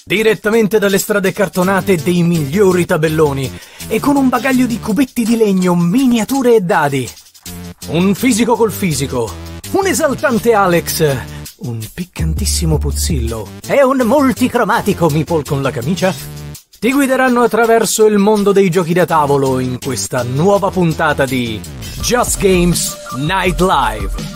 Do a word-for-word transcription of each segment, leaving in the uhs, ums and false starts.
Direttamente dalle strade cartonate dei migliori tabelloni e con un bagaglio di cubetti di legno, miniature e dadi. Un fisico col fisico, un esaltante Alex, un piccantissimo Puzzillo e un multicromatico Meeple con la camicia ti guideranno attraverso il mondo dei giochi da tavolo in questa nuova puntata di Just Games Night Live.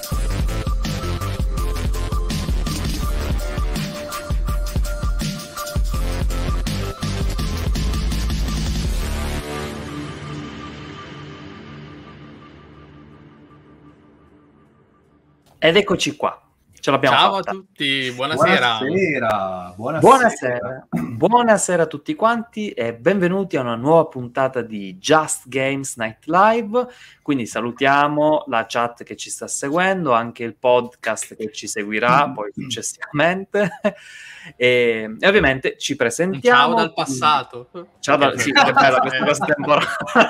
Ed eccoci qua, ce l'abbiamo Ciao fatta. a tutti, buonasera. Buonasera. Buonasera. Buonasera. Buonasera a tutti quanti e benvenuti a una nuova puntata di Just Games Night Live. Quindi salutiamo la chat che ci sta seguendo, anche il podcast che ci seguirà poi successivamente e, e ovviamente ci presentiamo. Un ciao dal passato. Ciao dal... Sì, che bella questa cosa temporale.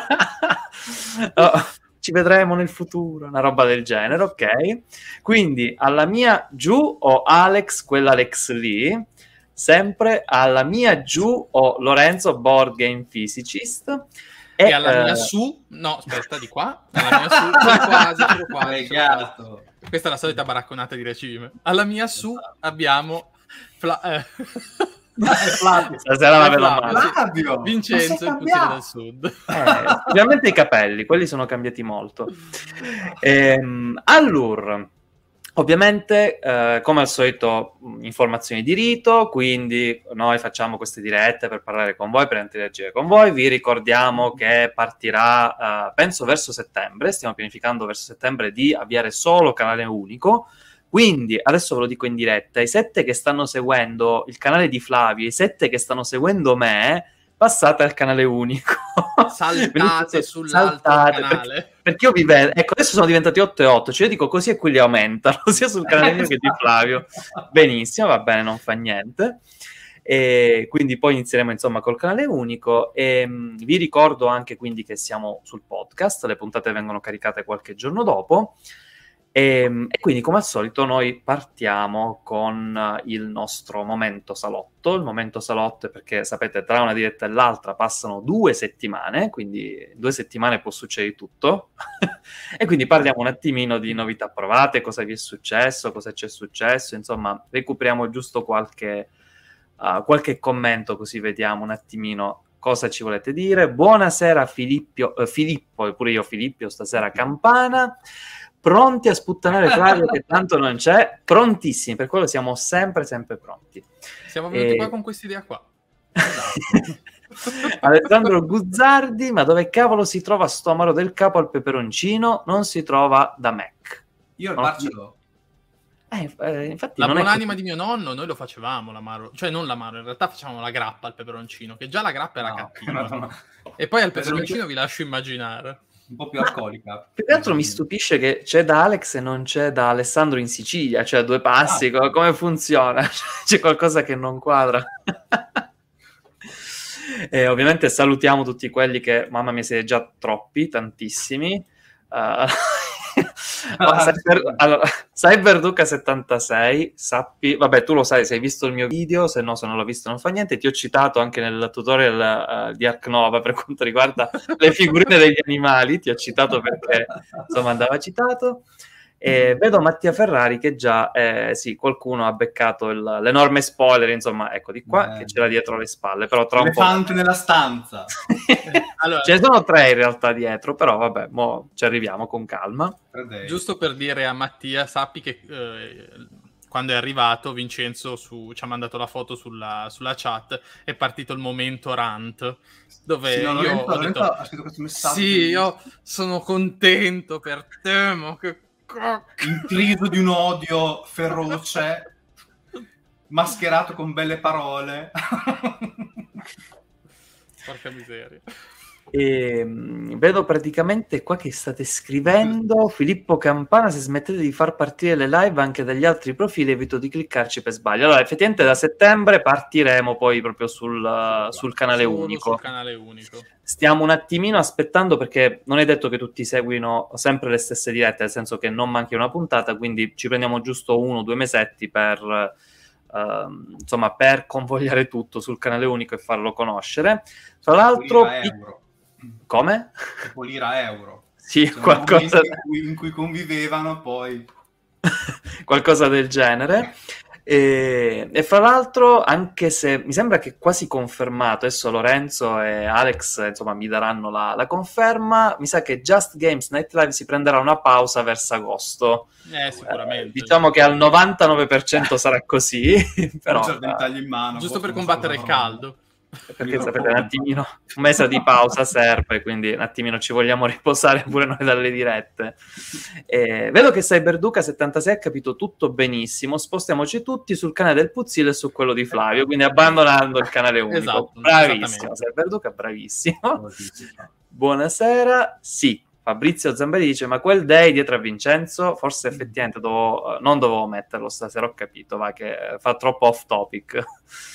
Oh. Ci vedremo nel futuro, una roba del genere, ok? Quindi alla mia giù ho Alex, quella Alex lì, sempre alla mia giù ho Lorenzo, board game physicist. E, e alla eh... mia su, no, aspetta, di qua, alla mia su, sono quasi, sono quasi, sono quasi. Questa è la solita baracconata di Recime. Alla mia su abbiamo... Fla... Eh. Stasera la vedo male. Vincenzo, il Puzzillo del Sud. Eh, ovviamente i capelli, quelli sono cambiati molto. Ehm, allora, ovviamente, eh, come al solito, informazioni di rito, quindi noi facciamo queste dirette per parlare con voi, per interagire con voi. Vi ricordiamo che partirà, eh, penso, verso settembre. Stiamo pianificando verso settembre di avviare solo canale unico. Quindi, adesso ve lo dico in diretta, i sette che stanno seguendo il canale di Flavio, i sette che stanno seguendo me, passate al canale unico. Saltate sull'altro saltate, canale. Perché, perché io vi vedo, ecco, adesso sono diventati otto e otto, cioè io dico così e quelli aumentano, sia sul canale mio che di Flavio. Benissimo, va bene, non fa niente. E quindi poi inizieremo insomma col canale unico e mh, vi ricordo anche quindi che siamo sul podcast, le puntate vengono caricate qualche giorno dopo. E, e quindi come al solito noi partiamo con il nostro momento salotto. Il momento salotto è perché sapete tra una diretta e l'altra passano due settimane, quindi in due settimane può succedere tutto e quindi parliamo un attimino di novità provate, cosa vi è successo, cosa ci è successo, insomma recuperiamo giusto qualche, uh, qualche commento così vediamo un attimino cosa ci volete dire. Buonasera Filippo, eh, Filippo, pure io Filippo stasera Campana. Pronti a sputtanare Flavio che tanto non c'è, prontissimi, per quello siamo sempre sempre pronti. Siamo venuti e... qua con questa idea qua. Alessandro Guzzardi, ma dove cavolo si trova sto amaro del capo al peperoncino? Non si trova da Mac. Io il non... bar ce l'ho. Eh, eh, infatti la non buonanima è di mio nonno, noi lo facevamo l'amaro, cioè non l'amaro, in realtà facevamo la grappa al peperoncino, che già la grappa era no, cattiva. no, no. E poi al peperoncino vi lascio immaginare. Un po' più alcolica. Più che altro mi stupisce che c'è da Alex e non c'è da Alessandro in Sicilia, cioè a due passi, ah. come funziona? C'è qualcosa che non quadra. E ovviamente salutiamo tutti quelli che, mamma mia, siete già troppi, tantissimi. Uh, allora, Cyber, allora, Cyberduca settantasei, sappi, vabbè, tu lo sai, se hai visto il mio video, se no, se non l'ho visto non fa niente, ti ho citato anche nel tutorial uh, di Ark Nova per quanto riguarda le figurine degli animali, ti ho citato perché insomma andava citato. E vedo Mattia Ferrari che già, eh, sì, qualcuno ha beccato il, l'enorme spoiler, insomma, ecco di qua, eh, che c'era dietro le spalle, però tra un po'... Elefante nella stanza. Allora, ce ne sono tre in realtà dietro, però vabbè, mo ci arriviamo con calma. Giusto per dire a Mattia, sappi che eh, quando è arrivato Vincenzo su, ci ha mandato la foto sulla, sulla chat, è partito il momento rant, dove sì, no, io Lorenzo, ho detto, Lorenzo ha scritto questo messaggio. Sì, io sono contento per te, ma che intriso di un odio feroce, mascherato con belle parole. Porca miseria. E, mh, vedo praticamente qua che state scrivendo Filippo Campana, se smettete di far partire le live anche dagli altri profili evito di cliccarci per sbaglio. Allora effettivamente da settembre partiremo poi proprio sul, uh, sul canale Solo unico. sul canale unico stiamo un attimino aspettando perché non è detto che tutti seguino sempre le stesse dirette, nel senso che non manchi una puntata, quindi ci prendiamo giusto uno o due mesetti per uh, insomma, per convogliare tutto sul canale unico e farlo conoscere. Tra l'altro... Lira euro. Come? Tipo lira euro. Sì, Sono qualcosa... in cui, in cui convivevano, poi... qualcosa del genere. E, e fra l'altro, anche se mi sembra che quasi confermato, adesso Lorenzo e Alex insomma mi daranno la, la conferma, mi sa che Just Games Night Live si prenderà una pausa verso agosto. Eh, sicuramente. Eh, diciamo che al novantanove per cento sarà così, però c'è il ventaglio in mano. Giusto per boh, combattere il caldo. perché sapete un attimino un mese di pausa serve, quindi un attimino ci vogliamo riposare pure noi dalle dirette. Eh, vedo che Cyberduca settantasei ha capito tutto benissimo, spostiamoci tutti sul canale del Puzzile e su quello di Flavio, quindi abbandonando il canale unico. Esatto, bravissimo Cyberduca, bravissimo. Buonasera. Sì, Fabrizio Zambelli dice: ma quel Day dietro a Vincenzo forse effettivamente dovevo, non dovevo metterlo stasera, ho capito, va che fa troppo off topic.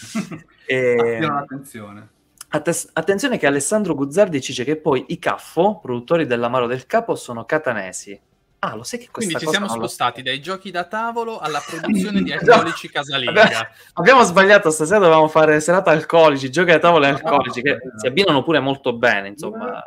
E... attenzione. Attes- attenzione che Alessandro Guzzardi dice che poi i Caffo, produttori dell'Amaro del Capo, sono catanesi. Ah, lo sai che questa Quindi ci cosa siamo non lo- spostati dai giochi da tavolo alla produzione di alcolici casalinga. Abbiamo, abbiamo sbagliato, stasera dovevamo fare serata alcolici, giochi da tavolo e alcolici, che si abbinano pure molto bene, insomma.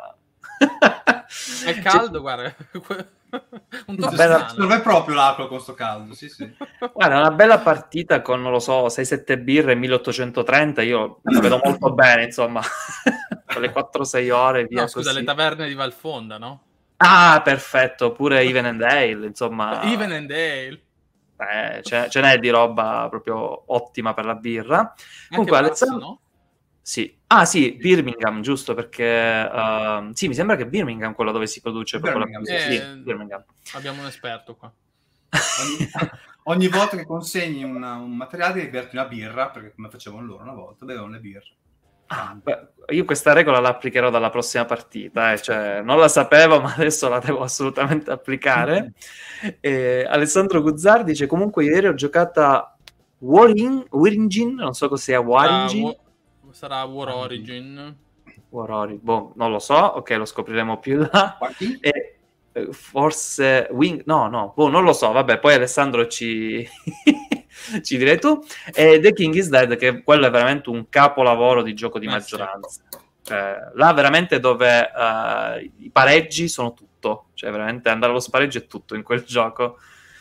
È caldo, guarda. Un Vabbè, toscano. Serve proprio l'acqua con sto caldo, sì sì. Guarda, una bella partita con, non lo so, sei sette birre e milleottocentotrenta, io la vedo molto bene, insomma. Con le quattro sei ore, via No, scusa, così. le taverne di Valfonda, no? Ah, perfetto, pure Even and Ale, insomma. Even and Ale. Eh, ce, ce n'è di roba proprio ottima per la birra. Anche Comunque, Basso, Alessandro... no? Sì. Ah, sì, Birmingham, giusto, perché... uh, sì, mi sembra che Birmingham è quella dove si produce proprio la Birmingham, birra. sì. Sì, Birmingham. Abbiamo un esperto qua. Ogni, ogni volta che consegni una- un materiale devi berti una birra, perché come facevano loro una volta, bevevano le birre. Ah, beh, io questa regola la applicherò dalla prossima partita, eh, cioè, non la sapevo, ma adesso la devo assolutamente applicare. Eh, Alessandro Guzzardi dice: comunque ieri ho giocata Waring, Waringin, non so cos'è Waringin. Ah, Wa- sarà War Origin. War Ori- boh, non lo so, ok, lo scopriremo più in là. Guardi? E eh, forse Wing, no, no, boh, non lo so, vabbè, poi Alessandro ci ci direi tu. E The King is Dead, che quello è veramente un capolavoro di gioco di Beh, maggioranza. Cioè, là veramente dove eh, i pareggi sono tutto, cioè veramente andare allo spareggio è tutto in quel gioco.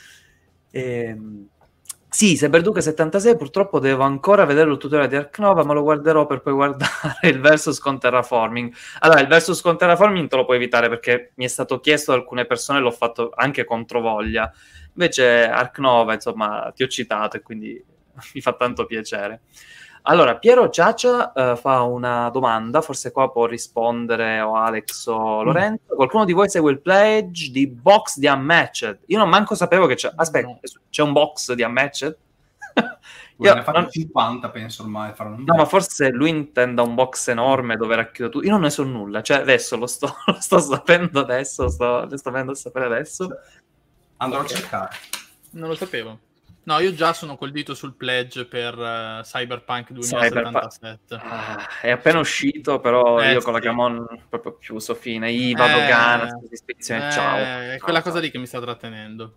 Ehm Sì, Cyberduca settantasei, purtroppo devo ancora vedere il tutorial di Ark Nova, ma lo guarderò per poi guardare il versus con Terraforming. Allora, il versus con Terraforming te lo puoi evitare perché mi è stato chiesto da alcune persone, l'ho fatto anche contro voglia. Invece Ark Nova, insomma, ti ho citato e quindi mi fa tanto piacere. Allora, Piero Ciaccia uh, fa una domanda, forse qua può rispondere o Alex o Lorenzo. Qualcuno di voi segue il pledge di box di Unmatched? Io non manco sapevo che c'è... Aspetta, No. c'è un box di Unmatched? Io, Io ne ha fatto non- cinquanta, penso ormai. Faranno un No, ma po'. forse lui intenda un box enorme dove racchiude tutto. Io non ne so nulla, cioè adesso lo sto, lo sto sapendo adesso, sto, lo sto venendo a sapere adesso. Andrò Ok. a cercare. Non lo sapevo. No, io già sono col dito sul pledge per uh, Cyberpunk duemilasettantasette. Ah, è appena uscito, però Eh, io con la sì. Gamon proprio chiuso, fine. Iva, Eh, Dogana, spedizione, eh, ciao. È Ciao, quella ciao. cosa lì che mi sta trattenendo.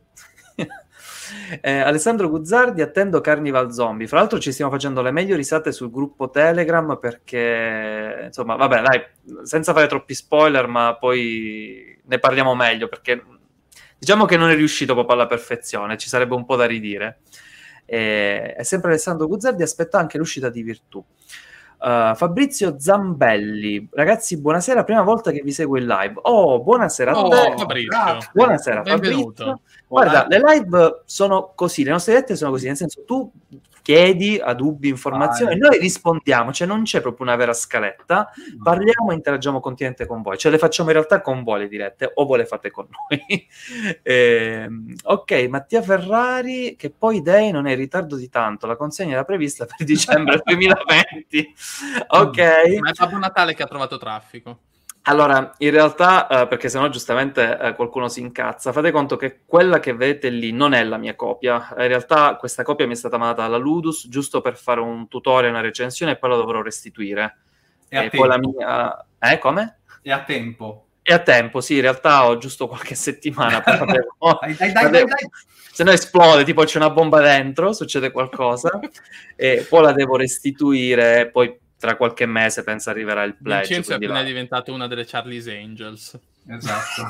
Eh, Alessandro Guzzardi, attendo Carnival Zombie. Fra l'altro ci stiamo facendo le meglio risate sul gruppo Telegram perché, insomma, vabbè, dai, senza fare troppi spoiler, ma poi ne parliamo meglio perché diciamo che non è riuscito proprio alla perfezione, ci sarebbe un po' da ridire. Eh, è sempre Alessandro Guzzardi, aspetta anche l'uscita di Virtù. Uh, Fabrizio Zambelli, ragazzi, buonasera, prima volta che vi seguo in live. Oh, buonasera a Oh, te. Fabrizio. grazie. Buonasera, Benvenuto. Fabrizio. Guarda, le live sono così, le nostre dirette sono così, nel senso tu chiedi a dubbi, informazioni, Ah, noi rispondiamo, cioè non c'è proprio una vera scaletta, parliamo e interagiamo continuamente con voi, cioè le facciamo in realtà con voi le dirette o voi le fate con noi. Ehm, ok, Mattia Ferrari, che poi Day non è in ritardo di tanto, la consegna era prevista per dicembre duemilaventi. Ok. Ma è Babbo Natale che ha trovato traffico. Allora, in realtà, eh, perché sennò giustamente eh, qualcuno si incazza, fate conto che quella che vedete lì non è la mia copia. In realtà questa copia mi è stata mandata dalla Ludus giusto per fare un tutorial, una recensione e poi la dovrò restituire. E a E poi la tempo. mia... Eh, come? E a tempo. È a tempo, sì, in realtà ho giusto qualche settimana. Però devo... dai, dai, dai, dai, dai. Se no esplode, tipo c'è una bomba dentro, succede qualcosa, e poi la devo restituire, poi tra qualche mese penso arriverà il pledge. Vincenzo è appena va. diventato una delle Charlie's Angels. Esatto.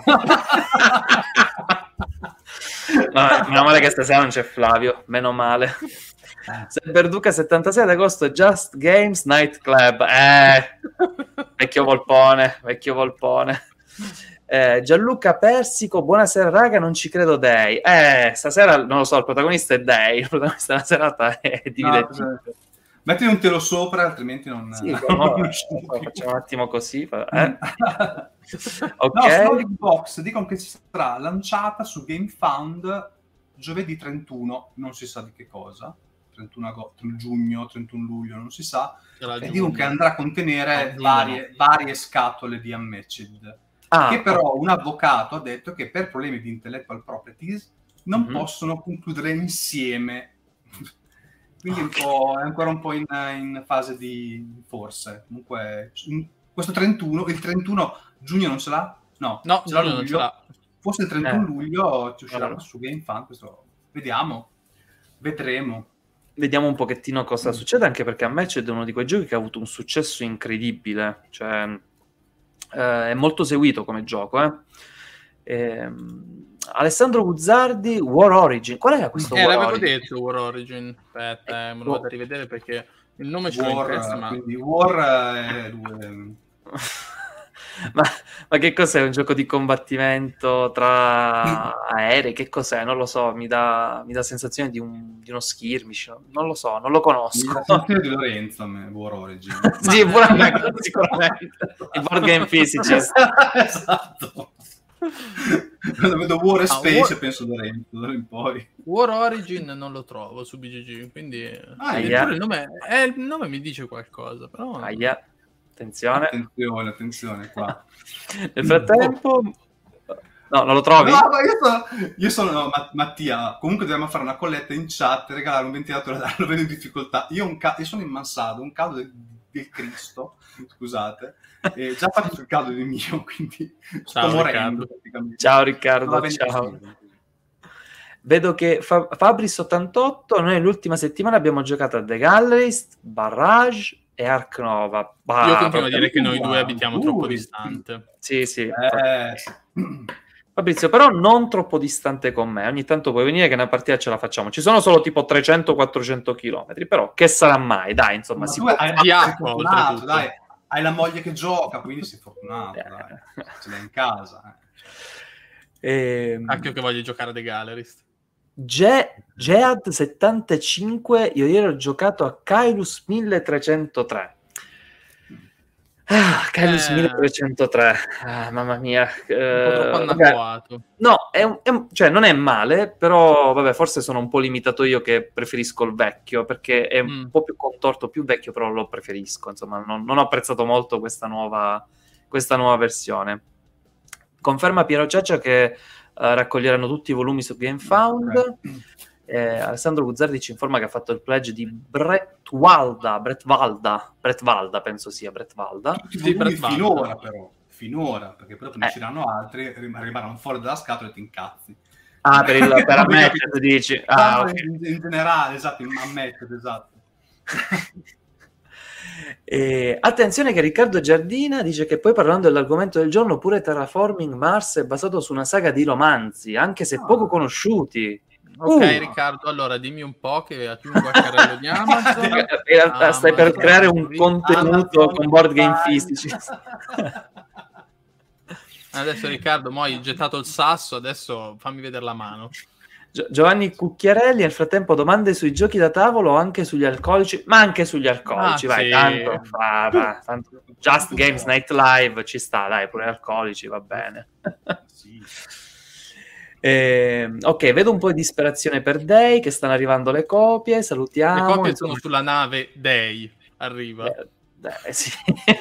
No, meno male che stasera non c'è Flavio, meno male. Cyberduca settantasei ad agosto, Just Games Night Club. Eh, vecchio volpone, vecchio volpone. Eh, Gianluca Persico, buonasera raga, non ci credo Dei. Eh, stasera non lo so, il protagonista è Dei, il protagonista della serata è Divide. No, metti un telo sopra, altrimenti non... Sì, non no, riusciamo. facciamo un attimo così. Eh? Ok. No, Sonic Box dicono che sarà lanciata su GameFound giovedì trentuno, non si sa di che cosa, trentuno agosto, giugno, trentuno luglio, non si sa, e dicono che andrà a contenere no, varie, no. varie scatole di Unmatched. Ah, che però un avvocato ha detto che per problemi di intellectual properties non mm-hmm. possono concludere insieme. Quindi un po', è ancora un po' in, in fase di forse. Comunque, questo trentuno, il trentuno giugno non ce l'ha? No, no ce l'ha luglio, non ce l'ha. Forse il trentuno Eh. luglio ci uscirà Allora. su GameFAQ, questo vediamo, vedremo. Vediamo un pochettino cosa mm. succede, anche perché a me c'è uno di quei giochi che ha avuto un successo incredibile, cioè eh, è molto seguito come gioco, eh. Ehm, Alessandro Guzzardi, War Origin, qual era questo eh, War l'avevo Origin? detto War Origin, aspetta, eh, me lo Oh. vado a rivedere perché il nome ce l'ho in War, testa, ma... quindi War è due... ma, ma che cos'è? Un gioco di combattimento tra aerei? Che cos'è? Non lo so, mi dà, mi dà sensazione di, un, di uno skirmish, non lo so, non lo conosco. La sensazione di Lorenzo a me, War Origin. Sì, pure a me, sicuramente. Il board game physicist. Esatto. Quando vedo War e Ah, Space War... penso Lorenzo, da ora in poi. War Origin non lo trovo su B G G, quindi Ah, yeah. il, nome, eh, il nome mi dice qualcosa, però... Ah, yeah. Attenzione. Attenzione, attenzione qua. Nel frattempo... No, non lo trovi? No, ma io sono, io sono no, Mattia, comunque dobbiamo fare una colletta in chat, regalare un ventilatore, lo vedo in difficoltà. Io, un ca- io sono in mansardo, un caldo del, del Cristo, scusate, e già fatto il caldo del mio, quindi ciao, sto morendo. Ciao Riccardo, ciao. Vedo che Fa- Fabris ottantotto, noi l'ultima settimana abbiamo giocato a The Gallerist, Barrage e Ark Nova. Bah, io continuo a dire che noi wow, due abitiamo uh, troppo distante. Sì, sì. Eh. Fabrizio, però non troppo distante con me. Ogni tanto puoi venire che una partita ce la facciamo. Ci sono solo tipo trecento quattrocento chilometri, però che sarà mai? Dai, insomma, ma si tu può... hai, di hai, acqua, fortunato, dai. Hai la moglie che gioca, quindi sei fortunato, Eh. dai. Ce l'hai in casa. Eh. Ehm... Anche io che voglio giocare a The Gallerist. Ge- Gead settantacinque, io ieri ho giocato a Kylus milletrecentotre. Ah, Kylus eh, milletrecentotre, ah, mamma mia. Un po' troppo anacquato. No, è un, è un, cioè non è male, però vabbè, forse sono un po' limitato io che preferisco il vecchio, perché è un mm. po' più contorto, più vecchio, però lo preferisco. Insomma, non, non ho apprezzato molto questa nuova, questa nuova versione. Conferma Piero Ciaccia che uh, raccoglieranno tutti i volumi su GameFound. Okay. Eh, Alessandro Guzzardi ci informa che ha fatto il pledge di Brett Walda, Brett Valda, Brett Valda penso sia Brett Valda. Sì, finora però, finora, perché poi dopo ne usciranno eh. altri, rimarranno fuori dalla scatola e ti incazzi. Ah, per, il, per Unmatched dici? Ah, okay. in, in generale, esatto, in Unmatched, esatto. E, attenzione che Riccardo Giardina dice che poi parlando dell'argomento del giorno pure Terraforming Mars è basato su una saga di romanzi, anche se ah. poco conosciuti. Ok, uh. Riccardo, allora dimmi un po' che hai un carrello di Amazon. In realtà stai Amazon, per creare un contenuto Amazon, con board game fisici. Adesso Riccardo, mo hai gettato il sasso, adesso fammi vedere la mano. Gio- Giovanni Cucchiarelli, nel frattempo domande sui giochi da tavolo o anche sugli alcolici, ma anche sugli alcolici, ah, vai, sì. tanto, va, va, tanto Just Games Night Live ci sta, dai, pure alcolici, va bene. Sì. Eh, ok, vedo un po' di disperazione per Dei, che stanno arrivando le copie, salutiamo. Le copie insomma. sono sulla nave Dei, arriva. Eh, eh, sì.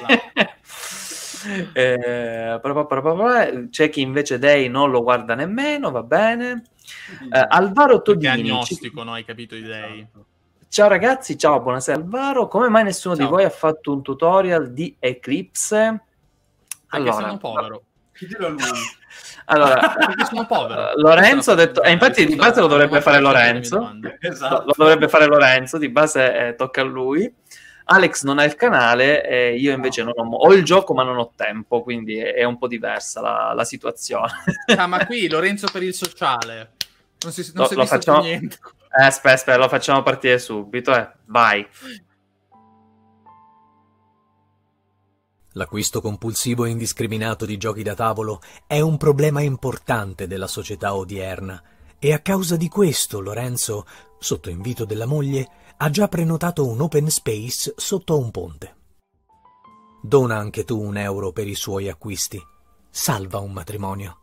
eh, c'è chi invece Dei non lo guarda nemmeno, va bene. Eh, Alvaro Todini. Perché agnostico, ci... no? Hai capito i Dei. Ciao ragazzi, ciao, buonasera Alvaro. Come mai nessuno ciao. di voi ha fatto un tutorial di Eclipse? Perché allora, sono povero. chiedilo a lui. Allora, perché sono povero. Lorenzo ha detto, e eh, infatti di base lo dovrebbe fare Lorenzo, Esatto. lo dovrebbe fare Lorenzo, di base eh, tocca a lui. Alex non ha il canale e io invece non ho, ho il gioco ma non ho tempo, quindi è, è un po' diversa la, la situazione. Ah, ma qui Lorenzo per il sociale. Non si, non Lo- si è lo visto facciamo- più niente. Eh, aspetta, aspetta, lo facciamo partire subito, eh. Vai. L'acquisto compulsivo e indiscriminato di giochi da tavolo è un problema importante della società odierna e a causa di questo Lorenzo, sotto invito della moglie, ha già prenotato un open space sotto un ponte. Dona anche tu un euro per i suoi acquisti. Salva un matrimonio.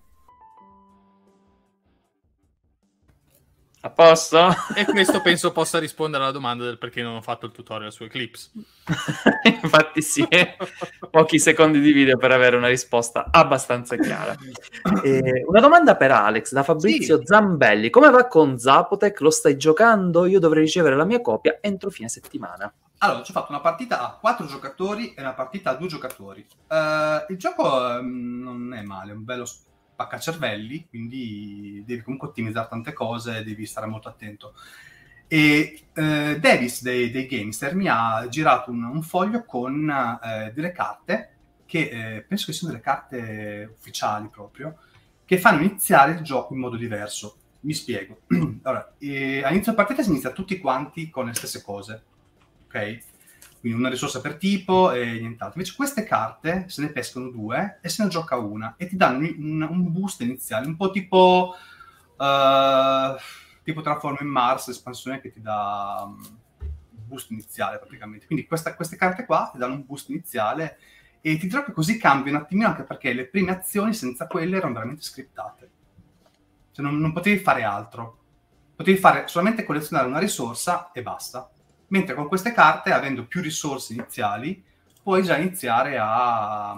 A posto? E questo penso possa rispondere alla domanda del perché non ho fatto il tutorial su Eclipse. Infatti sì, pochi secondi di video per avere una risposta abbastanza chiara. Eh, una domanda per Alex da Fabrizio Sì. Zambelli. Come va con Zapotec? Lo stai giocando? Io dovrei ricevere la mia copia entro fine settimana. Allora, ci ho fatto una partita a quattro giocatori e una partita a due giocatori. Eh, il gioco ehm, non è male, è un bello spaccacervelli, quindi devi comunque ottimizzare tante cose, devi stare molto attento. E eh, Davis dei, dei Gamester mi ha girato un, un foglio con eh, delle carte che eh, penso che siano delle carte ufficiali proprio, che fanno iniziare il gioco in modo diverso. Mi spiego. Allora, eh, all'inizio della partita si inizia tutti quanti con le stesse cose, ok? Quindi una risorsa per tipo e nient'altro. Invece queste carte se ne pescano due e se ne gioca una e ti danno un, un boost iniziale, un po' tipo uh, tipo Transform in Mars, espansione che ti dà um, un boost iniziale praticamente. Quindi questa, queste carte qua ti danno un boost iniziale e ti dirò che così cambia un attimino, anche perché le prime azioni senza quelle erano veramente scriptate. Cioè non, non potevi fare altro. Potevi fare solamente collezionare una risorsa e basta. Mentre con queste carte, avendo più risorse iniziali, puoi già iniziare a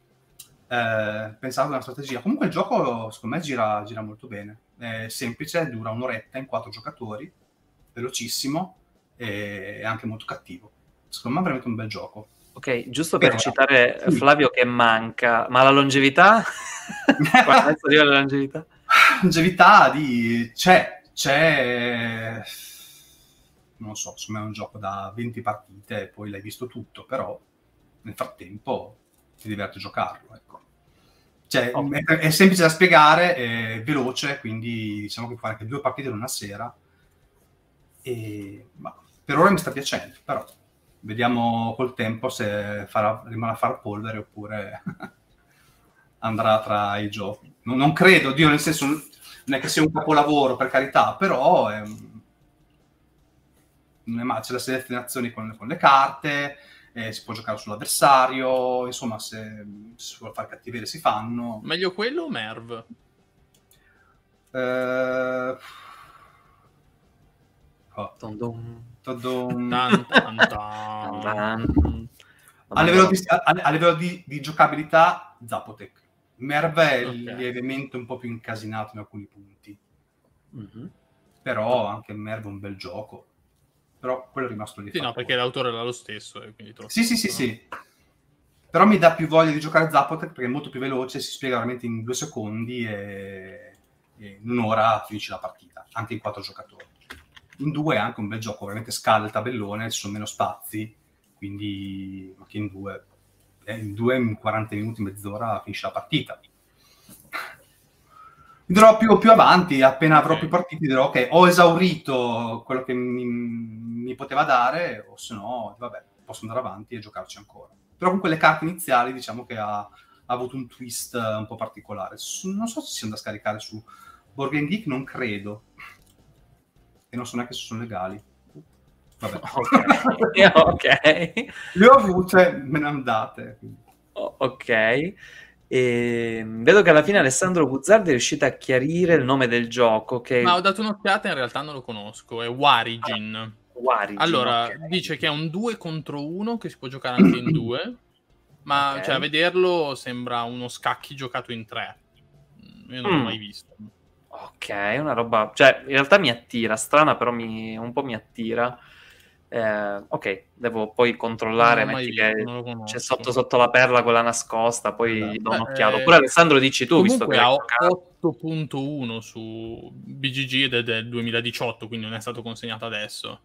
eh, pensare ad una strategia. Comunque il gioco, secondo me, gira, gira molto bene. È semplice, dura un'oretta in quattro giocatori, velocissimo e anche molto cattivo. Secondo me è veramente un bel gioco. Ok, giusto per Però- citare Sì. Flavio che manca, ma la longevità? Quando arriva la longevità? Longevità di... c'è, c'è... non so, secondo me è un gioco da venti partite e poi l'hai visto tutto, però nel frattempo ti diverte giocarlo, ecco. Cioè, Oh. è, è semplice da spiegare, è veloce, quindi diciamo che puoi fare anche due partite in una sera. E ma per ora mi sta piacendo, però vediamo col tempo se farà, rimarrà a far polvere oppure andrà tra i giochi. Non, non credo, Dio, nel senso, non è che sia un capolavoro, per carità, però è un non è male, c'è la selezionazione con, con le carte, eh, si può giocare sull'avversario, insomma, se, se si vuole fare cattiverie si fanno. Meglio quello o Merv? Eh... Oh, Dun dun. tadum. Tan, tan, tan. Dun. A livello, di, a, a livello di, di giocabilità, Zapotec. Merv è Ok. lievemente un po' più incasinato in alcuni punti, Mhm. però anche Merv è un bel gioco. Però quello è rimasto lì. Sì, no, fatto. perché l'autore era lo stesso. E quindi te lo Sì, sì, sì, no? sì. Però mi dà più voglia di giocare a Zapotec perché è molto più veloce, si spiega veramente in due secondi e, e in un'ora finisci la partita, anche in quattro giocatori. In due è anche un bel gioco, veramente scala il tabellone, ci sono meno spazi, quindi ma che in due, eh, in due, in quaranta minuti, mezz'ora finisce la partita. Dirò più, più avanti, appena avrò Ok. più partiti, dirò ok, ho esaurito quello che mi, mi poteva dare, o se no, vabbè, posso andare avanti e giocarci ancora. Però con quelle carte iniziali diciamo che ha, ha avuto un twist eh, un po' particolare. Su- non so se siano da scaricare su Board Game Geek, non credo. E non so neanche se sono legali. Vabbè. Ok, ok. Le ho avute, me ne andate. quindi. O- ok. E vedo che alla fine Alessandro Guzzardi è riuscito a chiarire il nome del gioco, che Ma ho dato un'occhiata, in realtà non lo conosco. È Warigin. Warigin, Allora, ok. dice che è un due contro uno, che si può giocare anche in due. Ma Ok. cioè, a vederlo sembra uno scacchi giocato in tre. Io non l'ho Mm. mai visto. Ok, una roba... Cioè, in realtà mi attira, strana, però mi... un po' mi attira. Eh, ok, devo poi controllare, Non l'ho mai metti visto, che non lo conosco. c'è sotto sotto la perla quella nascosta, poi Esatto. gli do Beh, un'occhiata. eh, Oppure Alessandro dici tu, visto che comunque l'hai ha giocato. otto punto uno su B G G ed è del duemiladiciotto, quindi non è stato consegnato adesso.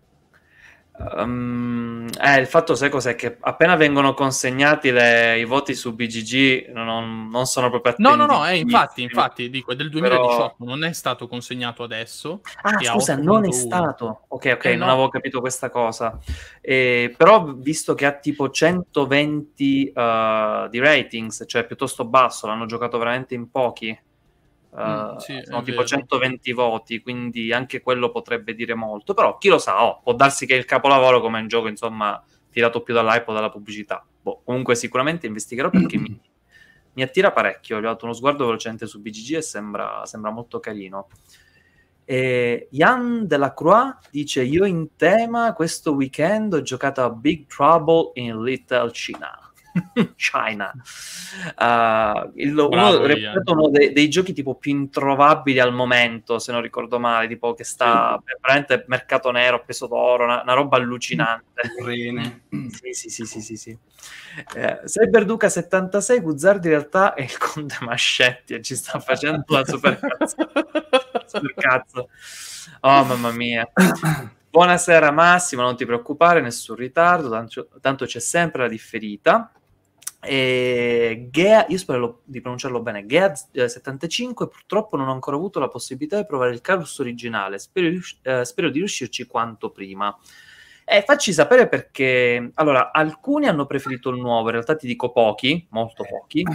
Um, eh, il fatto sai cos'è? Che appena vengono consegnati le- i voti su B G G non, non sono proprio No, no, attendibili. no, è infatti, infatti, dico, è del Però... duemiladiciotto, non è stato consegnato adesso Ah, e ha scusa, non è otto punto uno. stato. Ok, ok, Eh non no, avevo capito questa cosa. Eh, però visto che ha tipo centoventi uh, di ratings, cioè piuttosto basso, l'hanno giocato veramente in pochi. Uh, mm, sì, sono è tipo vero. centoventi voti, quindi anche quello potrebbe dire molto. Però chi lo sa, oh, può darsi che il capolavoro come un gioco, insomma, tirato più dall'hype o dalla pubblicità. Boh, comunque sicuramente investigherò perché mi, mi attira parecchio. Gli ho dato uno sguardo velocemente su B G G e sembra, sembra molto carino. E Jan Delacroix dice: io in tema questo weekend ho giocato a Big Trouble in Little China. China. Uh, il, Bravo, uno, Ian. ripeto, uno dei, dei giochi tipo più introvabili al momento, se non ricordo male, tipo che sta Sì. veramente mercato nero, peso d'oro, una, una roba allucinante. Rene. Sì, sì, sì, sì, sì, sì. Eh, Cyberduca settantasei, Guzzardi in realtà è il Conte Mascetti e ci sta facendo la super cazzo. Super cazzo. Oh, mamma mia. Buonasera Massimo, non ti preoccupare, nessun ritardo, tanto, tanto c'è sempre la differita. E Gea, io spero lo, di pronunciarlo bene, Gea eh, settantacinque, purtroppo non ho ancora avuto la possibilità di provare il Carus originale, spero, eh, spero di riuscirci quanto prima. E eh, facci sapere perché, allora, alcuni hanno preferito il nuovo, in realtà ti dico pochi, molto pochi,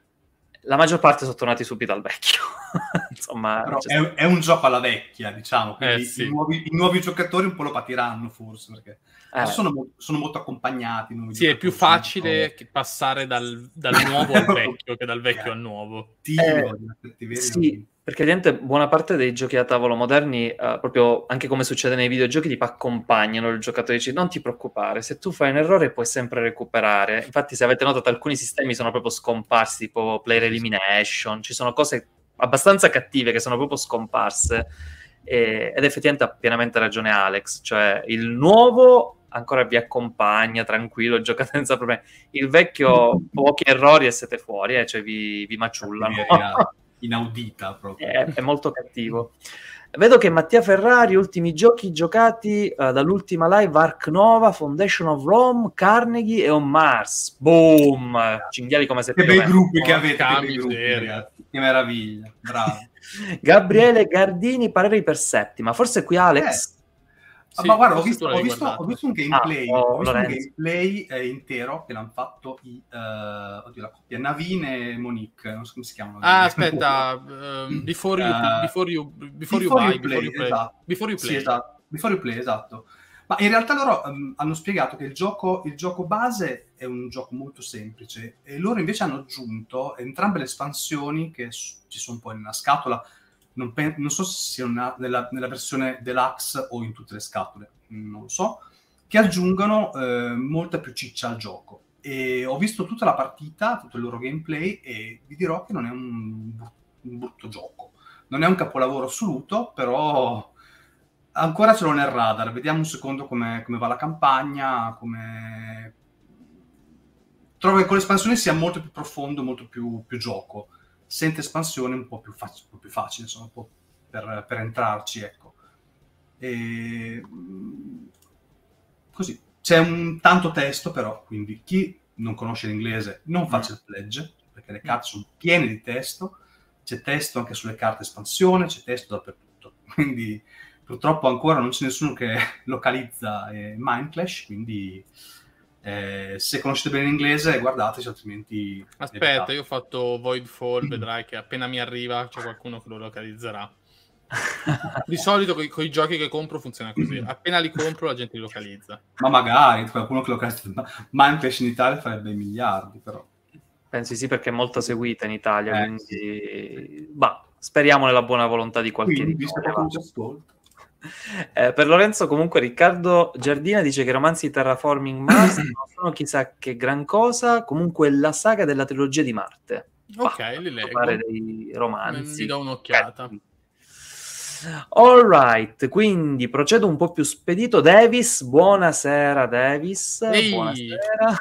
la maggior parte sono tornati subito al vecchio. Insomma, però è, è un gioco alla vecchia, diciamo, quindi Eh, sì. i, nuovi, i nuovi giocatori un po' lo patiranno forse, perché eh. sono, sono molto accompagnati. Sì, è più facile che passare dal, dal nuovo al vecchio che dal vecchio al nuovo. Eh, sì, perché ovviamente buona parte dei giochi da tavolo moderni, uh, proprio anche come succede nei videogiochi, ti accompagnano il giocatore, dici non ti preoccupare, se tu fai un errore puoi sempre recuperare. Infatti se avete notato alcuni sistemi sono proprio scomparsi, tipo player elimination, ci sono cose abbastanza cattive che sono proprio scomparse e, ed effettivamente ha pienamente ragione Alex, cioè il nuovo ancora vi accompagna tranquillo, giocate senza problemi, il vecchio pochi errori e siete fuori, eh, cioè vi, vi maciullano. Inaudita proprio. È, è molto cattivo. Vedo che Mattia Ferrari, ultimi giochi giocati uh, dall'ultima live, Ark Nova, Foundation of Rome, Carnegie e On Mars. Boom! Cinghiali come se che bei gruppi che avete, oh, che bei gruppi, ragazzi. Che meraviglia, bravo. Gabriele Gardini, pareri per settima. Forse qui Alex... Eh. Sì, ma guarda, ho visto, ho, visto, ho visto un gameplay, ah, oh, ho visto un gameplay eh, intero che l'hanno fatto i, uh, oddio, la coppia Navine e Monique, non so come si chiamano. Ah, aspetta, uh, before, you, uh, before you before, before you buy, you play, before you play, esatto. before you play. Sì, esatto. Before you play, esatto. Ma in realtà loro um, hanno spiegato che il gioco, il gioco base è un gioco molto semplice e loro invece hanno aggiunto entrambe le espansioni che ci sono poi nella scatola. Non, pe- non so se sia una, nella, nella versione deluxe o in tutte le scatole, non lo so, che aggiungono eh, molta più ciccia al gioco. E ho visto tutta la partita, tutto il loro gameplay e vi dirò che non è un, un brutto gioco. Non è un capolavoro assoluto, però ancora ce l'ho nel radar. Vediamo un secondo come va la campagna, come... Trovo che con l'espansione sia molto più profondo, molto più, più gioco. Sente espansione un po' più, fac- un po' più facile, insomma, un po' per, per entrarci, ecco. E... così. C'è un tanto testo, però, quindi chi non conosce l'inglese non faccia il pledge, perché le carte sono piene di testo, c'è testo anche sulle carte espansione, c'è testo dappertutto. Quindi, purtroppo ancora non c'è nessuno che localizza eh, Mindclash, quindi... Eh, se conoscete bene l'inglese guardateci, altrimenti aspetta, io ho fatto Voidfall, vedrai che appena mi arriva c'è qualcuno che lo localizzerà. Di solito con i giochi che compro funziona così, appena li compro la gente li localizza. Ma magari qualcuno che localizza Mindclash in Italia farebbe miliardi, però pensi sì, perché è molto seguita in Italia, eh, quindi sì. bah, speriamo nella buona volontà di qualche quindi, editore. Eh, per Lorenzo comunque Riccardo Giardina dice che i romanzi di Terraforming Mars non sono chissà che gran cosa, comunque la saga della trilogia di Marte. Ok, bah, li leggo. Fare dei romanzi. Mi do un'occhiata. Eh. All right, quindi procedo un po' più spedito. Davis, buonasera Davis, Ehi. buonasera.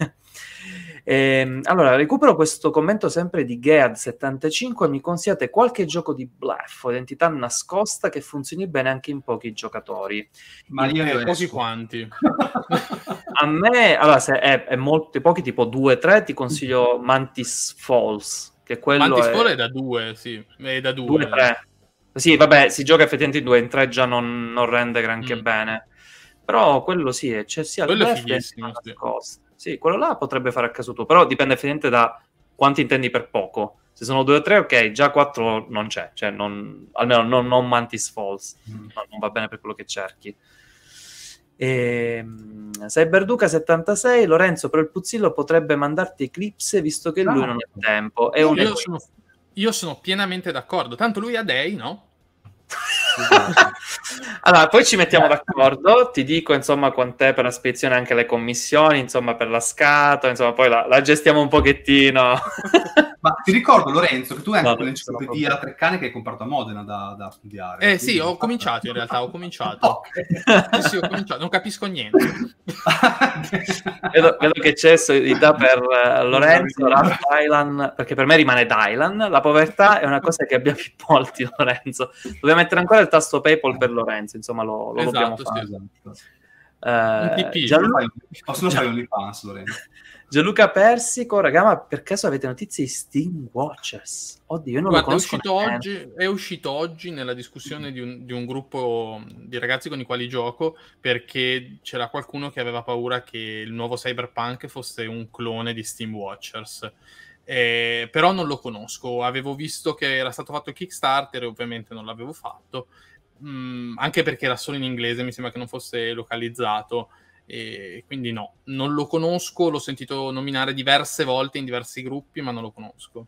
Ehm, allora, recupero questo commento sempre di Gead settantacinque. Mi consigliate qualche gioco di bluff o identità nascosta che funzioni bene anche in pochi giocatori? Ma Il- io Eh, io pochi esco. quanti. A me, allora, se è, è molto pochi, tipo due tre, ti consiglio Mantis Falls, che quello Mantis è Fall è da due, sì, è da due. due tre. Sì, vabbè, si gioca effettivamente in due, in tre già non, non rende granché Mm. bene. Però quello sì, è- c'è sia il Quello è bluff che fighissimo, la sì. nascosta. Sì, quello là potrebbe fare a caso tuo, però dipende effettivamente da quanto intendi per poco. Se sono due o tre, ok, già quattro non c'è, cioè non, almeno non, non Mantis Falls, Mm. no, non va bene per quello che cerchi. Ehm, Cyberduca settantasei, Lorenzo, però il Puzzillo potrebbe mandarti Eclipse visto che lui No. non ha tempo. È un Io egoista. sono, io sono pienamente d'accordo. Tanto lui ha Dei, no? Allora, poi ci mettiamo d'accordo, ti dico insomma quant'è per la spedizione anche le commissioni, insomma per la scatola, insomma poi la, la gestiamo un pochettino. Ma ti ricordo, Lorenzo, che tu hai No, anche non ci sono quell'enciclopedia problemi. Treccani che hai comprato a Modena da, da studiare. Eh sì, Quindi- ho cominciato in realtà, ho cominciato. Ok. Sì, sì, ho cominciato, non capisco niente. Vedo, vedo che c'è solidità per eh, Lorenzo, Ralph Dylan, perché per me rimane Dylan. La povertà è una cosa che abbiamo in molti, Lorenzo. Dobbiamo mettere ancora il tasto PayPal per Lorenzo, insomma lo, lo Esatto, dobbiamo sì. fare. Esatto. Eh, Un P P. Gianlu- O se no fai OnlyFans, Lorenzo. Gianluca Persico, raga, ma per caso avete notizie di Steam Watchers? Oddio, io non Guarda, è lo conosco uscito, neanche. oggi, è uscito oggi nella discussione di un, di un gruppo di ragazzi con i quali gioco, perché c'era qualcuno che aveva paura che il nuovo Cyberpunk fosse un clone di Steam Watchers. Eh, però non lo conosco, avevo visto che era stato fatto il Kickstarter e ovviamente non l'avevo fatto, mm, anche perché era solo in inglese, mi sembra che non fosse localizzato. E quindi no, non lo conosco, l'ho sentito nominare diverse volte in diversi gruppi, ma non lo conosco.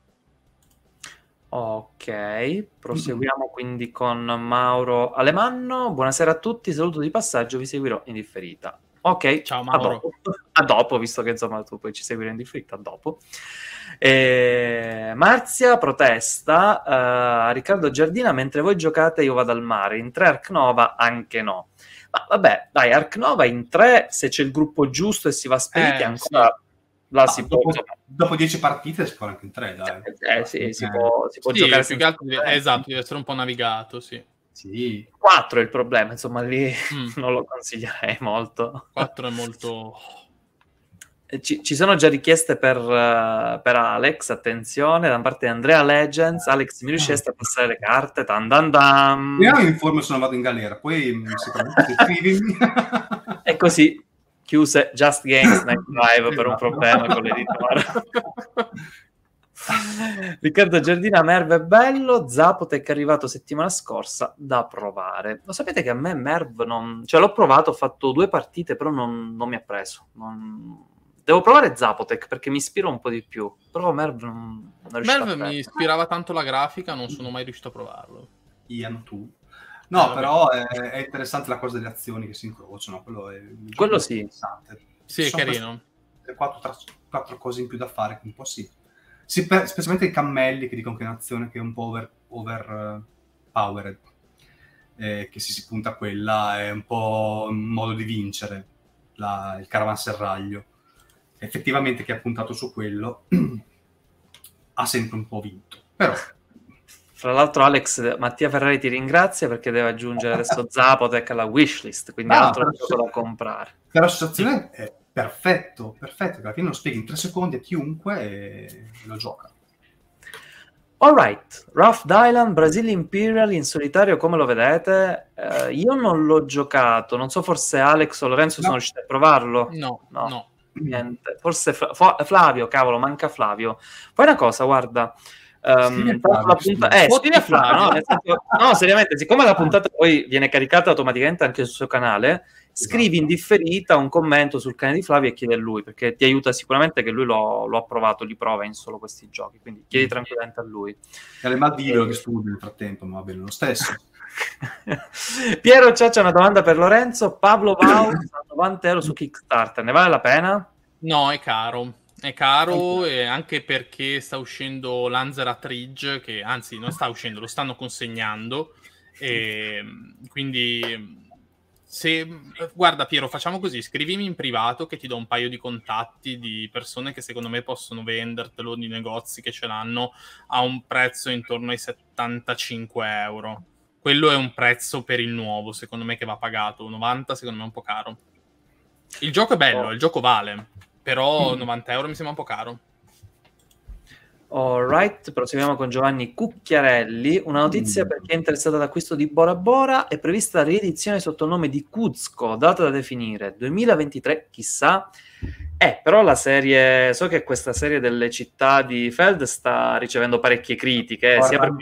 Ok, proseguiamo quindi con Mauro Alemanno. Buonasera a tutti, saluto di passaggio, vi seguirò in differita. Ok, Ciao, a Mauro. dopo, a dopo, visto che insomma tu puoi ci seguire in differita, a dopo. Eh, Marzia protesta, eh, Riccardo Giardina, mentre voi giocate io vado al mare, in tre Ark Nova anche no. Ma vabbè, dai, Ark Nova in tre, se c'è il gruppo giusto e si va spediti, Eh, ancora là Ah, si può... dopo, insomma, dopo dieci partite si può anche in tre, dai. eh, sì, si Eh, può, si può Sì, giocare più senza che altro deve- problemi. esatto, deve essere un po' navigato, sì. Sì. quattro è il problema, insomma lì Mm. non lo consiglierei molto. quattro è molto... Eh, Ci, ci sono già richieste per, eh, per Alex, attenzione, da parte di Andrea Legends. Alex, mi riusciste a passare le carte? Tan dan dan. Prima mi informo se sono andato in galera, poi mm, sicuramente scrivimi. E così chiuse Just Games Night Live per un Esatto. problema con l'editore. Riccardo Giardina, Merv è bello, Zapotec è arrivato settimana scorsa da provare. Lo sapete che a me Merv non... Cioè l'ho provato, ho fatto due partite, però non, non mi ha preso. Non... Devo provare Zapotec perché mi ispira un po' di più, però Merv non, non riesco a Merv prendere. mi ispirava tanto la grafica, non sono mai riuscito a provarlo. Ian, tu. Eh, No, vabbè. però è, è interessante la cosa delle azioni che si incrociano. Quello, è, il gioco Quello è sì. interessante. Sì, Ci è sono carino. queste Quattro, tra- quattro cose in più da fare, che un po' sì. Sì, per- specialmente i cammelli che dicono che è un'azione che è un po' over, over uh, powered, eh, che si, si punta a quella, è un po' un modo di vincere la- il caravanserraglio. Effettivamente chi ha puntato su quello ha sempre un po' vinto. Però Fra l'altro Alex, Mattia Ferrari ti ringrazia perché deve aggiungere adesso Zapotec alla wishlist, quindi Ah, altro però gioco se- da comprare. per l'associazione è perfetto, perfetto, perché alla fine lo spieghi in tre secondi a chiunque e lo gioca. Alright, Rough Dylan, Brazil Imperial in solitario, come lo vedete? Eh, io non l'ho giocato, non so, forse Alex o Lorenzo No. sono riusciti a provarlo? No, No. no. Niente, forse Fla- Fo- Flavio, cavolo, manca Flavio. Poi una cosa, guarda, ehm, Scrivi a tra Flavio, la punta- scrivi. eh, Fotti scrivi a Flavio, no? Flavio. Nel senso- no, seriamente, siccome la puntata poi viene caricata automaticamente anche sul suo canale, scrivi in differita un commento sul canale di Flavio e chiedi a lui, perché ti aiuta sicuramente, che lui lo, lo ha provato, li prova in solo questi giochi, quindi chiedi Mm. tranquillamente a lui. E alle Maldivero che studio nel frattempo, ma va bene lo stesso. Piero Ciaccia, una domanda per Lorenzo. Pablo Vaus a novanta euro su Kickstarter, ne vale la pena? No, è caro. È caro e anche perché sta uscendo Lanzarat Ridge, che anzi non sta uscendo, lo stanno consegnando. E quindi se guarda Piero, facciamo così, scrivimi in privato che ti do un paio di contatti di persone che secondo me possono vendertelo, di negozi che ce l'hanno a un prezzo intorno ai settantacinque euro. Quello è un prezzo per il nuovo, secondo me, che va pagato. novanta secondo me è un po' caro. Il gioco è bello, Oh. il gioco vale, però novanta euro mi sembra un po' caro. Alright, proseguiamo con Giovanni Cucchiarelli. Una notizia per chi è interessato all'acquisto di Bora Bora: è prevista la riedizione sotto il nome di Kuzco, data da definire duemilaventitré, chissà. Eh, però la serie, so che questa serie delle città di Feld sta ricevendo parecchie critiche, sia per...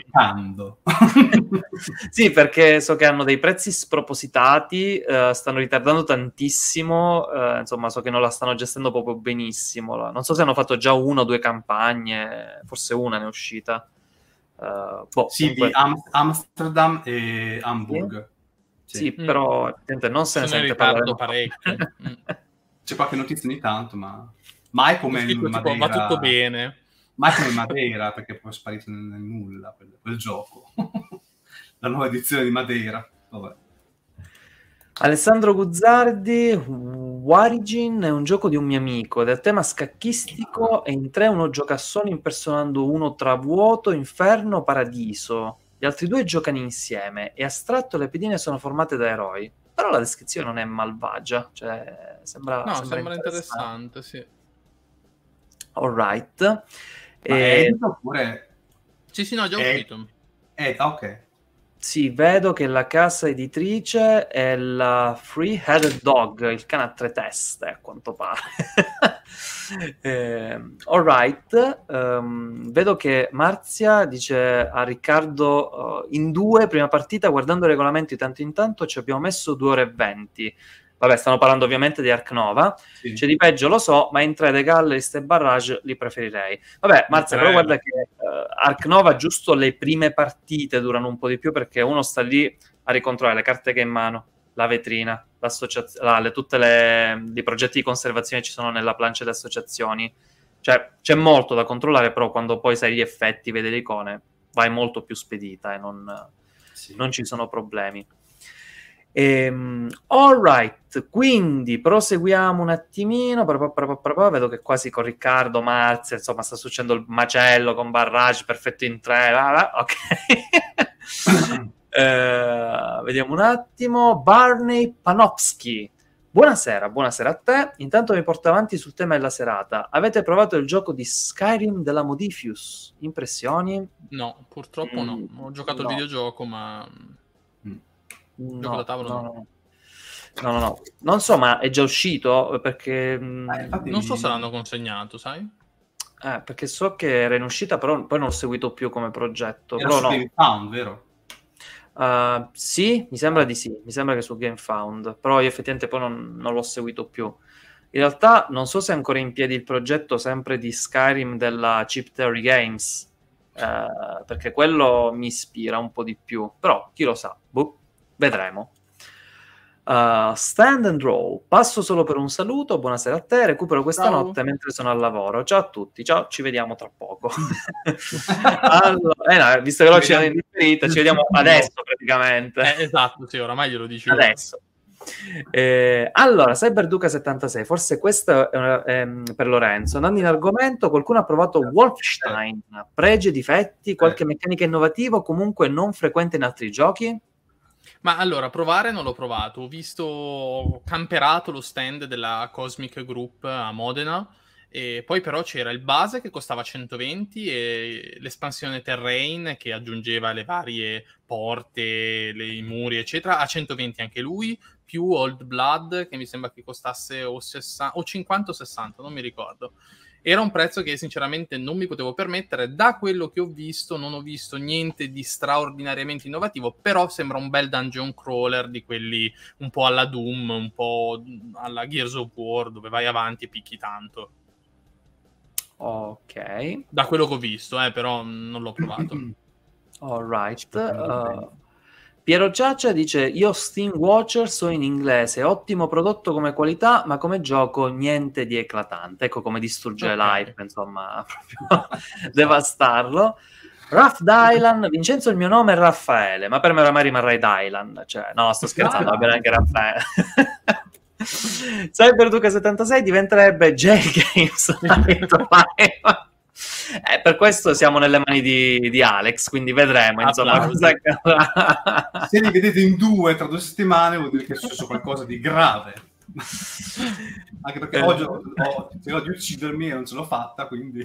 Sì, perché so che hanno dei prezzi spropositati, eh, stanno ritardando tantissimo, eh, insomma so che non la stanno gestendo proprio benissimo. Non so se hanno fatto già una o due campagne, forse una ne è uscita. Uh, boh, sì, comunque... di Am- Amsterdam e Hamburg. Sì, sì mm. però non se ne Sono sente parlare parecchio. mm. C'è qualche notizia ogni tanto, ma mai come tipo, Madeira. Tipo, va tutto bene. Mai come Madeira, perché poi è sparito nel, nel nulla quel, quel gioco. La nuova edizione di Madeira. Vabbè. Alessandro Guzzardi, Warigin è un gioco di un mio amico, del tema scacchistico, e in tre uno gioca solo impersonando uno tra vuoto, inferno, paradiso. Gli altri due giocano insieme, è astratto, le pedine sono formate da eroi. Però la descrizione non è malvagia, cioè sembra, no, sembra, sembra interessante. interessante, sì. All right. Ma e... è oppure... Sì, sì, no, già è... uscito. È... Ok. Sì, vedo che la casa editrice è la Three-Headed Dog, il cane a tre teste, a quanto pare. eh, all right. Um, vedo che Marzia dice a Riccardo, uh, in due, prima partita, guardando i regolamenti tanto in tanto, ci abbiamo messo due ore e venti. Vabbè, stanno parlando ovviamente di Ark Nova. Sì. C'è di peggio, lo so, ma in tre The Gallerist e Barrage li preferirei. Vabbè, Marzia, però guarda che uh, Ark Nova, giusto le prime partite durano un po' di più, perché uno sta lì a ricontrollare le carte che ha in mano, la vetrina, l'associazione, tutte le i progetti di conservazione ci sono nella plancia delle associazioni. Cioè, c'è molto da controllare, però quando poi sai gli effetti, vedi le icone, vai molto più spedita e non, sì. non ci sono problemi. Ehm, all right, quindi proseguiamo un attimino. Vedo che quasi con Riccardo, Marzia, insomma, sta succedendo il macello con Barrage perfetto in tre. Ok. eh, vediamo un attimo. Barney Panofsky. Buonasera, buonasera a te. Intanto mi porto avanti sul tema della serata. Avete provato il gioco di Skyrim della Modifius? Impressioni? No, purtroppo mm, no. Ho giocato no. il videogioco, ma... No, da tavolo, no, no. no, no, no, non so, ma è già uscito perché eh, infatti, non so se l'hanno consegnato, sai? Eh, perché so che era in uscita, però poi non l'ho seguito più come progetto. Era però su no. GameFound, vero? Uh, sì, mi sembra di sì. Mi sembra che su GameFound, però io effettivamente poi non, non l'ho seguito più. In realtà non so se è ancora in piedi il progetto sempre di Skyrim della Chip Theory Games, uh, perché quello mi ispira un po' di più. Però chi lo sa, boh. Vedremo. Uh, stand and roll. Passo solo per un saluto. Buonasera a te. Recupero questa ciao. notte mentre sono al lavoro. Ciao a tutti. Ciao, ci vediamo tra poco. allora, eh no, visto che l'ho ci differita, ci vediamo adesso praticamente. Eh, esatto, sì, oramai glielo dici adesso. Eh, allora, Cyberduca settantasei, forse questo è, è, è per Lorenzo. Andando in argomento, qualcuno ha provato Wolfenstein? Pregi, difetti, qualche meccanica innovativa o comunque non frequente in altri giochi? Ma allora, provare non l'ho provato, ho visto, ho camperato lo stand della Cosmic Group a Modena, e poi però c'era il base che costava centoventi e l'espansione Terrain che aggiungeva le varie porte, le, i muri eccetera, a centoventi anche lui, più Old Blood che mi sembra che costasse o, sessanta, o cinquanta o sessanta, non mi ricordo. Era un prezzo che sinceramente non mi potevo permettere. Da quello che ho visto non ho visto niente di straordinariamente innovativo, però sembra un bel dungeon crawler di quelli un po' alla Doom, un po' alla Gears of War, dove vai avanti e picchi tanto. Ok. Da quello che ho visto, eh, però non l'ho provato. All right. Uh... Piero Ciaccia dice: io Steam Watcher so in inglese, ottimo prodotto come qualità, ma come gioco niente di eclatante. Ecco come distruggere okay. l'hype, insomma, proprio devastarlo. Raf Dylan, Vincenzo il mio nome è Raffaele, ma per me oramai rimarrai Dylan, cioè, no, sto scherzando, va bene anche Raffaele. Cyberduca settantasei diventerebbe J-Games. Eh, per questo siamo nelle mani di, di Alex, quindi vedremo, insomma, cosa... Se li vedete in due tra due settimane vuol dire che è successo qualcosa di grave. Anche perché eh. oggi ho, ho cercato di uccidermi e non ce l'ho fatta, quindi...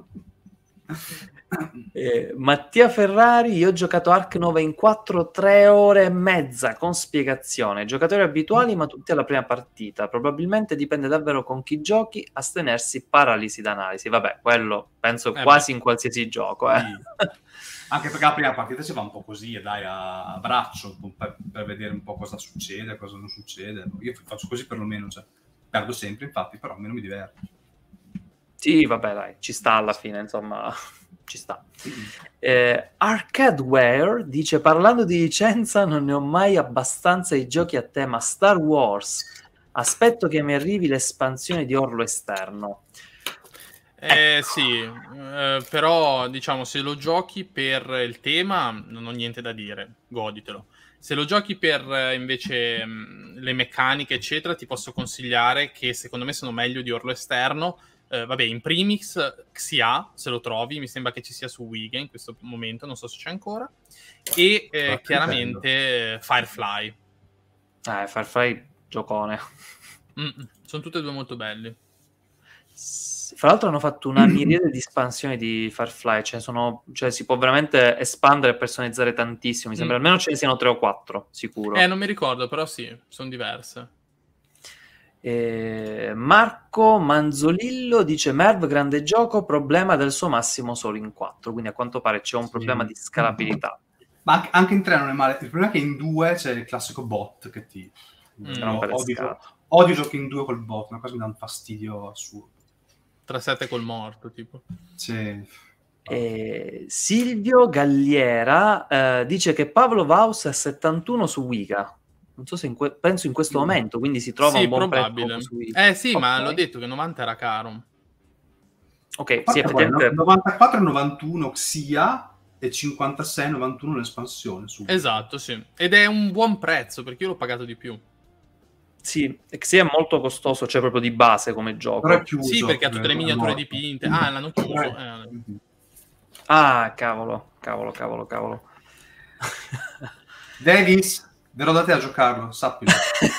Eh, Mattia Ferrari, io ho giocato Ark nove in quattro, tre ore e mezza con spiegazione, giocatori abituali ma tutti alla prima partita, probabilmente dipende davvero con chi giochi, astenersi paralisi d'analisi, vabbè, quello penso eh quasi beh. in qualsiasi gioco eh. Sì. Anche perché la prima partita si va un po' così e dai a, a braccio per, per vedere un po' cosa succede, cosa non succede. Io faccio così perlomeno, cioè, perdo sempre infatti, però almeno mi diverto. Sì, vabbè, dai, ci sta alla fine, insomma, ci sta. Eh, Arcadeware dice, parlando di licenza, non ne ho mai abbastanza i giochi a tema Star Wars. Aspetto che mi arrivi l'espansione di Orlo Esterno. Eh sì, eh, però diciamo, se lo giochi per il tema non ho niente da dire, goditelo. Se lo giochi per invece mh, le meccaniche, eccetera, ti posso consigliare che secondo me sono meglio di Orlo Esterno. Uh, vabbè, in primis Xia, se lo trovi, mi sembra che ci sia su Wiga in questo momento, non so se c'è ancora, e eh, ah, chiaramente eh, Firefly. Eh, Firefly, giocone. Mm-mm. Sono tutti e due molto belli. S- fra l'altro hanno fatto una miriade di espansioni di Firefly, cioè, sono, cioè si può veramente espandere e personalizzare tantissimo, mi sembra, mm. almeno ce ne siano tre o quattro, sicuro. Eh, non mi ricordo, però sì, sono diverse. Eh, Marco Manzolillo dice Merv grande gioco, problema del suo massimo solo in quattro, quindi a quanto pare c'è un sì. problema di scalabilità, ma anche in tre non è male, il problema è che in due c'è il classico bot che ti mm. rompe le scatole. Odio giochi in due col bot, una cosa mi dà un fastidio assurdo. Tra sette col morto tipo sì. eh, Silvio Galliera eh, dice che Pavlo Vaus è settantuno su Wiga. Non so se in que- penso in questo momento, quindi si trova sì, un buon probabile. prezzo su Eh sì, okay. Ma l'ho detto che novanta era caro. Ok, sì, effettivamente... novantaquattro e novantuno Xia e cinquantasei e novantuno l'espansione. Su. Esatto, sì. Ed è un buon prezzo, perché io l'ho pagato di più. Sì, Xia è molto costoso, cioè proprio di base come gioco. Però è chiuso, sì, perché ha tutte le miniature dipinte. Ah, l'hanno chiuso. Eh. Ah, cavolo, cavolo, cavolo, cavolo. Davis... Verrò da te a giocarlo, sappilo.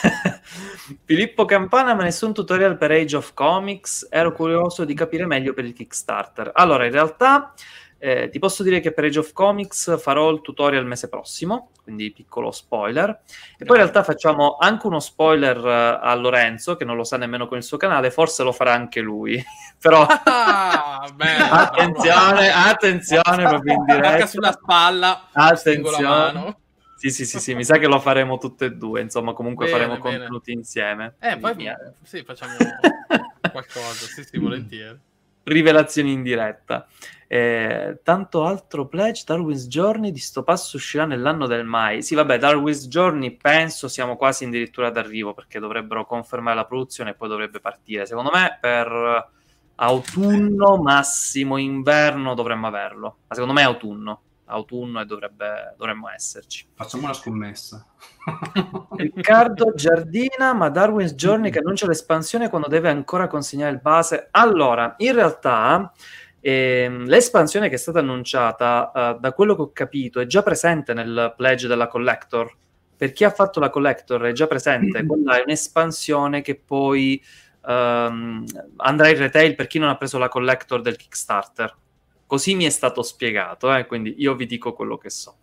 Filippo Campana, ma nessun tutorial per Age of Comics? Ero curioso di capire meglio per il Kickstarter. Allora, in realtà eh, ti posso dire che per Age of Comics farò il tutorial il mese prossimo, quindi piccolo spoiler. E poi in realtà facciamo anche uno spoiler uh, a Lorenzo, che non lo sa nemmeno con il suo canale, forse lo farà anche lui. Però ah, bello, attenzione, bravo. attenzione, proprio in diretta. Sulla spalla, attenzione. La mano. Sì, sì, sì, sì, mi sa che lo faremo tutte e due, insomma, comunque bene, faremo bene. Contenuti insieme. Eh, poi mi... sì, facciamo qualcosa, sì, sì, volentieri. Rivelazioni in diretta. Eh, tanto altro pledge, Darwin's Journey di sto passo uscirà nell'anno del mai. Sì, vabbè, Darwin's Journey penso siamo quasi addirittura d'arrivo, perché dovrebbero confermare la produzione e poi dovrebbe partire. Secondo me per autunno, massimo inverno dovremmo averlo. Ma secondo me è autunno. autunno e dovrebbe, dovremmo esserci. Facciamo una scommessa. Riccardo Giardina, ma Darwin's Journey che annuncia l'espansione quando deve ancora consegnare il base. Allora, in realtà ehm, l'espansione che è stata annunciata, uh, da quello che ho capito, è già presente nel pledge della Collector. Per chi ha fatto la Collector è già presente. Quella è un'espansione che poi um, andrà in retail per chi non ha preso la Collector del Kickstarter. Così mi è stato spiegato, eh? Quindi io vi dico quello che so.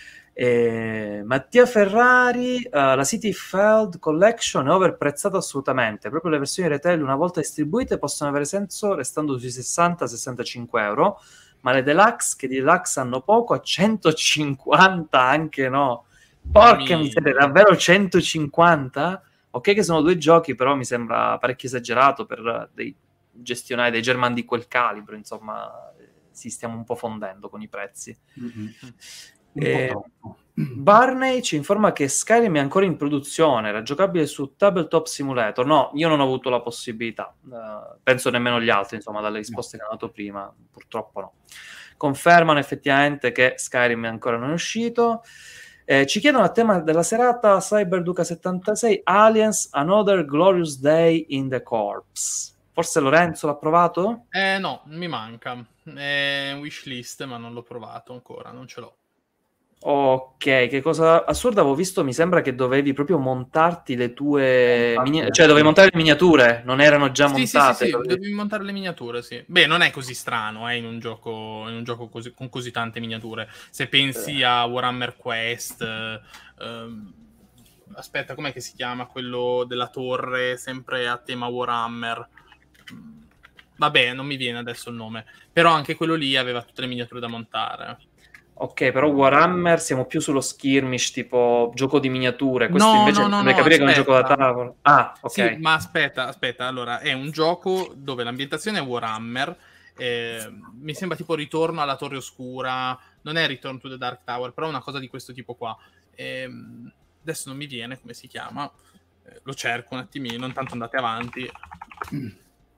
Eh, Mattia Ferrari, uh, la Cityfeld Collection è overprezzata assolutamente. Proprio le versioni retail una volta distribuite possono avere senso restando sui sessanta sessantacinque euro, ma le deluxe, che di deluxe hanno poco, a centocinquanta anche no. Porca miseria, davvero centocinquanta? Ok che sono due giochi, però mi sembra parecchio esagerato per dei gestionari, dei German di quel calibro, insomma... si stiamo un po' fondendo con i prezzi. Mm-hmm. Eh, Barney ci informa che Skyrim è ancora in produzione, era giocabile su Tabletop Simulator. No, io non ho avuto la possibilità, uh, penso nemmeno gli altri, insomma, dalle risposte che hanno dato prima, purtroppo no. confermano effettivamente che Skyrim ancora non è uscito. Eh, ci chiedono a tema della serata Cyberduca settantasei Aliens Another Glorious Day in the Corps. Forse Lorenzo l'ha provato? Eh no, mi manca. È un wishlist, ma non l'ho provato ancora, non ce l'ho. Ok, che cosa assurda, avevo visto, mi sembra che dovevi proprio montarti le tue... Mini... cioè dovevi montare le miniature, non erano già sì, montate. Sì, sì, sì, dovevi... devi montare le miniature, sì. Beh, non è così strano, eh, in un gioco, in un gioco così, con così tante miniature. Se pensi eh. a Warhammer Quest... Eh, ehm... aspetta, com'è che si chiama? Quello della torre, sempre a tema Warhammer. Vabbè, non mi viene adesso il nome. Però anche quello lì aveva tutte le miniature da montare. Ok, però Warhammer siamo più sullo skirmish, tipo gioco di miniature. Questo no, invece no, no, deve no, capire aspetta. che è un gioco da tavolo. Ah, ok. Sì, ma aspetta, aspetta. Allora, è un gioco dove l'ambientazione è Warhammer. Eh, mi sembra tipo Ritorno alla Torre Oscura. Non è Return to the Dark Tower, però è una cosa di questo tipo qua. Eh, adesso non mi viene come si chiama. Eh, lo cerco un attimino, intanto andate avanti. Mm.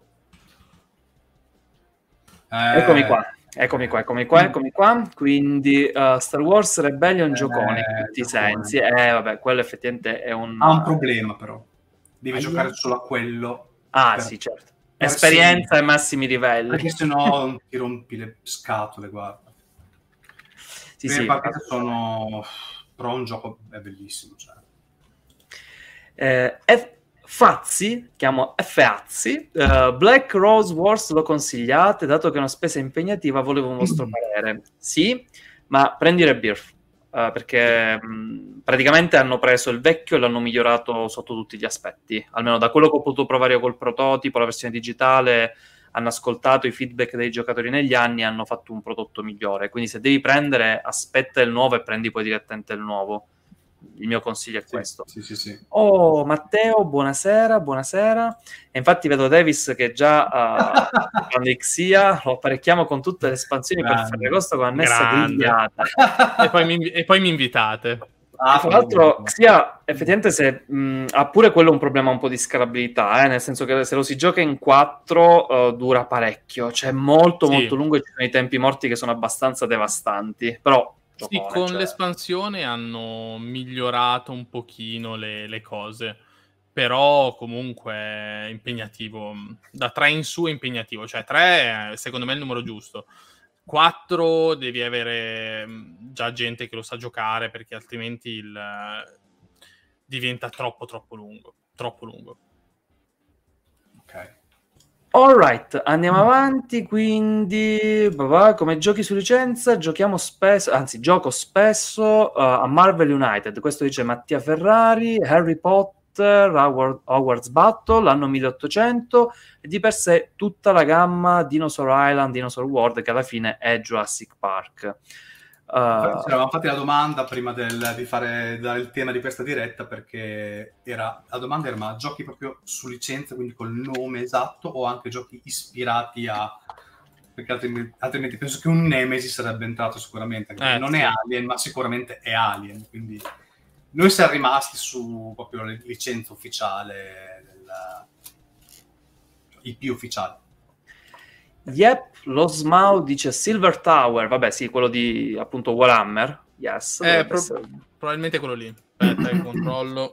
Eh... Eccomi qua. Eccomi qua, eccomi qua, eccomi qua. Quindi uh, Star Wars Rebellion, eh, giocone in tutti i sensi. Eh, vabbè, quello effettivamente è un... Ha un problema, però. Devi ah, giocare io... solo a quello. Ah, per... sì, certo. Esperienza ai massimi livelli. Perché se no ti rompi le scatole, guarda. Sì, Le sì. partite sono... Però un gioco è bellissimo, cioè. Eh, F... Fazzi, chiamo Fazzi, uh, Black Rose Wars lo consigliate? Dato che è una spesa impegnativa, volevo un vostro parere. Sì, ma prendi Rebirth, uh, perché mh, praticamente hanno preso il vecchio e l'hanno migliorato sotto tutti gli aspetti. Almeno da quello che ho potuto provare io col prototipo, la versione digitale, hanno ascoltato i feedback dei giocatori negli anni e hanno fatto un prodotto migliore. Quindi se devi prendere, aspetta il nuovo e prendi poi direttamente il nuovo. Il mio consiglio è sì, questo. Sì, sì, sì. Oh, Matteo, buonasera, buonasera. E infatti vedo Davis che già uh, quando Xia lo apparecchiamo con tutte le espansioni Grande. Per Ferragosto con annessa grigliata. e, poi mi, e poi mi invitate. Ah, tra l'altro Xia effettivamente se, mh, ha pure quello un problema un po' di scalabilità, eh, nel senso che se lo si gioca in quattro uh, dura parecchio, cioè molto sì. molto lungo e ci sono i tempi morti che sono abbastanza devastanti, però sì, giocone, con cioè... l'espansione hanno migliorato un pochino le, le cose, però comunque è impegnativo. Da tre in su è impegnativo, cioè tre secondo me è il numero giusto. quattro devi avere già gente che lo sa giocare, perché altrimenti il diventa troppo troppo lungo, troppo lungo. Ok. Alright, andiamo avanti, quindi come giochi su licenza giochiamo spesso, anzi gioco spesso uh, a Marvel United, questo dice Mattia Ferrari, Harry Potter, Howard, Hogwarts Battle, anno milleottocento e di per sé tutta la gamma Dinosaur Island, Dinosaur World, che alla fine è Jurassic Park. Uh, ci eravamo fatti la domanda prima del, di fare dare il tema di questa diretta, perché era, la domanda era: ma giochi proprio su licenza, quindi col nome esatto, o anche giochi ispirati a... perché altrimenti, altrimenti penso che un Nemesis sarebbe entrato sicuramente, eh, non sì. è Alien, ma sicuramente è Alien, quindi noi siamo rimasti su proprio la licenza ufficiale, della... I P ufficiale. Yep, lo Smau dice Silver Tower, vabbè sì, quello di appunto Warhammer, yes. Eh, pro- probabilmente quello lì, aspetta, il controllo.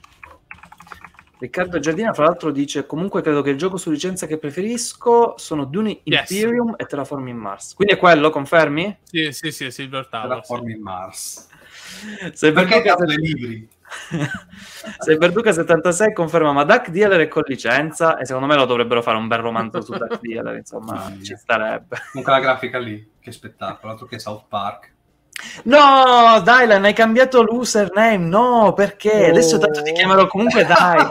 Riccardo Giardina, fra l'altro, dice comunque credo che il gioco su licenza che preferisco sono Dune yes. Imperium e Terraforming Mars. Quindi è quello, confermi? Sì, sì, sì, Silver Tower. Terraforming sì. Mars. Se perché cazzo dei libri? Se Verduca settantasei conferma, ma Duck Dealer è con licenza, e secondo me lo dovrebbero fare un bel romanzo su Duck Dealer, insomma, ah, ci starebbe. Con quella grafica lì, che spettacolo, altro che South Park. No, Dylan, hai cambiato l'username, no, perché? Oh. Adesso tanto ti chiamerò comunque Dai.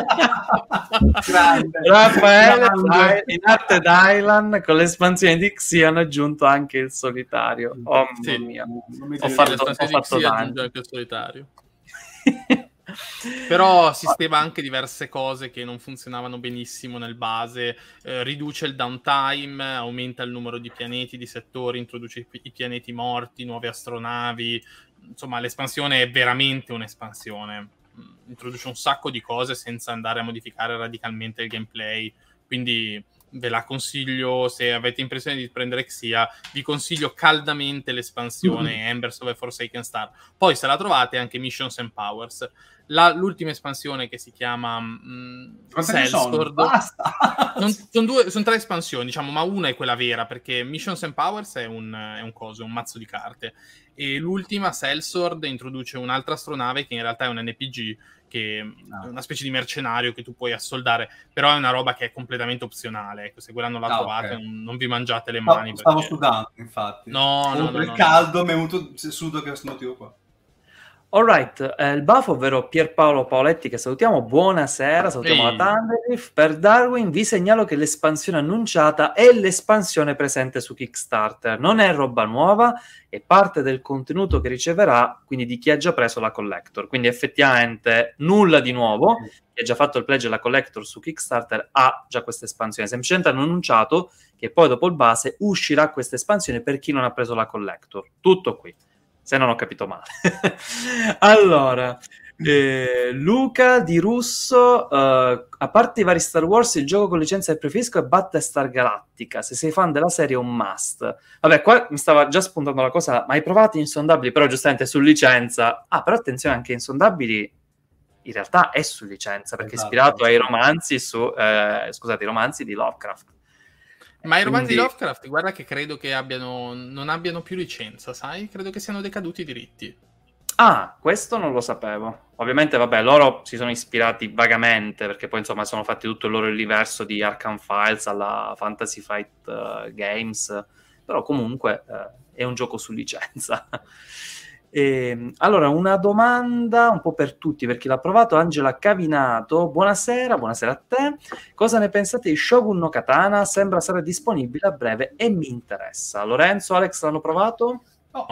Raffaele Dai, in arte Dylan, con l'espansione di Xi hanno aggiunto anche il solitario. Oh sì. mia, ho fatto, ho fatto tanto. Anche il solitario. Però sistema anche diverse cose che non funzionavano benissimo nel base, eh, riduce il downtime, aumenta il numero di pianeti, di settori, introduce i, i pianeti morti, nuove astronavi, insomma l'espansione è veramente un'espansione, introduce un sacco di cose senza andare a modificare radicalmente il gameplay, quindi ve la consiglio, se avete impressione di prendere Xia, vi consiglio caldamente l'espansione mm-hmm. Embers of a Forsaken Star. Poi se la trovate anche Missions and Powers. La, l'ultima espansione che si chiama mh, Cellsword, sono, sono, due, sono tre espansioni, diciamo, ma una è quella vera, perché Missions and Powers è un, è un coso, un mazzo di carte, e l'ultima, Cellsword, introduce un'altra astronave che in realtà è un N P G, che è una specie di mercenario che tu puoi assoldare, però è una roba che è completamente opzionale, ecco, se quella non la ah, trovate okay. non, non vi mangiate le mani. No, stavo perché... sudando, infatti. No, no, no, il no, caldo no. mi è venuto sudo che questo motivo qua. Alright, eh, il buff, ovvero Pierpaolo Paoletti, che salutiamo, buonasera, salutiamo Ehi. la Thunderleaf. Per Darwin vi segnalo che l'espansione annunciata è l'espansione presente su Kickstarter, non è roba nuova, è parte del contenuto che riceverà, quindi di chi ha già preso la Collector, quindi effettivamente nulla di nuovo, chi ha già fatto il pledge alla Collector su Kickstarter ha già questa espansione, semplicemente hanno annunciato che poi dopo il base uscirà questa espansione per chi non ha preso la Collector, tutto qui. Se non ho capito male. Allora, eh, Luca Di Russo, uh, a parte i vari Star Wars, il gioco con licenza che preferisco è Battlestar Galactica. Se sei fan della serie è un must. Vabbè, qua mi stava già spuntando la cosa, ma hai provato Insondabili? Però giustamente su licenza. Ah, però attenzione, anche Insondabili in realtà è su licenza, perché esatto, è ispirato ai romanzi su, eh, scusate, i romanzi di Lovecraft. Ma i romanzi Quindi... di Lovecraft, guarda che credo che abbiano non abbiano più licenza, sai? Credo che siano decaduti i diritti. Ah, questo non lo sapevo. Ovviamente, vabbè, loro si sono ispirati vagamente, perché poi, insomma, sono fatti tutto il loro universo di Arkham Files alla Fantasy Fight uh, Games, però comunque uh, è un gioco su licenza. E, allora, una domanda un po' per tutti, per chi l'ha provato. Angela Cavinato, buonasera, buonasera a te. Cosa ne pensate di Shogun no Katana? Sembra sarà disponibile a breve e mi interessa. Lorenzo, Alex, l'hanno provato? No.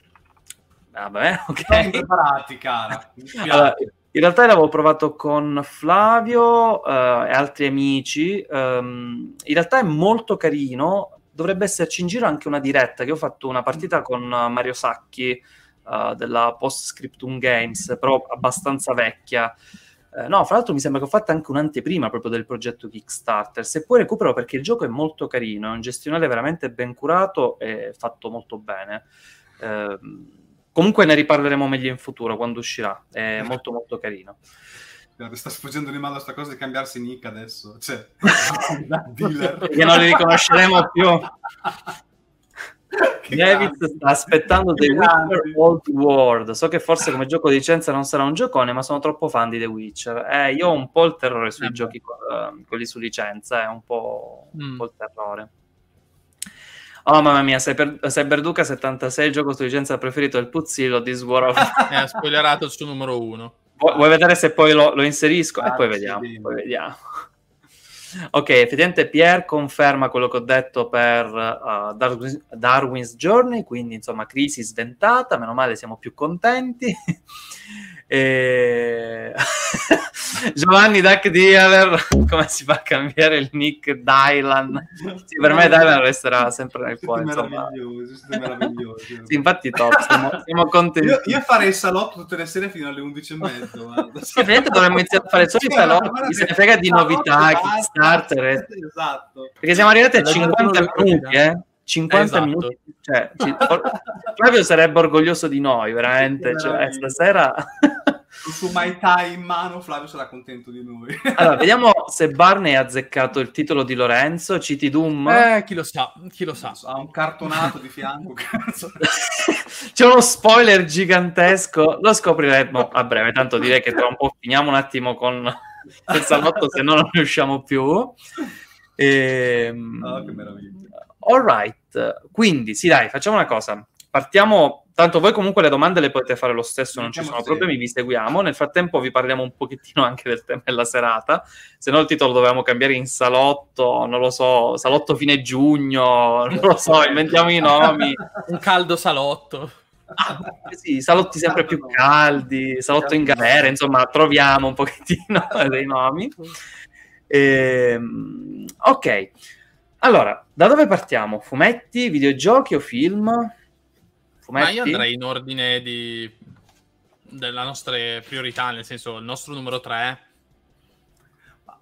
Vabbè, ok. Siamo preparati, cara. Allora, in realtà l'avevo provato con Flavio uh, e altri amici. Um, in realtà è molto carino. Dovrebbe esserci in giro anche una diretta, che ho fatto una partita con Mario Sacchi, Uh, della Postscriptum Games, però abbastanza vecchia. Uh, no, fra l'altro mi sembra che ho fatto anche un'anteprima proprio del progetto Kickstarter. Se poi recupero, perché il gioco è molto carino, è un gestionale veramente ben curato e fatto molto bene. Uh, comunque ne riparleremo meglio in futuro, quando uscirà. È molto molto carino. Sta sfuggendo di mano sta cosa di cambiarsi nick adesso. Cioè, dealer. Perché non li riconosceremo più. David sta aspettando The Witcher Old World. So che forse come gioco di licenza non sarà un giocone, ma sono troppo fan di The Witcher. Eh, io ho un po' il terrore sui eh giochi uh, quelli su licenza, è eh, un po', mm. un po' il terrore. Oh mamma mia, Cyber, Cyberduca settantasei, il gioco su licenza preferito è il Puzzillo di Sword of... Ha spoilerato il suo numero uno. Vu- vuoi vedere se poi lo, lo inserisco? Ah, e poi vediamo, poi vediamo. Ok, effettivamente Pierre conferma quello che ho detto per uh, Darwin's, Darwin's Journey, quindi insomma crisi sventata, meno male siamo più contenti. E... Giovanni Duck Dealer, come si fa a cambiare il nick Dylan? Sì, per me Dylan resterà sempre nel cuore. Meraviglioso, meraviglioso. Sì, infatti top, siamo, siamo contenti. Io, io farei il salotto tutte le sere fino alle undici e mezza. Sì, ovviamente dovremmo iniziare a fare solo i salotti, chi se ne frega di novità, Kickstarter. Esatto. Perché siamo arrivati a cinquanta minuti, eh? cinquanta esatto. minuti, cioè, ci, Flavio sarebbe orgoglioso di noi, veramente, cioè, stasera su Mai Tai in mano Flavio sarà contento di noi. Allora, vediamo se Barney ha azzeccato il titolo di Lorenzo, City Doom. Eh, chi lo sa, chi lo sa. Ha un cartonato di fianco. C'è uno spoiler gigantesco, lo scopriremo a breve, tanto direi che tra un po' finiamo un attimo con il salotto, se no non ne usciamo più. E... Oh, che meraviglia. All right, quindi sì dai, facciamo una cosa, partiamo, tanto voi comunque le domande le potete fare lo stesso, non ci sono problemi, vi seguiamo, nel frattempo vi parliamo un pochettino anche del tema della serata, se no il titolo dovevamo cambiare in salotto, non lo so, salotto fine giugno, non lo so, inventiamo i nomi. Un caldo salotto. Ah, sì, salotti sempre più caldi, salotto in galera, insomma troviamo un pochettino dei nomi. E, ok. Allora, da dove partiamo? Fumetti, videogiochi o film? Fumetti? Ma io andrei in ordine di delle nostre priorità, nel senso il nostro numero tre.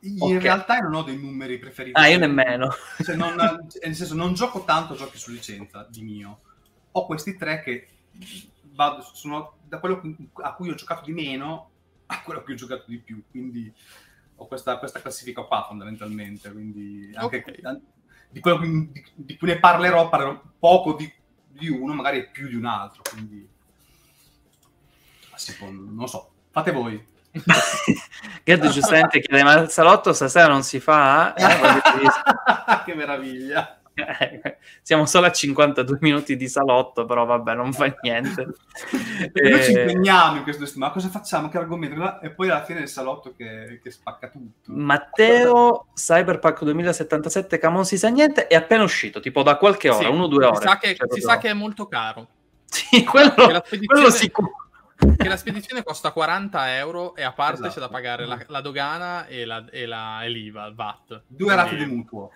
In Okay. realtà io non ho dei numeri preferiti. Ah, io nemmeno. Cioè, non- nel senso, non gioco tanto giochi su licenza di mio. Ho questi tre che vado, sono da quello a cui ho giocato di meno a quello a cui ho giocato di più. Quindi ho questa, questa classifica qua fondamentalmente. Quindi anche Ok. di quello di, di cui ne parlerò, parlerò poco di, di uno, magari più di un altro. Quindi si può, non so, fate voi. Gerd giustamente chiede, ma il salotto stasera non si fa? Eh, voglio dire, Che meraviglia. eh, siamo solo a cinquantadue minuti di salotto, però vabbè, non fa niente. Perché noi ci Eh, impegniamo in questo, ma cosa facciamo, che argomento? E poi alla fine è il salotto che, che spacca tutto. Matteo, Cyberpunk duemilasettantasette, che non si sa niente, è appena uscito, tipo da qualche ora, Sì, uno o due ore. Si sa che, Cioè, si proprio- sa che è molto caro. Sì, quello, Che la spedizione- quello sicuro. Che la spedizione costa quaranta euro e a parte Esatto. c'è da pagare la, la dogana e, la, e, la, e l'I V A, il V A T. Due rate di mutuo.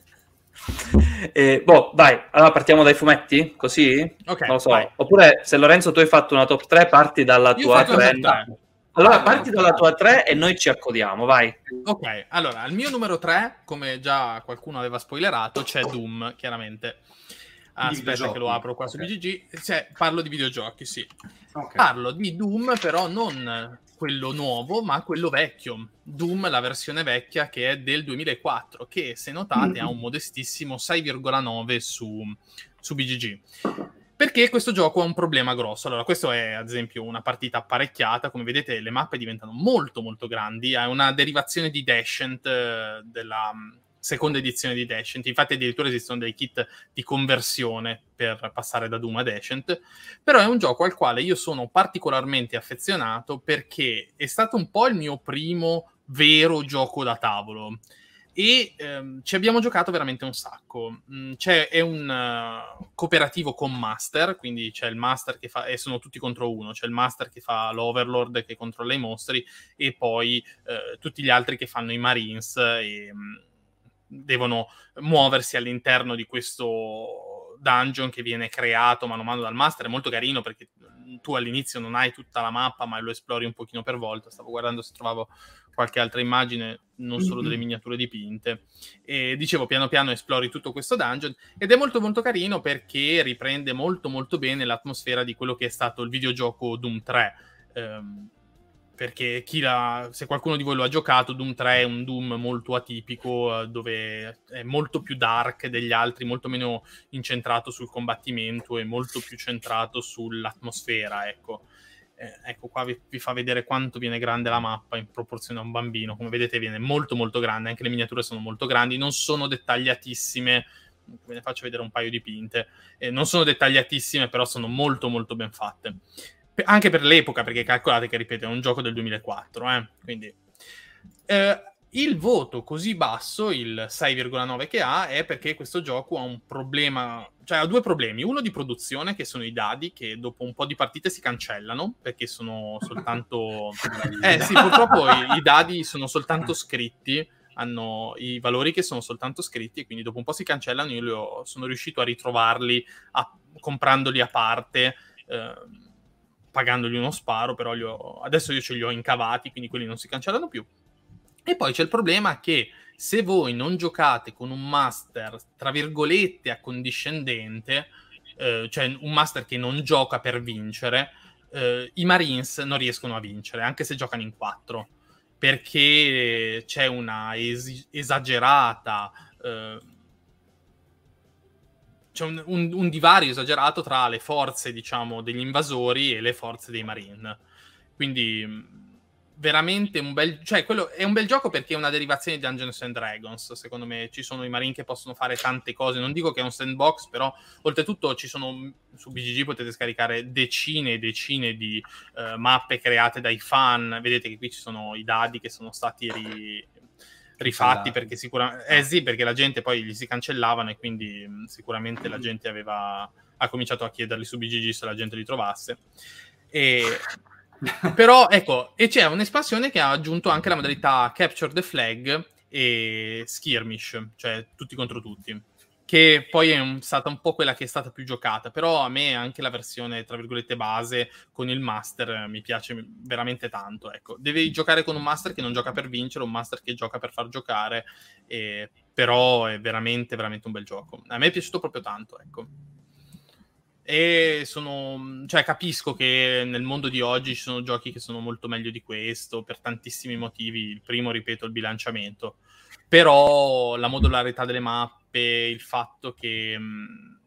Eh, boh, vai, allora partiamo dai fumetti, così? Ok, Non lo so. vai. Oppure se Lorenzo tu hai fatto una top tre, parti dalla Io ho tua fatto una tre. top tre. Allora Vai, parti vai. dalla tua tre e noi ci accodiamo, vai. Ok, allora, al mio numero tre, come già qualcuno aveva spoilerato, c'è Doom, chiaramente. Aspetta videogiochi. che lo apro qua su Ok. B G G. Cioè, parlo di videogiochi, sì. Ok. Parlo di Doom, però non quello nuovo, ma quello vecchio. Doom, la versione vecchia, che è del duemilaquattro, che se notate ha un modestissimo sei virgola nove su, su B G G. Perché questo gioco ha un problema grosso. Allora, questo è, ad esempio, una partita apparecchiata. Come vedete, le mappe diventano molto, molto grandi. È una derivazione di Descent, eh, della mh, seconda edizione di Descent. Infatti, addirittura esistono dei kit di conversione per passare da Doom a Descent. Però è un gioco al quale io sono particolarmente affezionato perché è stato un po' il mio primo vero gioco da tavolo. E ehm, ci abbiamo giocato veramente un sacco. Mm, c'è, è un uh, cooperativo con Master, quindi c'è il Master che fa, e sono tutti contro uno, c'è il Master che fa l'Overlord che controlla i mostri e poi eh, tutti gli altri che fanno i Marines e mh, devono muoversi all'interno di questo dungeon che viene creato mano a mano dal Master. È molto carino perché tu all'inizio non hai tutta la mappa ma lo esplori un pochino per volta. Stavo guardando se trovavo qualche altra immagine, non solo delle miniature dipinte. E dicevo, piano piano esplori tutto questo dungeon ed è molto molto carino perché riprende molto molto bene l'atmosfera di quello che è stato il videogioco Doom tre. Ehm, perché chi la, se qualcuno di voi lo ha giocato, Doom tre è un Doom molto atipico, eh, dove è molto più dark degli altri, molto meno incentrato sul combattimento e molto più centrato sull'atmosfera, ecco. Eh, ecco qua vi, vi fa vedere quanto viene grande la mappa in proporzione a un bambino. Come vedete viene molto molto grande, anche le miniature sono molto grandi, non sono dettagliatissime, ve ne faccio vedere un paio di pinte, eh, non sono dettagliatissime però sono molto molto ben fatte, P- anche per l'epoca, perché calcolate che, ripeto, è un gioco del duemilaquattro, eh? Quindi eh, il voto così basso, il sei virgola nove che ha, è perché questo gioco ha un problema, cioè ha due problemi. Uno di produzione, che sono i dadi, che dopo un po' di partite si cancellano, perché sono soltanto... eh sì, purtroppo i, i dadi sono soltanto scritti, hanno i valori che sono soltanto scritti, e quindi dopo un po' si cancellano. Io li ho, sono riuscito a ritrovarli a, comprandoli a parte, eh, pagandogli uno sparo, però li ho, adesso io ce li ho incavati, quindi quelli non si cancellano più. E poi c'è il problema che se voi non giocate con un master, tra virgolette, accondiscendente, eh, cioè un master che non gioca per vincere, eh, i Marines non riescono a vincere, anche se giocano in quattro, perché c'è una es- esagerata... Eh, c'è un, un, un divario esagerato tra le forze, diciamo, degli invasori e le forze dei Marine. Quindi... veramente un bel, cioè quello è un bel gioco perché è una derivazione di Dungeons and Dragons. Secondo me ci sono i Marine che possono fare tante cose, non dico che è un sandbox, però oltretutto ci sono, su B G G potete scaricare decine e decine di uh, mappe create dai fan. Vedete che qui ci sono i dadi che sono stati ri, rifatti perché sicuramente eh sì, perché la gente poi li si cancellavano e quindi mh, sicuramente la gente aveva ha cominciato a chiederli su B G G se la gente li trovasse. E però ecco, e c'è un'espansione che ha aggiunto anche la modalità Capture the Flag e Skirmish, cioè tutti contro tutti. che poi è un, stata un po' quella che è stata più giocata, però a me anche la versione, tra virgolette, base con il master eh, mi piace veramente tanto, ecco. Devi giocare con un master che non gioca per vincere, un master che gioca per far giocare, eh, però è veramente, veramente un bel gioco. A me è piaciuto proprio tanto, ecco. E sono, cioè capisco che nel mondo di oggi ci sono giochi che sono molto meglio di questo, per tantissimi motivi. Il primo, ripeto, il bilanciamento. Però la modularità delle mappe, il fatto che mh,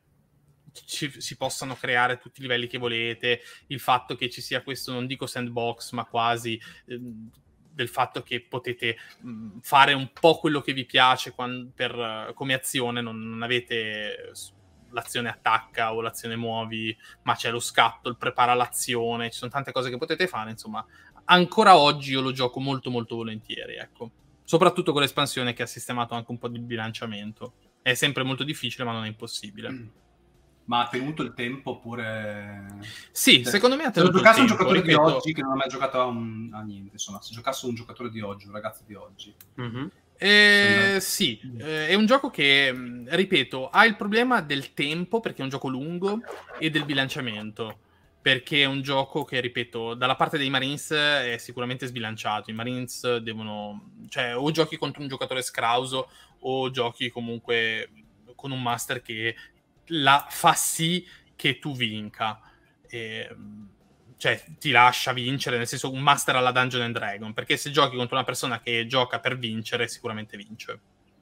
ci, si possano creare tutti i livelli che volete, il fatto che ci sia questo, non dico sandbox, ma quasi, eh, del fatto che potete mh, fare un po' quello che vi piace quando, per, come azione, non, non avete l'azione attacca o l'azione muovi, ma c'è lo scatto, il prepara l'azione, ci sono tante cose che potete fare, insomma. Ancora oggi io lo gioco molto molto volentieri, ecco. Soprattutto con l'espansione che ha sistemato anche un po' di bilanciamento. È sempre molto difficile, ma non è impossibile. Mm. Ma ha tenuto il tempo oppure... Sì, cioè, secondo me ha tenuto il tempo. Se il giocasse un giocatore ripeto... di oggi che non ha mai giocato a, un... a niente, insomma, se giocasse un giocatore di oggi, un ragazzo di oggi... Mm-hmm. Eh, sì, eh, è un gioco che, ripeto, ha il problema del tempo, perché è un gioco lungo, e del bilanciamento. Perché è un gioco che, ripeto, dalla parte dei Marines è sicuramente sbilanciato. I Marines devono... cioè, o giochi contro un giocatore scrauso, o giochi comunque con un master che la fa sì che tu vinca. E, cioè, ti lascia vincere, nel senso, un master alla Dungeon and Dragon. Perché se giochi contro una persona che gioca per vincere, sicuramente vince.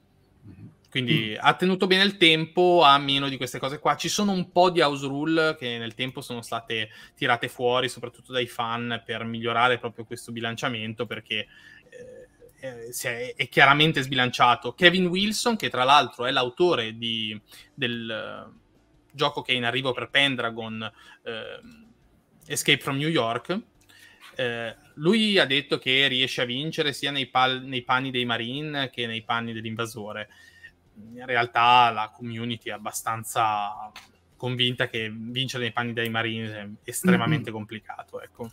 Quindi mm. ha tenuto bene il tempo, a meno di queste cose qua. Ci sono un po' di house rule che nel tempo sono state tirate fuori, soprattutto dai fan, per migliorare proprio questo bilanciamento, perché eh, è, è chiaramente sbilanciato. Kevin Wilson, che tra l'altro è l'autore di, del uh, gioco che è in arrivo per Pendragon, uh, Escape from New York, uh, lui ha detto che riesce a vincere sia nei, pal- nei panni dei Marine che nei panni dell'invasore. In realtà la community è abbastanza convinta che vincere nei panni dei Marines è estremamente mm-hmm. complicato, ecco.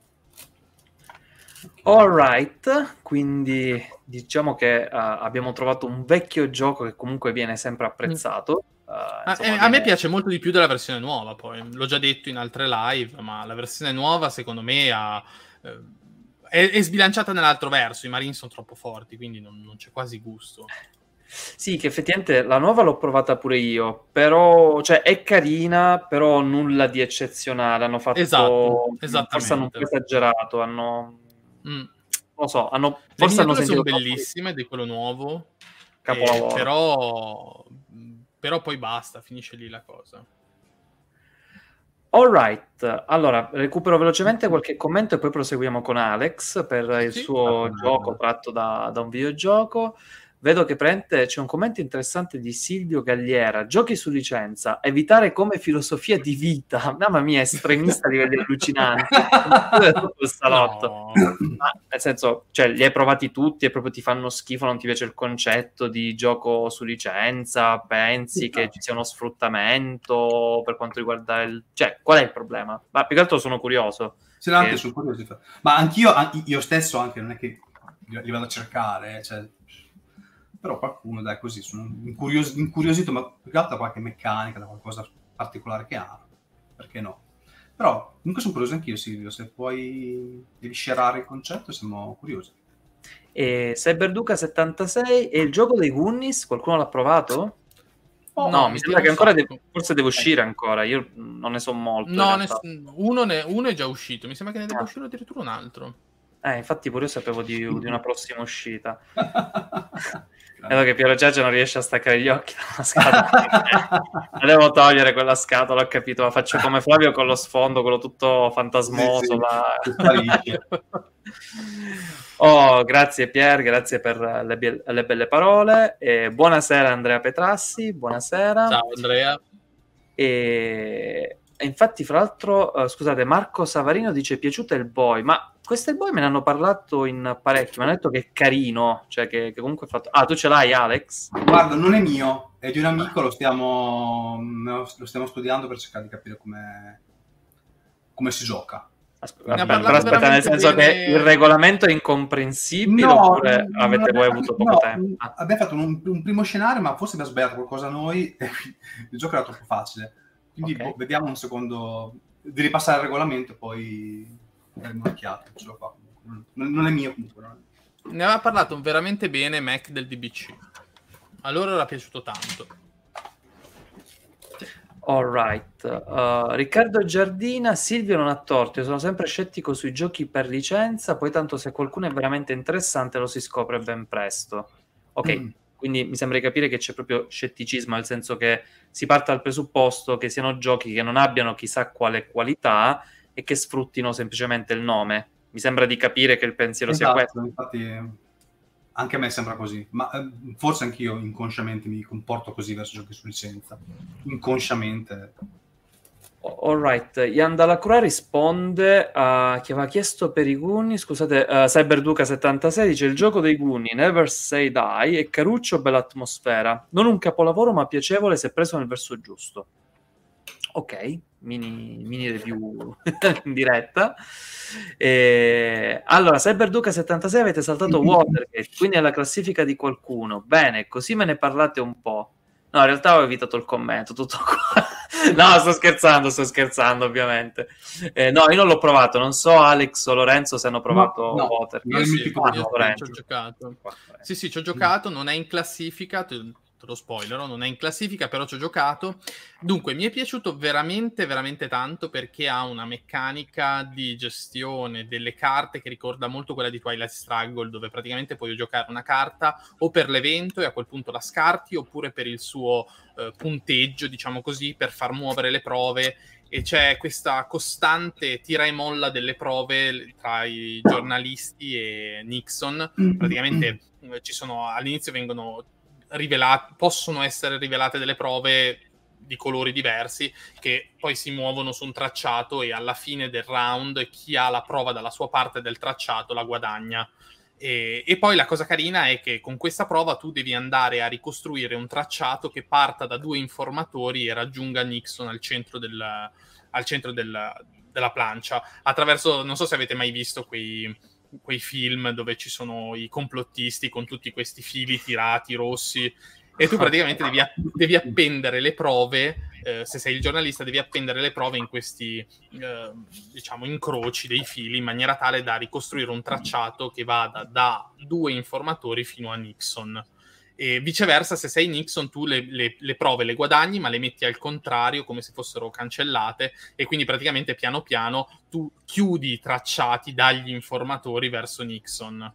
Alright, quindi diciamo che uh, abbiamo trovato un vecchio gioco che comunque viene sempre apprezzato. Uh, ah, insomma, eh, viene... A me piace molto di più della versione nuova, poi l'ho già detto in altre live, ma la versione nuova secondo me ha... Eh, è, è sbilanciata nell'altro verso, i Marines sono troppo forti, quindi non, non c'è quasi gusto. Sì, che effettivamente la nuova l'ho provata pure io, però cioè è carina, però nulla di eccezionale. Hanno fatto esatto, forse hanno un po' esagerato, hanno mm. non lo so, hanno le forse hanno sentito sono bellissime di... di quello nuovo, capolavoro. Eh, però però poi basta, finisce lì la cosa. Alright, allora recupero velocemente qualche commento e poi proseguiamo con Alex per il sì, suo gioco tratto da, da un videogioco. Vedo che prende, c'è un commento interessante di Silvio Galliera. Giochi su licenza, evitare come filosofia di vita. Mamma mia, estremista a livelli allucinanti. Tutto il salotto. No. Ma, nel senso, cioè, li hai provati tutti e proprio ti fanno schifo, non ti piace il concetto di gioco su licenza? Pensi sì, che ci sia uno sfruttamento per quanto riguarda il... Cioè, qual è il problema? Ma più che altro sono curioso. Sì, no, che... anche sul curioso. Ma anch'io, io stesso anche, non è che li vado a cercare, cioè... però qualcuno, dai, così, sono incurios- incuriosito, ma più che altro da qualche meccanica, da qualcosa particolare che ha, perché no? Però, comunque sono curioso anch'io, Silvio, se puoi devi scerare il concetto, siamo curiosi. E Cyberduca settantasei, e il gioco dei Goonies, qualcuno l'ha provato? Oh, no, no, mi sembra che ancora de- forse deve uscire ancora, io non ne so molto. No, ness- uno, ne- uno è già uscito, mi sembra che ne debba ah. uscire addirittura un altro. Eh, infatti pure io sapevo di, di una prossima uscita. Vedo che Piero Giorgio non riesce a staccare gli occhi dalla scatola. La devo togliere quella scatola, ho capito. La faccio come Flavio con lo sfondo, quello tutto fantasmoso. Sì, sì, oh, grazie Pier, grazie per le, be- le belle parole. E buonasera Andrea Petrassi, buonasera. Ciao Andrea. E... e infatti, fra l'altro, uh, scusate, Marco Savarino dice: piaciuto il boy, ma questo il boy me ne hanno parlato in parecchio, mi hanno detto che è carino, cioè che, che comunque è fatto... Ah, tu ce l'hai, Alex? Guarda, non è mio, è di un amico, lo stiamo, lo stiamo studiando per cercare di capire come, come si gioca. Aspetta, Ne ha vabbè, parlato però aspetta, nel veramente senso bene- che il regolamento è incomprensibile No, oppure non- avete non voi abbiamo- avuto poco no, tempo? Ah, abbiamo fatto un, un primo scenario, ma forse abbiamo sbagliato qualcosa noi e quindi il gioco era troppo facile. Quindi Ok. boh, vediamo un secondo di ripassare il regolamento e poi daremo un'occhiata. Ce lo fa. Non, non è mio comunque. Non è... Ne aveva parlato veramente bene Mac del D B C. A loro era piaciuto tanto. all right. Uh, Riccardo Giardina, Silvio non ha torto, io sono sempre scettico sui giochi per licenza, poi tanto se qualcuno è veramente interessante lo si scopre ben presto. Ok, Mm. quindi mi sembra di capire che c'è proprio scetticismo, nel senso che si parte dal presupposto che siano giochi che non abbiano chissà quale qualità e che sfruttino semplicemente il nome. Mi sembra di capire che il pensiero sia questo. Esatto, infatti anche a me sembra così, ma eh, forse anch'io inconsciamente mi comporto così verso giochi su licenza. Inconsciamente. All right, Ian Dallacroix risponde a chi aveva chiesto per i Guni, scusate, uh, Cyberduca settantasei dice il gioco dei Guni, Never Say Die, è caruccio, bella atmosfera, non un capolavoro ma piacevole se preso nel verso giusto. Ok, mini, mini review in diretta. E... Allora, Cyberduca settantasei avete saltato Watergate, quindi è la classifica di qualcuno. Bene, così me ne parlate un po'. No, in realtà ho evitato il commento, tutto qua. No, sto scherzando, sto scherzando, ovviamente. Eh, no, io non l'ho provato, non so Alex o Lorenzo se hanno provato No, no, Watergate. non è Io il sì, tipo di io gioco. sì, ci ho giocato. Sì, sì, ci ho giocato, non è in classifica, te, te lo spoilerò, non è in classifica, però ci ho giocato. Dunque, mi è piaciuto veramente, veramente tanto perché ha una meccanica di gestione delle carte che ricorda molto quella di Twilight Struggle, dove praticamente puoi giocare una carta o per l'evento e a quel punto la scarti, oppure per il suo eh, punteggio, diciamo così, per far muovere le prove. E c'è questa costante tira e molla delle prove tra i giornalisti e Nixon. Praticamente eh, ci sono, all'inizio vengono rivelate, possono essere rivelate delle prove di colori diversi che poi si muovono su un tracciato e alla fine del round chi ha la prova dalla sua parte del tracciato la guadagna. E, e poi la cosa carina è che con questa prova tu devi andare a ricostruire un tracciato che parta da due informatori e raggiunga Nixon al centro, del, al centro del, della plancia attraverso, non so se avete mai visto quei, quei film dove ci sono i complottisti con tutti questi fili tirati rossi e tu praticamente devi, devi appendere le prove, eh, se sei il giornalista devi appendere le prove in questi eh, diciamo incroci dei fili in maniera tale da ricostruire un tracciato che vada da due informatori fino a Nixon. E viceversa, se sei Nixon tu le, le, le prove le guadagni ma le metti al contrario come se fossero cancellate e quindi praticamente piano piano tu chiudi i tracciati dagli informatori verso Nixon.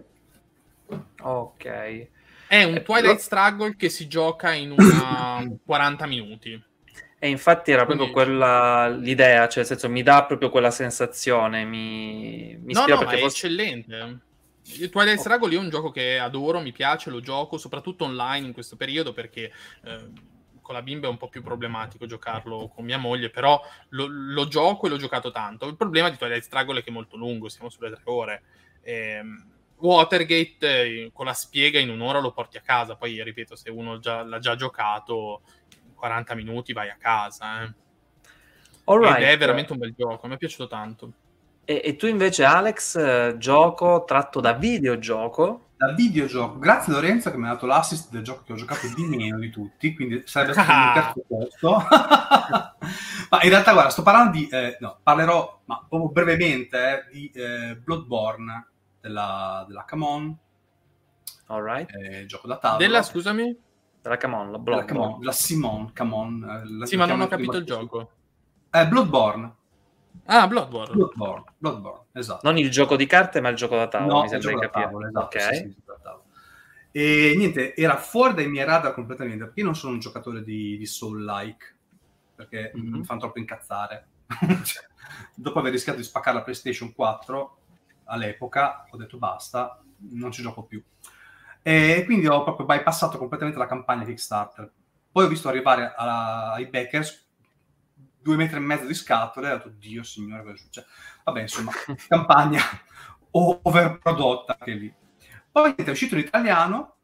Ok. È un Eh, Twilight lo- Struggle che si gioca in una quaranta minuti. E infatti era Quindi- proprio quella l'idea, cioè nel senso mi dà proprio quella sensazione, mi, mi no, ispira no, ma perché è fosse... eccellente. Il Twilight Oh. Struggle io è un gioco che adoro, mi piace, lo gioco, soprattutto online in questo periodo perché eh, con la bimba è un po' più problematico giocarlo con mia moglie, però lo, lo gioco e l'ho giocato tanto. Il problema di Twilight Struggle è che è molto lungo, siamo sulle tre ore. Ehm, Watergate eh, con la spiega in un'ora lo porti a casa, poi ripeto, se uno già, l'ha già giocato in quaranta minuti vai a casa. Eh. All right. Ed è veramente un bel gioco, mi è piaciuto tanto. E, e tu invece Alex, eh, gioco tratto da videogioco? Da videogioco, grazie Lorenzo che mi ha dato l'assist del gioco che ho giocato di meno di tutti, quindi sarebbe stato il mio terzo posto. Ma in realtà guarda, sto parlando di, eh, no, parlerò ma proprio brevemente eh, di eh, Bloodborne della, della Camon, All right. eh, gioco da tavolo. Della, scusami? Della Camon, la della, Bloodborne. Camon, della Simon Camon. eh, la- Sì, la ma non chiamo ho capito prima il così. gioco. Eh, Bloodborne. Ah, Bloodborne. Bloodborne, Bloodborne, esatto. Non il gioco di carte, ma il gioco da tavolo, No, mi il sembra di gioco da capire. tavolo, esatto, Ok. sì, sì, il gioco da tavolo. E niente, era fuori dai miei radar completamente, perché io non sono un giocatore di, di Soul-like, perché Mhm. mi fanno troppo incazzare. Cioè, dopo aver rischiato di spaccare la PlayStation quattro all'epoca, ho detto basta, non ci gioco più. E quindi ho proprio bypassato completamente la campagna Kickstarter. Poi ho visto arrivare alla- ai backers due metri e mezzo di scatole e ho detto, Dio signore, cosa succede? Vabbè, insomma, campagna overprodotta anche lì. Poi è uscito in italiano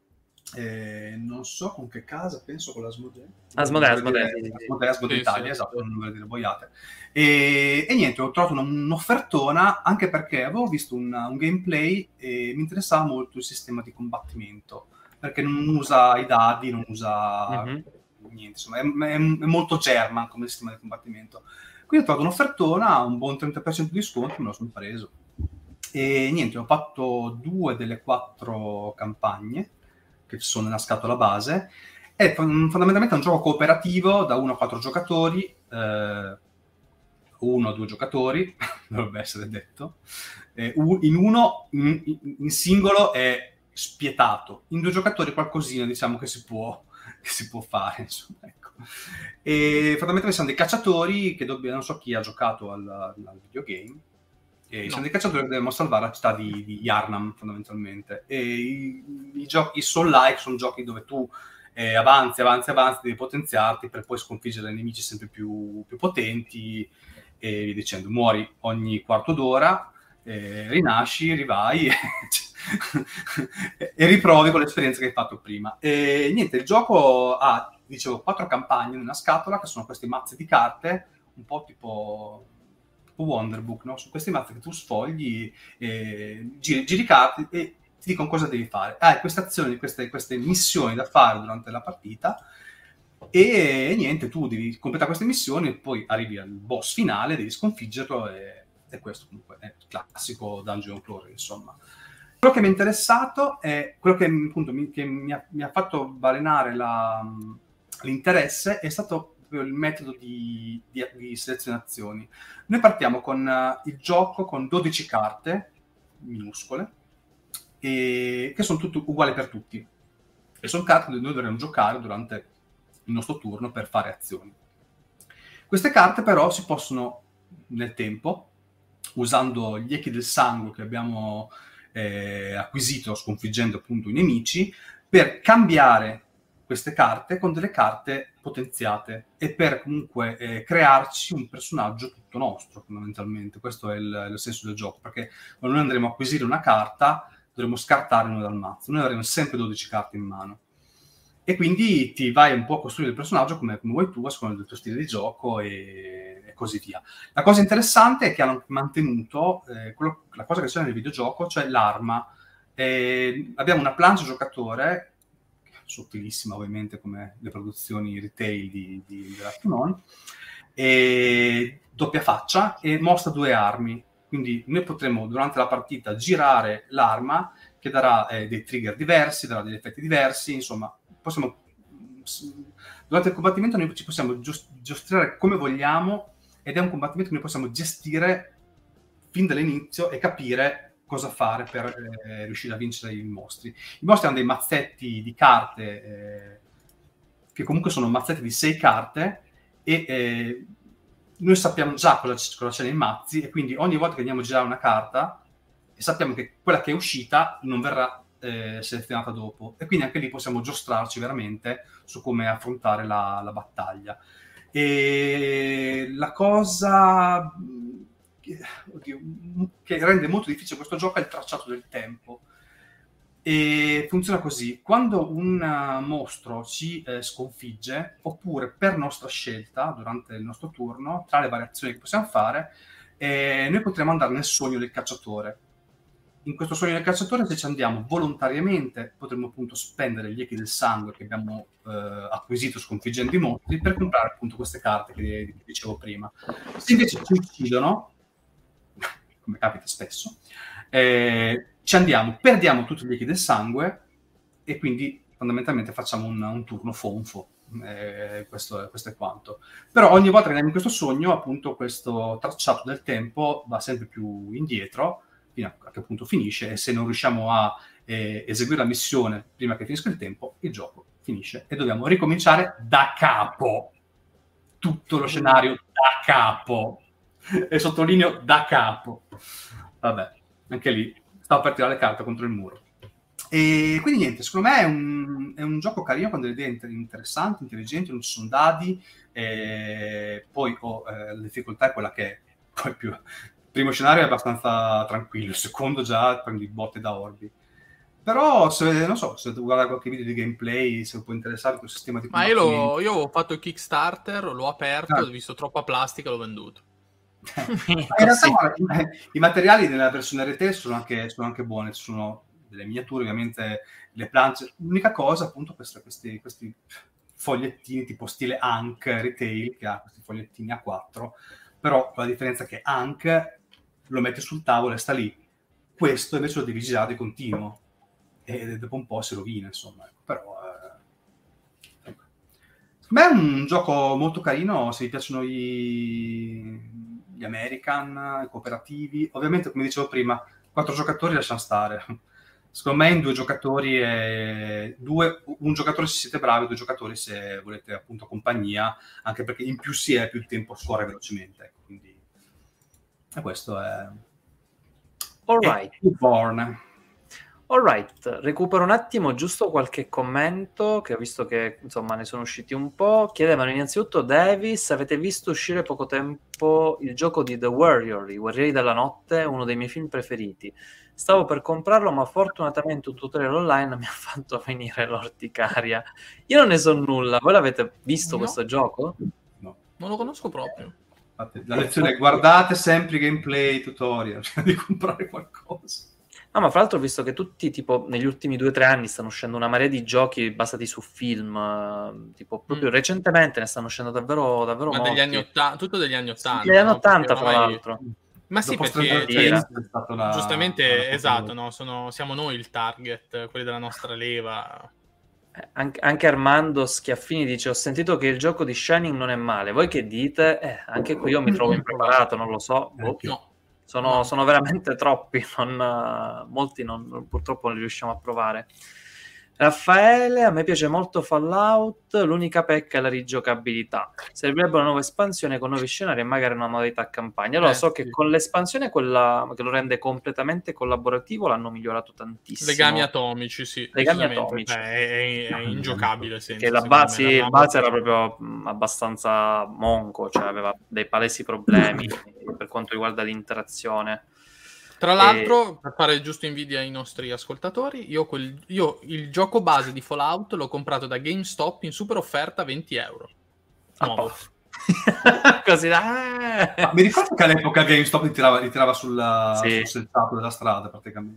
Eh, non so con che casa, penso con l'Asmodee. Asmodee, Asmodee, Asmodee, sì, sì. Asmodee, Asmodee Sì, Italia, sì, esatto, sì. non volevo dire boiate. E, e niente, ho trovato una- un'offertona, anche perché avevo visto un, un gameplay e mi interessava molto il sistema di combattimento, perché non usa i dadi, non usa Mhm. niente, insomma, è, è- è molto German come sistema di combattimento. Quindi ho trovato un'offertona, un buon trenta per cento di sconto, me lo sono preso. E niente, ho fatto due delle quattro campagne che sono nella scatola base. È fon- fondamentalmente un gioco cooperativo da uno a quattro giocatori, eh, uno o due giocatori, dovrebbe essere detto. Eh, u- in uno, in, in- in singolo è spietato, in due giocatori qualcosina diciamo che si può, che si può fare, insomma, ecco. E fondamentalmente siamo dei cacciatori che dobbiamo, non so chi ha giocato al, al videogame, e No. siamo dei cacciatori che dobbiamo salvare la città di, di Yarnam fondamentalmente. E i, i giochi soul-like sono giochi dove tu eh, avanzi, avanzi, avanzi, devi potenziarti per poi sconfiggere nemici sempre più, più potenti e via dicendo. Muori ogni quarto d'ora, eh, rinasci, rivai e riprovi con l'esperienza che hai fatto prima. E niente, il gioco ha, dicevo, quattro campagne in una scatola, che sono questi mazzi di carte, un po' tipo, tipo Wonderbook, no? Su questi mazzi che tu sfogli, eh, giri, giri carte e ti dicono cosa devi fare. Hai queste azioni, queste, queste missioni da fare durante la partita e niente, tu devi completare queste missioni e poi arrivi al boss finale, devi sconfiggerlo e, e questo comunque è il classico dungeon crawler, insomma. Quello che mi è interessato è quello che, appunto, mi, che mi, ha, mi ha fatto balenare la, l'interesse è stato proprio il metodo di, di, di selezionazioni. Noi partiamo con uh, il gioco con dodici carte minuscole e che sono tutte uguali per tutti e sono carte che noi dovremo giocare durante il nostro turno per fare azioni. Queste carte però si possono nel tempo, usando gli echi del sangue che abbiamo eh, acquisito sconfiggendo appunto i nemici, per cambiare queste carte con delle carte potenziate e per comunque eh, crearci un personaggio tutto nostro, fondamentalmente. Questo è il, il senso del gioco, perché quando noi andremo a acquisire una carta dovremo scartare una dal mazzo. Noi avremo sempre dodici carte in mano. E quindi ti vai un po' a costruire il personaggio come, come vuoi tu, a seconda del tuo stile di gioco e, e così via. La cosa interessante è che hanno mantenuto eh, quello, la cosa che c'è nel videogioco, cioè l'arma. Eh, abbiamo una plancia giocatore, sottilissima ovviamente come le produzioni retail di, di, della Funon, e doppia faccia e mostra due armi. Quindi noi potremo durante la partita girare l'arma che darà eh, dei trigger diversi, darà degli effetti diversi, insomma, possiamo durante il combattimento noi ci possiamo giostrare come vogliamo ed è un combattimento che noi possiamo gestire fin dall'inizio e capire cosa fare per eh, riuscire a vincere i mostri. I mostri hanno dei mazzetti di carte eh, che comunque sono mazzetti di sei carte e eh, noi sappiamo già cosa, cosa c'è nei mazzi e quindi ogni volta che andiamo a girare una carta e sappiamo che quella che è uscita non verrà eh, selezionata dopo e quindi anche lì possiamo giostrarci veramente su come affrontare la, la battaglia. E la cosa che, oddio, che rende molto difficile questo gioco è il tracciato del tempo. E funziona così: quando un mostro ci eh, sconfigge, oppure per nostra scelta durante il nostro turno, tra le variazioni che possiamo fare, eh, noi potremo andare nel sogno del cacciatore. In questo sogno del cacciatore, se ci andiamo volontariamente, potremo appunto spendere gli echi del sangue che abbiamo eh, acquisito sconfiggendo i mostri per comprare appunto queste carte che, che dicevo prima. Se invece ci uccidono, come capita spesso, eh, ci andiamo, perdiamo tutti gli echi del sangue e quindi fondamentalmente facciamo un, un turno fonfo. Eh, questo, è, questo è quanto. Però ogni volta che andiamo in questo sogno, appunto, questo tracciato del tempo va sempre più indietro fino a che punto finisce e se non riusciamo a eh, eseguire la missione prima che finisca il tempo, il gioco finisce e dobbiamo ricominciare da capo. Tutto lo scenario da capo. E sottolineo da capo. Vabbè, anche lì stavo per tirare le carte contro il muro. E quindi niente, secondo me è un, è un gioco carino con delle idee interessanti, intelligenti, non ci sono dadi, e poi oh, eh, la difficoltà è quella che è. Poi più... Il primo scenario è abbastanza tranquillo, il secondo già prendi botte da orbi. Però, se, non so, se tu guardi qualche video di gameplay, se può interessare questo sistema di Ma io, lo, io ho fatto il Kickstarter, l'ho aperto, Ah. ho visto troppa plastica, l'ho venduto. in realtà guarda, i, i materiali nella versione retail sono anche, sono anche buoni, ci sono delle miniature, ovviamente le planche. L'unica cosa, appunto, questa, questi, questi fogliettini tipo stile Hank retail, che ha questi fogliettini A quattro, però con la differenza che Hank lo mette sul tavolo e sta lì. Questo invece lo devi girare di continuo e dopo un po' si rovina, insomma. Però eh... secondo me è un gioco molto carino se vi piacciono i... gli American, i cooperativi. Ovviamente, come dicevo prima, quattro giocatori lasciano stare. Secondo me in due giocatori è... due... un giocatore se siete bravi, due giocatori se volete appunto compagnia, anche perché in più si è più il tempo scorre velocemente, ecco, quindi e questo è All right. Born. All right, recupero un attimo giusto qualche commento che ho visto che insomma ne sono usciti un po'. Chiedevano innanzitutto Davis, avete visto uscire poco tempo il gioco di The Warrior, i Guerrieri della Notte, uno dei miei film preferiti. Stavo per comprarlo, ma fortunatamente un tutorial online mi ha fatto venire l'orticaria. Io non ne so nulla, voi l'avete visto No. questo gioco? No. Non lo conosco proprio. Infatti, la lezione è guardate sempre i gameplay tutorial prima di comprare qualcosa. No, ma fra l'altro ho visto che tutti, tipo, negli ultimi due o tre anni stanno uscendo una marea di giochi basati su film, eh, tipo, proprio Mm. recentemente ne stanno uscendo davvero, davvero Ma molti. degli anni ottanta, tutto degli anni ottanta. Degli anni no? ottanta, Perché fra ormai- l'altro. Ma sì, Dopo perché Stranger cioè, Things è stata la- giustamente, la- esatto, no? Sono, siamo noi il target, quelli della nostra leva. Eh, Anche, anche Armando Schiaffini dice: ho sentito che il gioco di Shining non è male, voi che dite? Eh, anche qui io mi trovo impreparato, non lo so. Boh. No. Sono, No. sono veramente troppi, non, uh, molti non, purtroppo non li riusciamo a provare. Raffaele, a me piace molto Fallout, l'unica pecca è la rigiocabilità. Servirebbe una nuova espansione con nuovi scenari e magari una modalità campagna. Allora Eh, so che sì. con l'espansione, quella che lo rende completamente collaborativo, l'hanno migliorato tantissimo. Legami atomici, sì. Legami decisamente. atomici. Cioè, è, è, è ingiocabile senza, Che la secondo me, base, la il Rumble base era Pack. proprio mh, abbastanza monco, cioè aveva dei palesi problemi per quanto riguarda l'interazione. Tra l'altro, per fare giusto invidia ai nostri ascoltatori, io, quel, io il gioco base di Fallout l'ho comprato da GameStop in super offerta venti euro. Nuovo. Ah, così da... Ma mi ricordo che all'epoca GameStop li tirava, li tirava sulla, Sì. sul selciato della strada praticamente.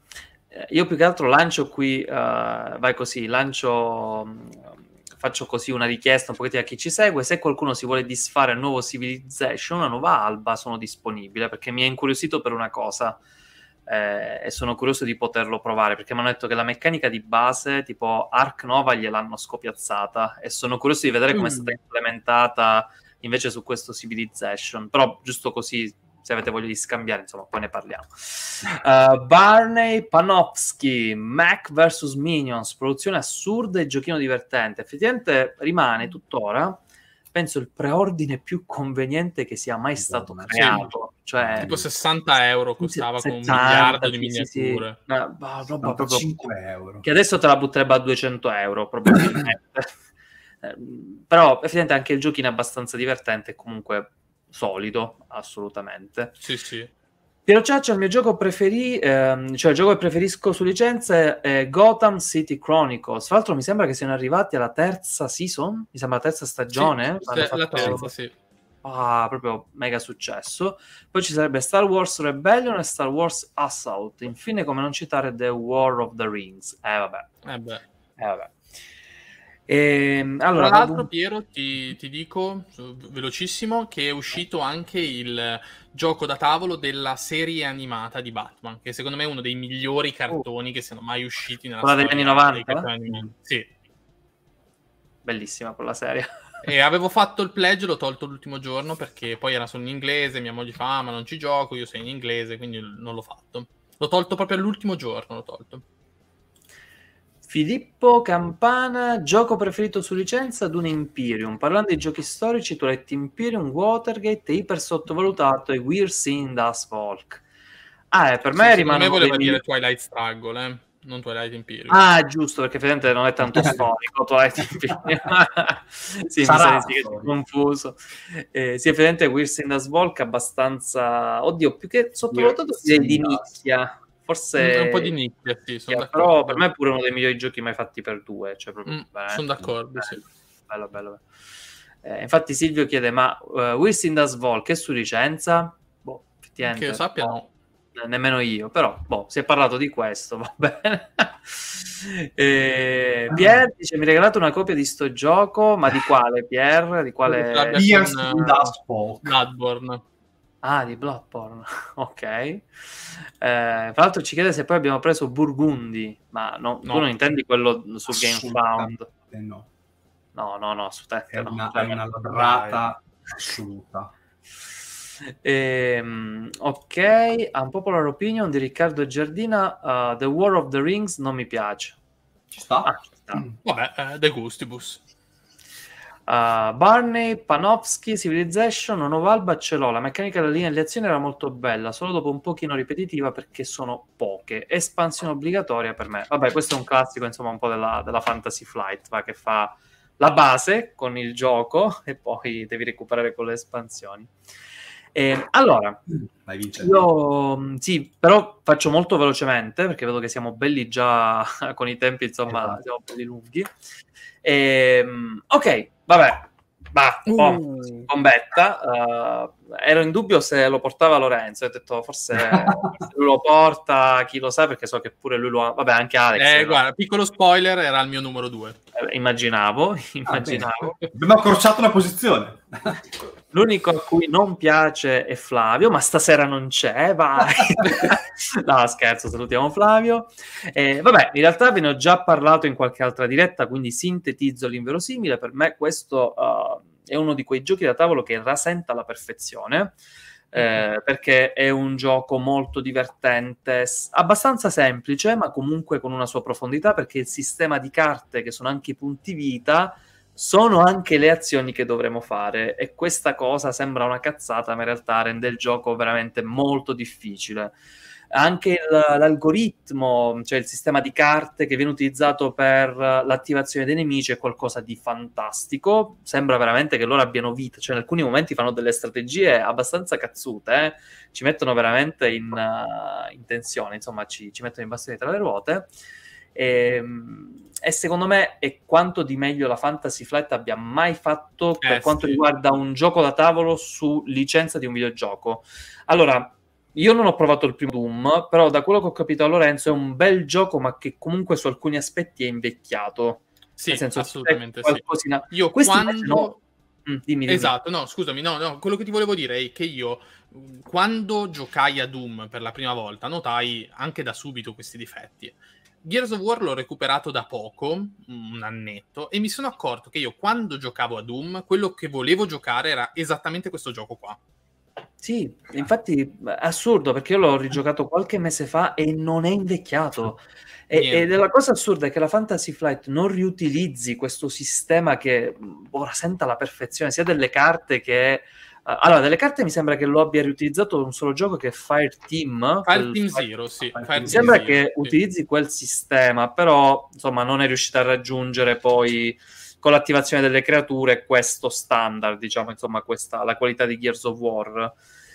Io più che altro lancio qui, uh, vai così, lancio, mh, faccio così una richiesta un pochettino a chi ci segue. Se qualcuno si vuole disfare il nuovo Civilization, una nuova Alba, sono disponibile perché mi è incuriosito per una cosa eh, e sono curioso di poterlo provare perché mi hanno detto che la meccanica di base tipo Ark Nova gliel'hanno scopiazzata e sono curioso di vedere come è stata implementata invece su questo Civilization, però giusto così se avete voglia di scambiare, insomma, poi ne parliamo. Uh, Barney Panofsky, Mac versus Minions, produzione assurda e giochino divertente. Effettivamente rimane tuttora, penso, il preordine più conveniente che sia mai stato Sì. creato. Cioè, Tipo sessanta euro costava con un settanta, miliardo di sì, sì, miniature. sì. Ma, ma roba proprio cinque euro. che adesso te la butterebbe a duecento euro probabilmente. Eh, però effettivamente anche il giochino è abbastanza divertente e comunque solido, assolutamente. Sì, sì. Piero Ciaccia, il mio gioco preferì, ehm, cioè il gioco che preferisco su licenze è Gotham City Chronicles. Tra l'altro mi sembra che siano arrivati alla terza season, mi sembra la terza stagione. Sì, Hanno la fatto- terza, sì. Ah, proprio mega successo. Poi ci sarebbe Star Wars Rebellion e Star Wars Assault. Infine, come non citare The War of the Rings. Eh vabbè, Eh beh. eh vabbè. Ehm, allora, Tra l'altro, vado- Piero, ti, ti dico su- velocissimo che è uscito anche il gioco da tavolo della serie animata di Batman, che secondo me è uno dei migliori cartoni che siano mai usciti nella Quella degli storia anni novanta? dei cartoni animati. Sì. bellissima quella serie. E avevo fatto il pledge, l'ho tolto l'ultimo giorno perché poi era solo in inglese, mia moglie fa, ah, ma non ci gioco, io sei in inglese, quindi non l'ho fatto. L'ho tolto proprio all'ultimo giorno, l'ho tolto. Filippo Campana, gioco preferito su licenza Dune Imperium. Parlando di giochi storici, tu hai detto Imperium, Watergate, iper sottovalutato e We're Seeing Das Volk. Ah, eh, per me Sì, rimane secondo me voleva dei dire migli- Twilight Struggle, eh? Non Twilight Imperium. Ah, giusto, perché effettivamente non è tanto storico. Twilight Imperium. Sì, mi Sarà sa di sì che storico. sono confuso. Eh, sì, effettivamente We're Seeing Das Volk è abbastanza... Oddio, più che sottovalutato, We're direi di Seeing Das. nicchia. forse un, un po' di nicchia, sì, sono yeah, però per me è pure uno dei migliori giochi mai fatti per due, cioè proprio mm, sono d'accordo, bello, sì. bello, bello. Eh, infatti Silvio chiede, ma uh, Wilson das Vol, che su licenza? Boh, effettivamente, che io sappia boh, no. Nemmeno io, però boh, si è parlato di questo, va bene. eh, Pier dice, mi hai regalato una copia di sto gioco, ma di quale, Pier? Di quale? Gears con, uh, Dustfall. Bloodborne. Ah, di Bloodborne, ok. Eh, tra l'altro ci chiede se poi abbiamo preso Burgundy, ma no, No. tu non intendi quello su GameFound? No. No, no, no, su te È no. una, Cioè, è una ladrata assoluta. Ehm, ok, Unpopular Opinion di Riccardo Giardina, uh, The War of the Rings non mi piace. Ci sta? Ah, ci sta. Mm. Vabbè, eh, De Gustibus. Uh, Barney, Panofsky, Civilization, Nuova Alba ce l'ho. La meccanica della linea di azione era molto bella, solo dopo un pochino ripetitiva perché sono poche. Espansione obbligatoria per me. Vabbè, questo è un classico, insomma, un po' della, della Fantasy Flight, va, che fa la base con il gioco e poi devi recuperare con le espansioni. Eh, allora, Vai, io sì, però faccio molto velocemente perché vedo che siamo belli già con i tempi, insomma, esatto. siamo belli lunghi. E, ok, vabbè, bah, Uh. bombetta. Uh, ero in dubbio se lo portava Lorenzo. Ho detto forse, forse lui lo porta, chi lo sa, perché so che pure lui lo ha. Vabbè, anche Alex. Eh, no? guarda, piccolo spoiler, era il mio numero due. Eh, immaginavo, immaginavo. Ah, abbiamo accorciato la posizione. L'unico a cui non piace è Flavio, ma stasera non c'è, vai. No, scherzo, salutiamo Flavio. Eh, vabbè, in realtà ve ne ho già parlato in qualche altra diretta, quindi sintetizzo l'inverosimile. Per me questo uh, è uno di quei giochi da tavolo che rasenta la perfezione, eh, perché è un gioco molto divertente, s- abbastanza semplice, ma comunque con una sua profondità, perché il sistema di carte, che sono anche i punti vita, sono anche le azioni che dovremo fare, e questa cosa sembra una cazzata, ma in realtà rende il gioco veramente molto difficile. Anche il- l'algoritmo, cioè il sistema di carte che viene utilizzato per l'attivazione dei nemici, è qualcosa di fantastico. Sembra veramente che loro abbiano vita, cioè in alcuni momenti fanno delle strategie abbastanza cazzute, eh? Ci mettono veramente in, uh, in tensione, insomma ci, ci mettono i bastoni tra le ruote. E, e secondo me è quanto di meglio la Fantasy Flight abbia mai fatto per Eh, quanto sì. riguarda un gioco da tavolo su licenza di un videogioco. Allora, io non ho provato il primo Doom, però da quello che ho capito da Lorenzo è un bel gioco, ma che comunque su alcuni aspetti è invecchiato. Sì, Nel senso, assolutamente c'è sì. qualcosina- Io Questi invece quando... no. Mm, dimmi, dimmi. Esatto, no, scusami, no, no, quello che ti volevo dire è che io, mh, quando giocai a Doom per la prima volta, notai anche da subito questi difetti. Gears of War l'ho recuperato da poco, un annetto, e mi sono accorto che io, quando giocavo a Doom, quello che volevo giocare era esattamente questo gioco qua. Sì, infatti è assurdo, perché io l'ho rigiocato qualche mese fa e non è invecchiato. E, Niente. ed è la cosa assurda è che la Fantasy Flight non riutilizzi questo sistema che mh, ora senta alla perfezione, sia delle carte che... eh, allora, delle carte mi sembra che lo abbia riutilizzato un solo gioco, che è Fireteam. Fire quel Team Fire- Zero, sì. Mi Fire Team Mi sembra Zero, che sì. utilizzi quel sistema, però insomma non è riuscita a raggiungere poi con l'attivazione delle creature questo standard, diciamo, insomma, questa la qualità di Gears of War.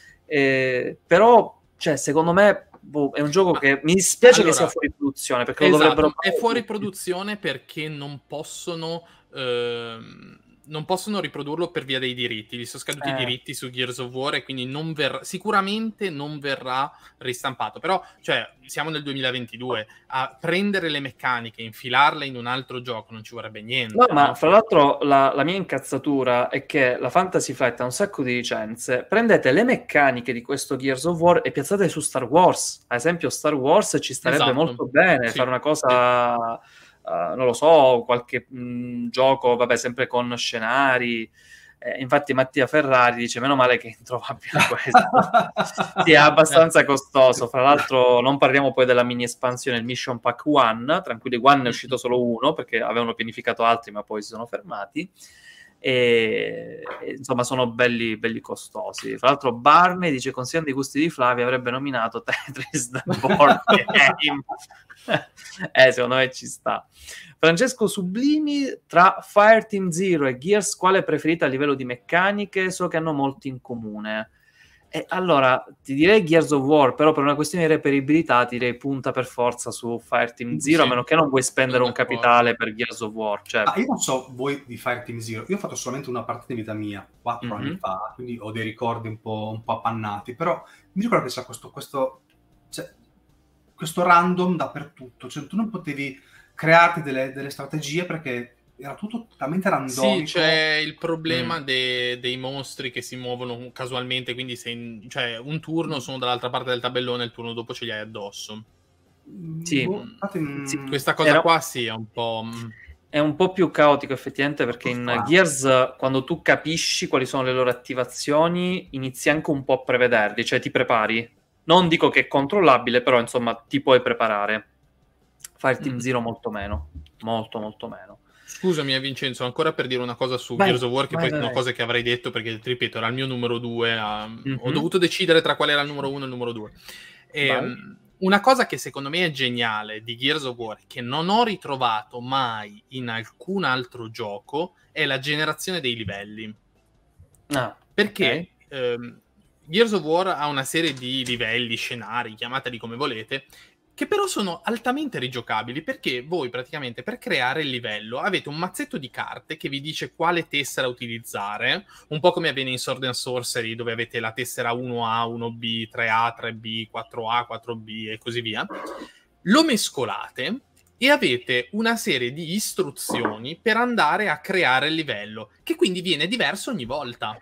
Eh, però, cioè, secondo me boh, è un gioco Ma- che mi dispiace allora, che sia fuori produzione, perché Esatto, lo dovrebbero è fare fuori tutti. produzione perché non possono ehm, non possono riprodurlo per via dei diritti. Gli sono scaduti Eh. i diritti su Gears of War e quindi non verrà, sicuramente non verrà ristampato. Però, cioè, siamo nel duemilaventidue, a prendere le meccaniche, infilarle in un altro gioco non ci vorrebbe niente. No, ma no? fra l'altro la, la mia incazzatura è che la Fantasy Flight ha un sacco di licenze. Prendete le meccaniche di questo Gears of War e piazzate su Star Wars. Ad esempio, Star Wars ci starebbe Esatto. molto bene Sì, fare una cosa, uh, non lo so, qualche mh, gioco, vabbè, sempre con scenari. Eh, infatti Mattia Ferrari dice: meno male che è introvabile questo. Sì, è abbastanza costoso. Fra l'altro non parliamo poi della mini espansione, il Mission Pack One. Tranquilli, One è uscito solo uno perché avevano pianificato altri ma poi si sono fermati. E, e, insomma sono belli, belli costosi. Fra l'altro Barney dice: consigliando i gusti di Flavio, avrebbe nominato Tetris da board game. Eh, secondo me ci sta. Francesco Sublimi: tra Fireteam Zero e Gears, quale preferita a livello di meccaniche? So che hanno molti in comune. E allora, ti direi Gears of War, però per una questione di reperibilità ti direi punta per forza su Fireteam Zero, Sì, a meno che non vuoi spendere sono un d'accordo. capitale per Gears of War. Cioè, Ah, io non so voi di Fireteam Zero, io ho fatto solamente una partita in vita mia, quattro Mhm. anni fa, quindi ho dei ricordi un po', un po' appannati, però mi ricordo che c'è questo, questo, cioè, questo random dappertutto, cioè tu non potevi crearti delle, delle strategie perché era tutto totalmente randomico. Sì, c'è il problema Mm. de- dei mostri che si muovono casualmente, quindi se in- cioè, un turno sono dall'altra parte del tabellone, il turno dopo ce li hai addosso. Sì. Boh, infatti, mm, Sì, Questa cosa era- qua sì, è un po'... mm, È un po' più caotico effettivamente perché in Strano. Gears, quando tu capisci quali sono le loro attivazioni, inizi anche un po' a prevederli, cioè ti prepari. Non dico che è controllabile, però insomma ti puoi preparare. Fireteam Mm. Zero molto meno, molto molto meno. Scusami, eh, Vincenzo, ancora per dire una cosa su Vai, Gears of War, che vai, poi vai, sono vai. cose che avrei detto, perché ti ripeto, era il mio numero due. ah, Mhm. Ho dovuto decidere tra quale era il numero uno e il numero due. Ehm, una cosa che secondo me è geniale di Gears of War, che non ho ritrovato mai in alcun altro gioco, è la generazione dei livelli. Ah, Perché ok. ehm, Gears of War ha una serie di livelli, scenari, chiamateli come volete, che però sono altamente rigiocabili, perché voi praticamente per creare il livello avete un mazzetto di carte che vi dice quale tessera utilizzare, un po' come avviene in Sword and Sorcery, dove avete la tessera uno A, uno B, tre A, tre B, quattro A, quattro B e così via. Lo mescolate e avete una serie di istruzioni per andare a creare il livello, che quindi viene diverso ogni volta.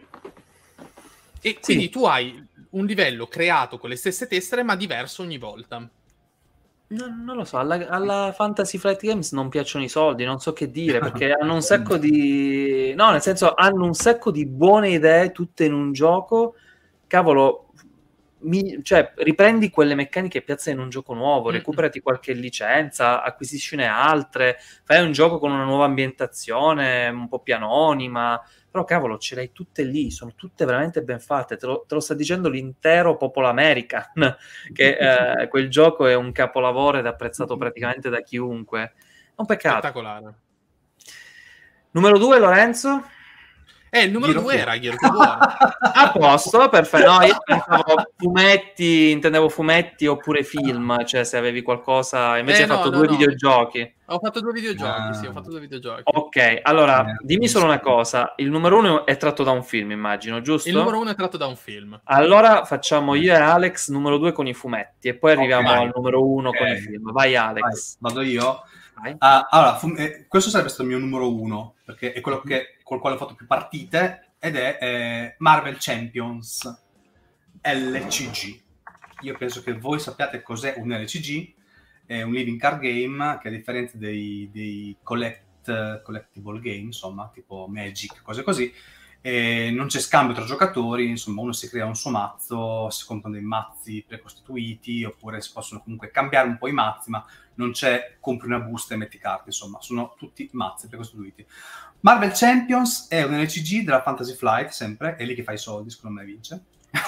E quindi Sì. tu hai un livello creato con le stesse tessere, ma diverso ogni volta. No, non lo so, alla, alla Fantasy Flight Games non piacciono i soldi, non so che dire, perché hanno un sacco di... No, nel senso, hanno un sacco di buone idee tutte in un gioco. Cavolo, mi- cioè, riprendi quelle meccaniche e piazza in un gioco nuovo, Mm-mm. recuperati qualche licenza, acquisiscine altre, fai un gioco con una nuova ambientazione, un po' più anonima, però cavolo, ce le hai tutte lì, sono tutte veramente ben fatte, te lo, te lo sta dicendo l'intero popolo American, che eh, quel gioco è un capolavoro ed è apprezzato praticamente da chiunque. È un peccato. Spettacolare. Numero due, Lorenzo? Eh, il numero Gears of due War. era Gears of War. A posto, perfetto. No, io pensavo fumetti, intendevo fumetti oppure film, cioè se avevi qualcosa, invece Eh, hai no, fatto no, due no. videogiochi. Ho fatto due videogiochi, Ah. sì, ho fatto due videogiochi. Ok, allora Eh, dimmi solo una cosa, il numero uno è tratto da un film, immagino, giusto? Il numero uno è tratto da un film. Allora facciamo io e Alex numero due con i fumetti e poi arriviamo Ok. al numero uno Ok. con i film. Vai Alex. Vai, vado io. Vai. Ah, allora, fu- eh, questo sarebbe stato il mio numero uno, perché è quello Mhm. che, col quale ho fatto più partite, ed è eh, Marvel Champions, L C G. Io penso che voi sappiate cos'è un L C G, è un living card game che, a differenza dei, dei collect, collectible game, insomma, tipo Magic, cose così, eh, non c'è scambio tra giocatori, insomma, uno si crea un suo mazzo, si comprano dei mazzi precostituiti, oppure si possono comunque cambiare un po' i mazzi, ma non c'è compri una busta e metti carte, insomma, sono tutti mazzi precostituiti. Marvel Champions è un L C G della Fantasy Flight, sempre, è lì che fa i soldi, secondo me vince,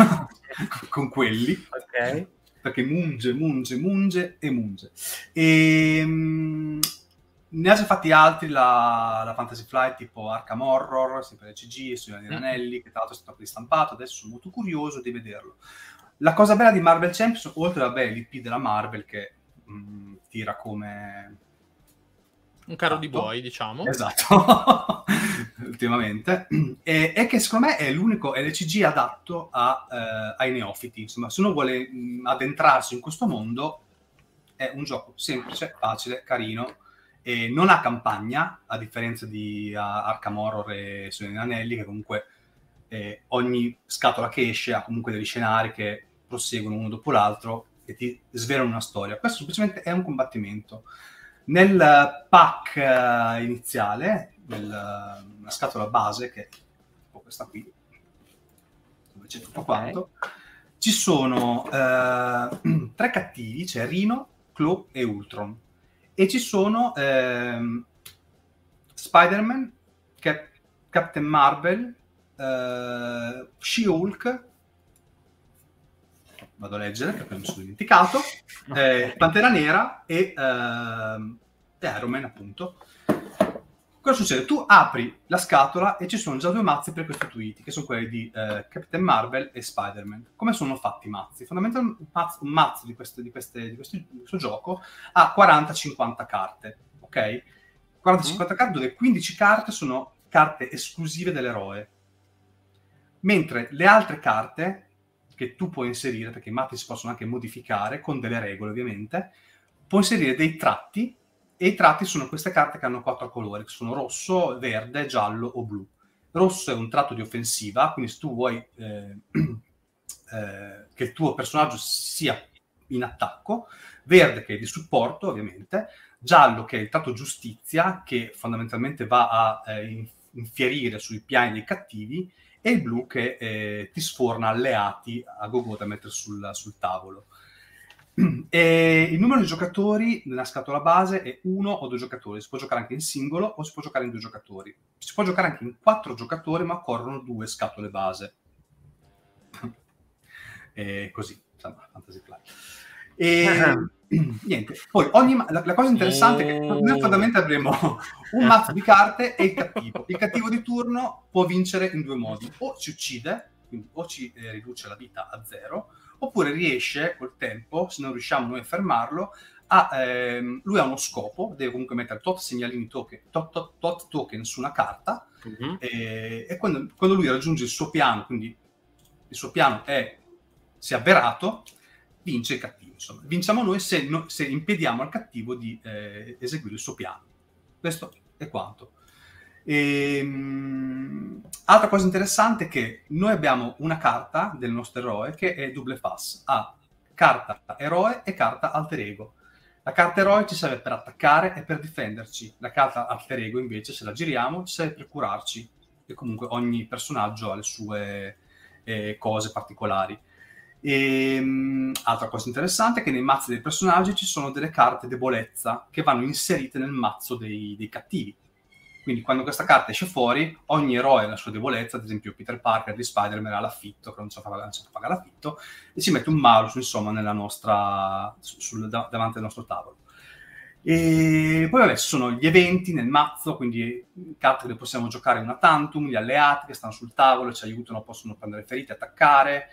con quelli, Ok. perché munge, munge, munge e munge. E, mm, ne ha già fatti altri la, la Fantasy Flight, tipo Arkham Horror, sempre L C G, Signore degli Anelli, che tra l'altro è stato ristampato, adesso sono molto curioso di vederlo. La cosa bella di Marvel Champions, oltre a l'I P della Marvel, che mh, tira come... Un carro di Esatto. buoi, diciamo. Esatto, ultimamente, e, è che secondo me è l'unico L C G adatto a, eh, ai neofiti. Insomma, se uno vuole mh, addentrarsi in questo mondo, è un gioco semplice, facile, carino, e non ha campagna, a differenza di uh, Arkham Horror e Signore degli Anelli, che comunque eh, ogni scatola che esce ha comunque degli scenari che proseguono uno dopo l'altro e ti svelano una storia. Questo semplicemente è un combattimento. Nel pack uh, iniziale, nella scatola base, che è tipo questa qui, dove c'è tutto Ok. quanto, ci sono uh, tre cattivi, c'è Rhino, Claw e Ultron. E ci sono ehm, Spider-Man, Cap- Captain Marvel, uh, She-Hulk, vado a leggere perché mi sono dimenticato, eh, Pantera Nera e, ehm, e Iron Man, appunto. cosa succede? Tu apri la scatola e ci sono già due mazzi precostituiti, che sono quelli di eh, Captain Marvel e Spider-Man. Come sono fatti i mazzi? Fondamentalmente un mazzo, un mazzo di, queste, di, queste, di, questo, di questo gioco ha quaranta cinquanta carte, ok? quaranta cinquanta mm. carte, dove quindici carte sono carte esclusive dell'eroe, mentre le altre carte che tu puoi inserire, perché i mazzi si possono anche modificare con delle regole ovviamente, puoi inserire dei tratti, e i tratti sono queste carte che hanno quattro colori, che sono rosso, verde, giallo o blu. Rosso è un tratto di offensiva, quindi se tu vuoi eh, eh, che il tuo personaggio sia in attacco, verde che è di supporto ovviamente, giallo che è il tratto giustizia, che fondamentalmente va a eh, infierire sui piani dei cattivi, e il blu che eh, ti sforna alleati a go-go da mettere sul, sul tavolo. E il numero di giocatori nella scatola base è uno o due giocatori. Si può giocare anche in singolo o si può giocare in due giocatori. Si può giocare anche in quattro giocatori, ma occorrono due scatole base. E così, insomma, Fantasy Flight. E niente. Poi ogni ma- la, la cosa interessante è che noi fondamentalmente avremo un mazzo di carte e il cattivo. Il cattivo di turno può vincere in due modi: o ci uccide, quindi o ci eh, riduce la vita a zero, oppure riesce col tempo, se non riusciamo noi a fermarlo, a, ehm, lui ha uno scopo, deve comunque mettere tot segnalini token, tot, tot, tot token su una carta, uh-huh. e, e quando, quando lui raggiunge il suo piano, quindi il suo piano è, si è avverato, vince il cattivo. Insomma, vinciamo noi se, no, se impediamo al cattivo di eh, eseguire il suo piano. Questo è quanto. E, um, altra cosa interessante è che noi abbiamo una carta del nostro eroe che è double face, ha carta eroe e carta alter ego. La carta eroe ci serve per attaccare e per difenderci, la carta alter ego invece, se la giriamo, ci serve per curarci, e comunque ogni personaggio ha le sue eh, cose particolari. E, um, altra cosa interessante è che nei mazzi dei personaggi ci sono delle carte debolezza che vanno inserite nel mazzo dei, dei cattivi. Quindi quando questa carta esce fuori, ogni eroe ha la sua debolezza, ad esempio Peter Parker di Spider-Man ha l'affitto, che non sa pagare, pagare l'affitto, e ci mette un malus, insomma, nella nostra, sul, davanti al nostro tavolo. E poi vabbè, ci sono gli eventi nel mazzo, quindi carte che possiamo giocare una tantum, gli alleati che stanno sul tavolo, ci aiutano, possono prendere ferite, attaccare,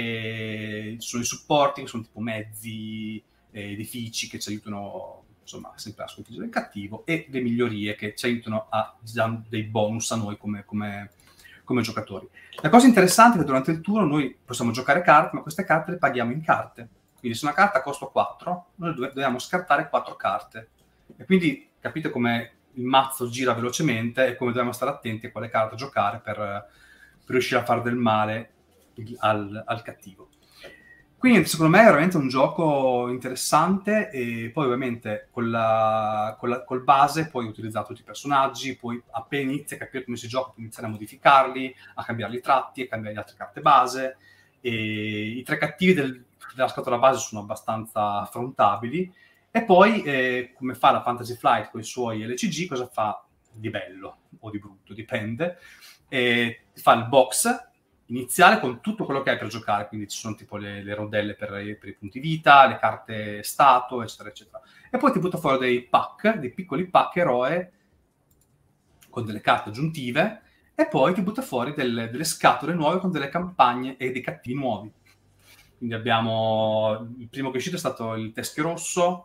e ci sono i supporti, che sono tipo mezzi, edifici, che ci aiutano, insomma, sempre a sconfiggere il cattivo, e le migliorie che ci aiutano a dare dei bonus a noi come, come, come giocatori. La cosa interessante è che durante il turno noi possiamo giocare carte, ma queste carte le paghiamo in carte. Quindi se una carta costa quattro, noi dobbiamo scartare quattro carte. E quindi capite come il mazzo gira velocemente e come dobbiamo stare attenti a quale carta giocare per, per riuscire a fare del male al, al cattivo. Quindi secondo me è veramente un gioco interessante, e poi ovviamente con la, con la, col base puoi utilizzare tutti i personaggi, poi appena inizi a capire come si gioca puoi iniziare a modificarli, a cambiare i tratti, a cambiare le altre carte base, e i tre cattivi del, della scatola base sono abbastanza affrontabili, e poi eh, come fa la Fantasy Flight con i suoi L C G, cosa fa di bello o di brutto, dipende, e fa il box iniziale con tutto quello che hai per giocare, quindi ci sono tipo le, le rondelle per, per i punti vita, le carte stato, eccetera, eccetera. E poi ti butta fuori dei pack, dei piccoli pack eroe con delle carte aggiuntive, e poi ti butta fuori delle, delle scatole nuove con delle campagne e dei cattivi nuovi. Quindi abbiamo, il primo che è uscito è stato il Teschio Rosso,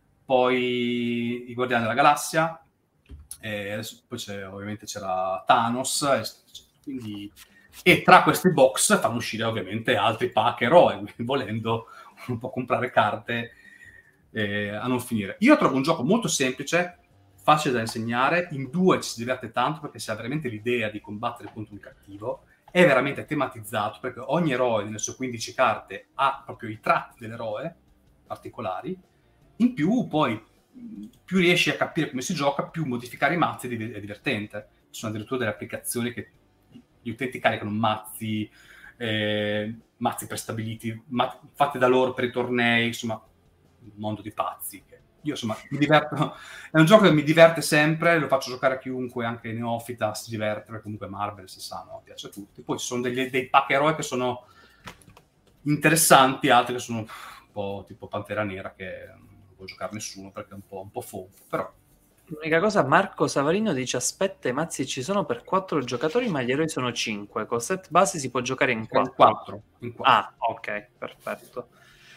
poi i Guardiani della Galassia, e adesso poi c'è, ovviamente c'era Thanos, e, quindi... E tra questi box fanno uscire ovviamente altri pack eroi, quindi volendo un po' comprare carte eh, a non finire. Io trovo un gioco molto semplice, facile da insegnare, in due ci si diverte tanto perché si ha veramente l'idea di combattere contro un cattivo, è veramente tematizzato perché ogni eroe nelle sue quindici carte ha proprio i tratti dell'eroe particolari, in più poi più riesci a capire come si gioca, più modificare i mazzi è divertente. Ci sono addirittura delle applicazioni che gli utenti caricano mazzi, eh, mazzi prestabiliti, ma- fatti da loro per i tornei, insomma, un mondo di pazzi. Io, insomma, mi diverto, è un gioco che mi diverte sempre, lo faccio giocare a chiunque, anche neofita, si diverte, perché comunque Marvel, si sa, no? Piace a tutti. Poi ci sono degli, dei pack eroi che sono interessanti, altri che sono un po' tipo Pantera Nera, che non può giocare nessuno perché è un po', un po' fofo, però L'unica cosa, Marco Savarino dice aspetta, i mazzi ci sono per quattro giocatori ma gli eroi sono cinque, col set base si può giocare in quattro. quattro. In quattro. Ah, ok, perfetto.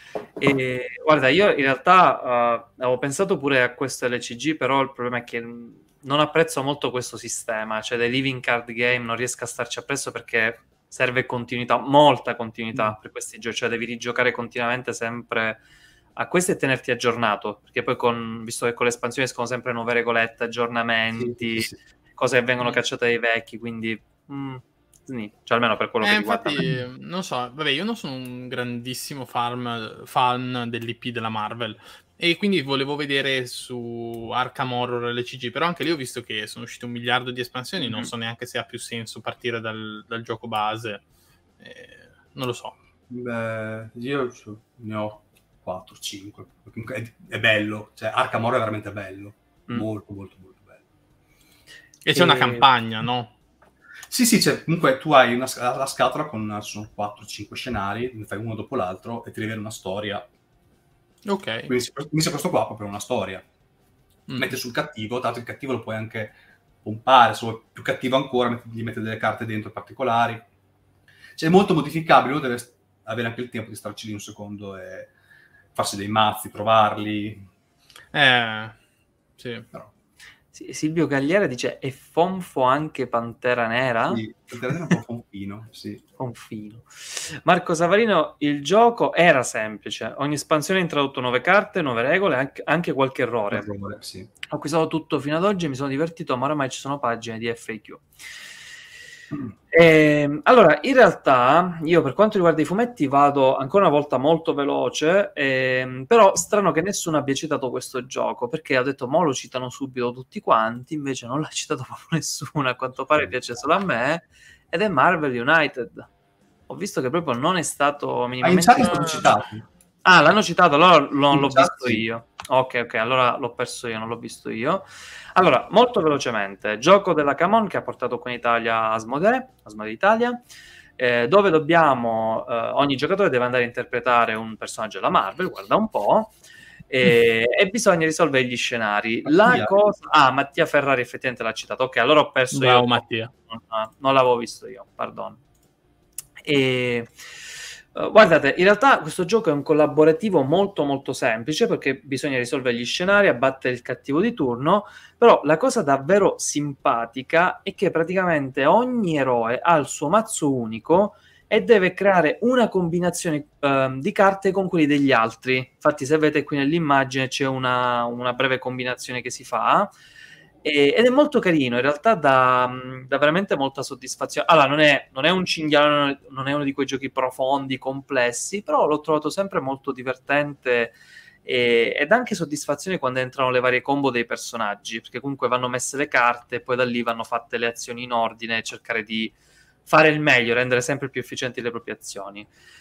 E, guarda, io in realtà uh, avevo pensato pure a questo L C G, però il problema è che non apprezzo molto questo sistema, cioè dei living card game non riesco a starci appresso perché serve continuità, molta continuità mm. per questi giochi, cioè devi rigiocare continuamente sempre a questo e tenerti aggiornato, perché poi con, visto che con l'espansione escono sempre nuove regolette, aggiornamenti, sì, sì, sì. cose che vengono cacciate dai vecchi, quindi mm, sì, cioè almeno per quello eh, che infatti, riguarda. Non so, vabbè, io non sono un grandissimo fan, fan dell'I P della Marvel, e quindi volevo vedere su Arkham Horror L C G, però anche lì ho visto che sono uscite un miliardo di espansioni, mm-hmm. non so neanche se ha più senso partire dal, dal gioco base, eh, non lo so. Beh, io ne ho quattro cinque, è, è bello, cioè Arkham Horror è veramente bello, mm. molto molto molto bello. E c'è e... una campagna, no? Sì, sì, cioè, comunque tu hai una, la scatola con sono quattro cinque scenari, ne fai uno dopo l'altro e ti devi avere una storia. Ok. Quindi inizia questo qua proprio una storia. Mm. Metti sul cattivo, tra l'altro il cattivo lo puoi anche pompare, se vuoi più cattivo ancora, metti, gli metti delle carte dentro particolari. Cioè è molto modificabile, uno deve avere anche il tempo di starci lì un secondo e farsi dei mazzi, provarli. Eh, sì. Però. Sì, Silvio Gagliere dice, è Fonfo anche Pantera Nera? Sì, Pantera Nera è un po' fonfino, sì. Fonfino. Marco Savarino, il gioco era semplice, ogni espansione ha introdotto nuove carte, nuove regole, anche, anche qualche errore. errore sì. Ho acquistato tutto fino ad oggi e mi sono divertito, ma ormai ci sono pagine di F A Q. Mm. E, allora, in realtà io per quanto riguarda i fumetti vado ancora una volta molto veloce, e, però strano che nessuno abbia citato questo gioco, perché ho detto mo lo citano subito tutti quanti, invece non l'ha citato proprio nessuno, a quanto pare piace solo a me, ed è Marvel United. Ho visto che proprio non è stato minimamente... Ah, in chat è stato citato. Ah, l'hanno citato, allora non l'ho visto io. Ok, ok, allora l'ho perso io, non l'ho visto io. Allora, molto velocemente, gioco della Camon che ha portato qui in Italia Asmodee, Asmodee Italia, eh, dove dobbiamo, eh, ogni giocatore deve andare a interpretare un personaggio della Marvel, guarda un po', e, mm. e bisogna risolvere gli scenari. Mattia. La cosa... Ah, Mattia Ferrari effettivamente l'ha citato. Ok, allora ho perso Bravo, io. Mattia. Non, non l'avevo visto io, pardon. E... Uh, guardate, in realtà questo gioco è un collaborativo molto molto semplice perché bisogna risolvere gli scenari, abbattere il cattivo di turno, però la cosa davvero simpatica è che praticamente ogni eroe ha il suo mazzo unico e deve creare una combinazione uh, di carte con quelli degli altri. Infatti se vedete qui nell'immagine c'è una, una breve combinazione che si fa ed è molto carino, in realtà dà, dà veramente molta soddisfazione. Allora, non è, non è un cinghiale, non è uno di quei giochi profondi, complessi, però l'ho trovato sempre molto divertente e, ed anche soddisfazione quando entrano le varie combo dei personaggi, perché comunque vanno messe le carte e poi da lì vanno fatte le azioni in ordine e cercare di fare il meglio, rendere sempre più efficienti le proprie azioni.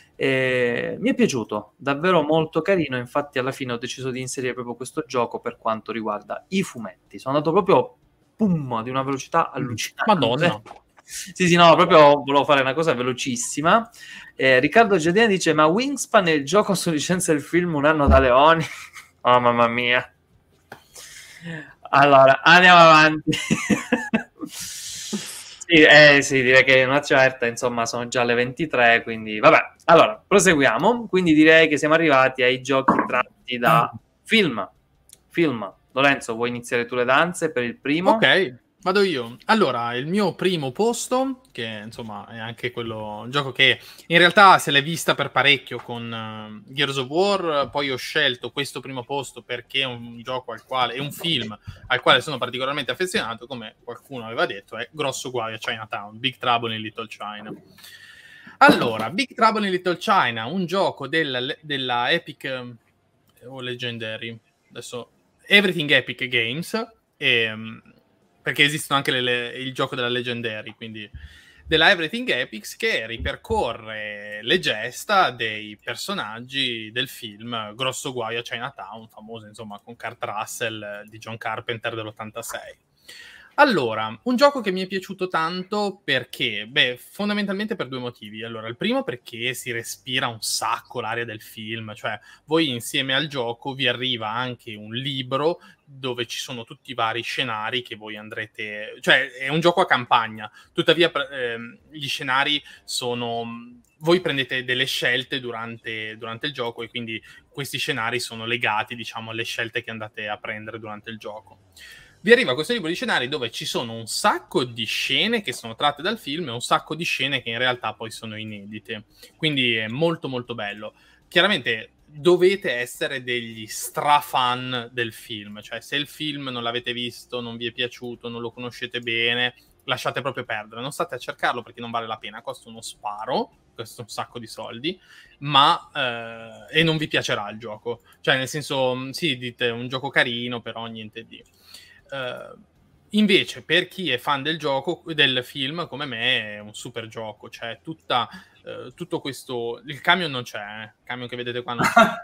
E mi è piaciuto, davvero molto carino, infatti alla fine ho deciso di inserire proprio questo gioco per quanto riguarda i fumetti. Sono andato proprio pum, di una velocità allucinante. Madonna. Sì, sì, no, proprio volevo fare una cosa velocissima. Eh, Riccardo Giardina dice, ma Wingspan è il gioco su licenza del film Un anno da leoni? Oh, mamma mia. Allora, andiamo avanti. Sì, eh, sì, direi che una certa, insomma, sono già le ventitré, quindi vabbè. Allora, proseguiamo. Quindi direi che siamo arrivati ai giochi tratti da film. Film. Lorenzo, vuoi iniziare tu le danze per il primo? Ok, vado io. Allora, il mio primo posto, che insomma è anche quello, un gioco che in realtà se l'è vista per parecchio con uh, Gears of War, poi ho scelto questo primo posto perché è un gioco al quale, è un film al quale sono particolarmente affezionato, come qualcuno aveva detto, è Grosso Guaio a Chinatown, Big Trouble in Little China. Allora, Big Trouble in Little China, un gioco della, della Epic o Legendary, adesso Everything Epic Games, e, perché esistono anche le, le, il gioco della Legendary, quindi della Everything Epics, che ripercorre le gesta dei personaggi del film Grosso Guaio a Chinatown, famoso insomma con Kurt Russell di John Carpenter dell'ottantasei. Allora, un gioco che mi è piaciuto tanto perché? Beh, fondamentalmente per due motivi. Allora, il primo perché si respira un sacco l'aria del film, cioè voi insieme al gioco vi arriva anche un libro dove ci sono tutti i vari scenari che voi andrete... Cioè, è un gioco a campagna, tuttavia ehm, gli scenari sono... Voi prendete delle scelte durante, durante il gioco e quindi questi scenari sono legati, diciamo, alle scelte che andate a prendere durante il gioco. Vi arriva questo libro di scenari dove ci sono un sacco di scene che sono tratte dal film e un sacco di scene che in realtà poi sono inedite. Quindi è molto molto bello. Chiaramente dovete essere degli strafan del film, cioè se il film non l'avete visto, non vi è piaciuto, non lo conoscete bene, lasciate proprio perdere. Non state a cercarlo perché non vale la pena, costa uno sparo, costa un sacco di soldi, ma eh, e non vi piacerà il gioco. Cioè nel senso, sì, dite un gioco carino, però niente di... Uh, invece per chi è fan del gioco, del film, come me è un super gioco, cioè tutta uh, tutto questo, il camion non c'è, eh? Il camion che vedete qua non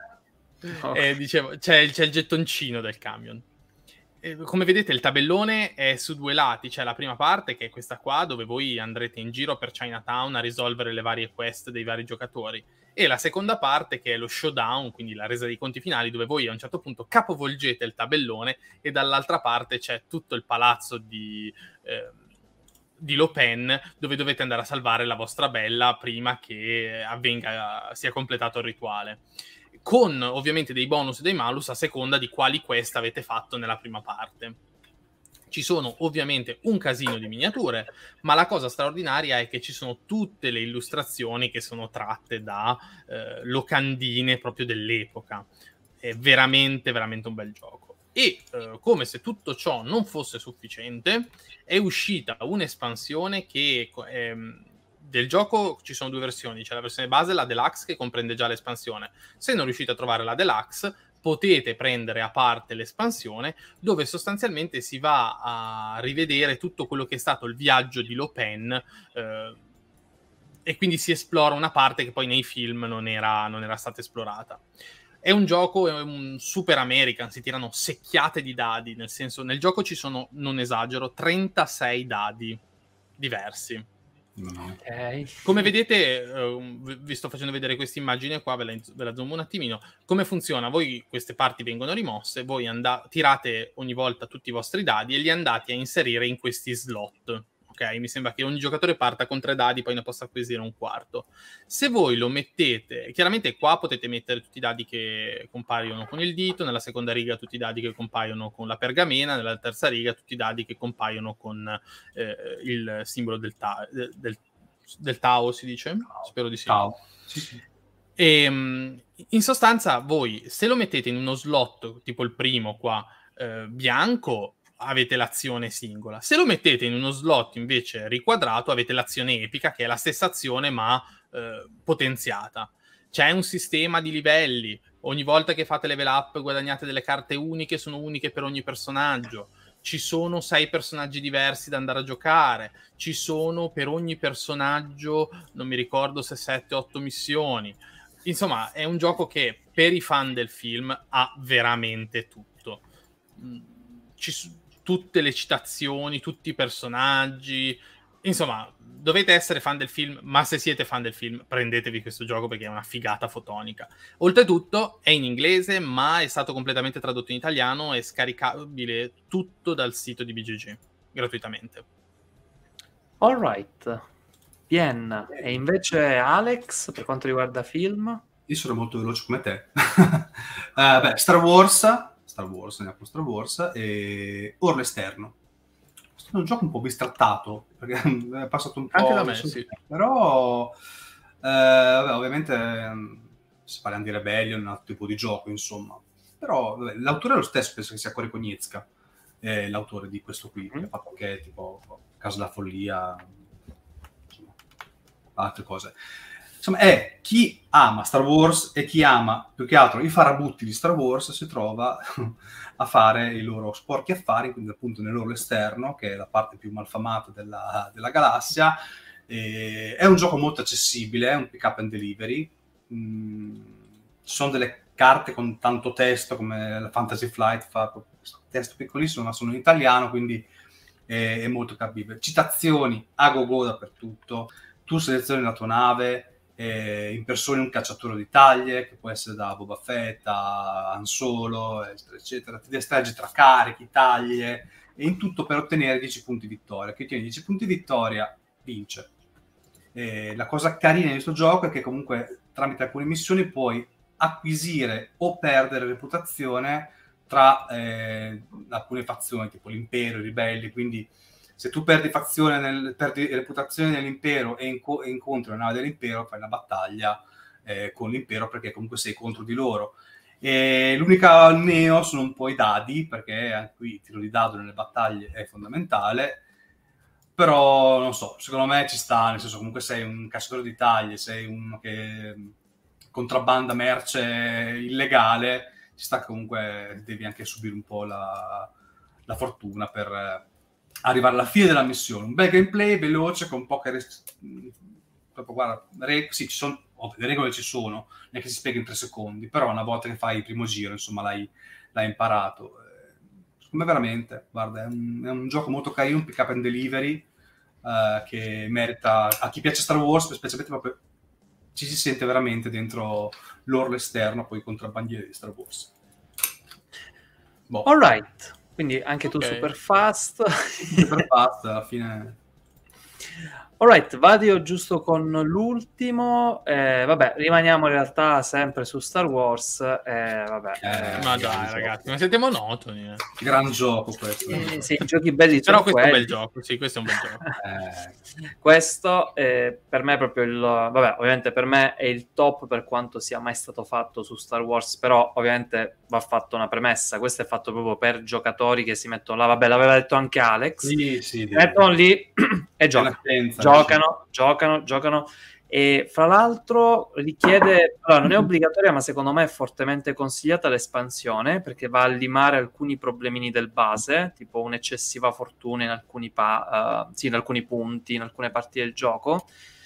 c'è. Okay. eh, dicevo, c'è, c'è il gettoncino del camion. Eh, come vedete il tabellone è su due lati, c'è la prima parte che è questa qua dove voi andrete in giro per Chinatown a risolvere le varie quest dei vari giocatori, e la seconda parte che è lo showdown, quindi la resa dei conti finali, dove voi a un certo punto capovolgete il tabellone e dall'altra parte c'è tutto il palazzo di, eh, di Lo Pen, dove dovete andare a salvare la vostra bella prima che avvenga, sia completato il rituale, con ovviamente dei bonus e dei malus a seconda di quali quest avete fatto nella prima parte. Ci sono ovviamente un casino di miniature, ma la cosa straordinaria è che ci sono tutte le illustrazioni che sono tratte da eh, locandine proprio dell'epoca. È veramente, veramente un bel gioco. E eh, come se tutto ciò non fosse sufficiente, è uscita un'espansione che... Ehm, del gioco ci sono due versioni, c'è la versione base e la deluxe che comprende già l'espansione. Se non riuscite a trovare la deluxe, potete prendere a parte l'espansione, dove sostanzialmente si va a rivedere tutto quello che è stato il viaggio di Lo Pen, eh, e quindi si esplora una parte che poi nei film non era, non era stata esplorata. È un gioco, è un super American, si tirano secchiate di dadi, nel senso, nel gioco ci sono, non esagero, trentasei dadi diversi. No. Okay. Come vedete, uh, vi sto facendo vedere questa immagine qua, ve la, ve la zoom un attimino. Come funziona? Voi queste parti vengono rimosse, voi andate, tirate ogni volta tutti i vostri dadi e li andate a inserire in questi slot. Ok? Mi sembra che ogni giocatore parta con tre dadi, poi ne possa acquisire un quarto. Se voi lo mettete, chiaramente qua potete mettere tutti i dadi che compaiono con il dito, nella seconda riga tutti i dadi che compaiono con la pergamena, nella terza riga tutti i dadi che compaiono con eh, il simbolo del, ta- del, del Tao, si dice? Tao. Spero di sì. Tao. Sì, sì. E, in sostanza voi, se lo mettete in uno slot, tipo il primo qua, eh, bianco, avete l'azione singola. Se lo mettete in uno slot invece riquadrato, avete l'azione epica, che è la stessa azione ma eh, potenziata. C'è un sistema di livelli. Ogni volta che fate level up guadagnate delle carte uniche, sono uniche per ogni personaggio. Ci sono sei personaggi diversi da andare a giocare. Ci sono per ogni personaggio, non mi ricordo se sette otto missioni. Insomma, è un gioco che per i fan del film ha veramente tutto. Ci tutte le citazioni, tutti i personaggi, insomma, dovete essere fan del film, ma se siete fan del film prendetevi questo gioco perché è una figata fotonica. Oltretutto è in inglese, ma è stato completamente tradotto in italiano e scaricabile tutto dal sito di B G G, gratuitamente. All right. Bien. E invece Alex, per quanto riguarda film? Io sono molto veloce come te. uh, beh, Star Wars... Star Wars, andiamo con Star Wars, e Orlo Esterno. È stato un gioco un po' bistrattato, perché è passato un po'... Anche da me, sì. Però, eh, vabbè, ovviamente, si parla di Rebellion, un altro tipo di gioco, insomma. Però, vabbè, l'autore è lo stesso, penso che sia Cory Konietzka, è l'autore di questo qui, mm. che ha fatto anche, tipo, Casa della Follia, insomma, altre cose. Insomma, è chi ama Star Wars e chi ama, più che altro, i farabutti di Star Wars si trova a fare i loro sporchi affari, quindi appunto nell'Orlo Esterno, che è la parte più malfamata della, della galassia. E è un gioco molto accessibile, è un pick up and delivery. Mm, ci sono delle carte con tanto testo, come la Fantasy Flight fa questo testo piccolissimo, ma sono in italiano, quindi è, è molto capibile. Citazioni a go-go dappertutto, tu selezioni la tua nave, eh, impersoni un cacciatore di taglie, che può essere da Boba Fett a Han Solo, eccetera, eccetera. Ti destreggi tra carichi, taglie, e in tutto per ottenere dieci punti vittoria. Chi ottiene dieci punti vittoria vince. Eh, la cosa carina di questo gioco è che comunque tramite alcune missioni puoi acquisire o perdere reputazione tra eh, alcune fazioni, tipo l'impero, i ribelli. Quindi se tu perdi fazione nel, perdi reputazione nell'impero e, inco- e incontri una nave dell'impero, fai una battaglia eh, con l'impero, perché comunque sei contro di loro. E l'unica neo sono un po' i dadi, perché anche qui il tiro di dado nelle battaglie è fondamentale. Però non so, secondo me ci sta, nel senso, comunque sei un cacciatore di taglie, sei uno che contrabbanda merce illegale, ci sta che comunque devi anche subire un po' la, la fortuna per arrivare alla fine della missione. Un bel gameplay veloce con poche rest... proprio, guarda, re... sì, ci sono, ovvio, le regole ci sono, non è che si spiega in tre secondi, però una volta che fai il primo giro, insomma, l'hai, l'hai imparato. Come veramente, guarda, è un, è un gioco molto carino, un pick up and delivery, uh, che merita, a chi piace Star Wars, specialmente proprio ci si sente veramente dentro l'orlo esterno, poi i contrabbandieri di Star Wars. Boh. All right, quindi anche okay. tu super fast. Super fast, alla fine... Alright, vado io giusto con l'ultimo. Eh, vabbè, rimaniamo in realtà sempre su Star Wars. Eh, vabbè, eh, ma dai, ragazzi, ma siete monotoni. Eh. Gran gioco questo. Eh, sì, giochi belli. Però questo quelli. è un bel gioco. Sì, questo è un bel gioco. eh. Questo eh, per me è proprio il. Vabbè, ovviamente per me è il top per quanto sia mai stato fatto su Star Wars. Però, ovviamente, va fatto una premessa. Questo è fatto proprio per giocatori che si mettono là. Vabbè, l'aveva detto anche Alex. Sì, sì. Si mettono lì e giocano. Giocano, giocano, giocano e fra l'altro richiede, allora non è obbligatoria ma secondo me è fortemente consigliata l'espansione perché va a limare alcuni problemini del base, tipo un'eccessiva fortuna in alcuni, pa- uh, sì, in alcuni punti, in alcune parti del gioco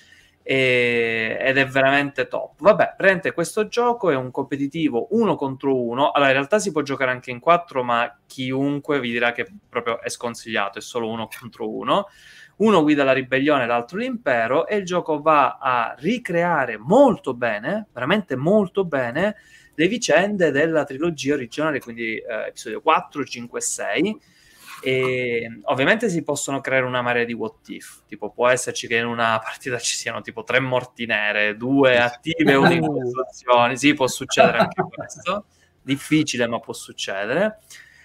e... ed è veramente top. Vabbè, praticamente questo gioco è un competitivo uno contro uno, allora in realtà si può giocare anche in quattro ma chiunque vi dirà che proprio è sconsigliato, è solo uno contro uno. Uno guida la ribellione, l'altro l'impero e il gioco va a ricreare molto bene, veramente molto bene, le vicende della trilogia originale, quindi eh, episodio quattro, cinque e sei. E ovviamente si possono creare una marea di what if, tipo può esserci che in una partita ci siano tipo tre morti nere, due attive o di costruzioni, sì, può succedere anche questo, difficile ma può succedere.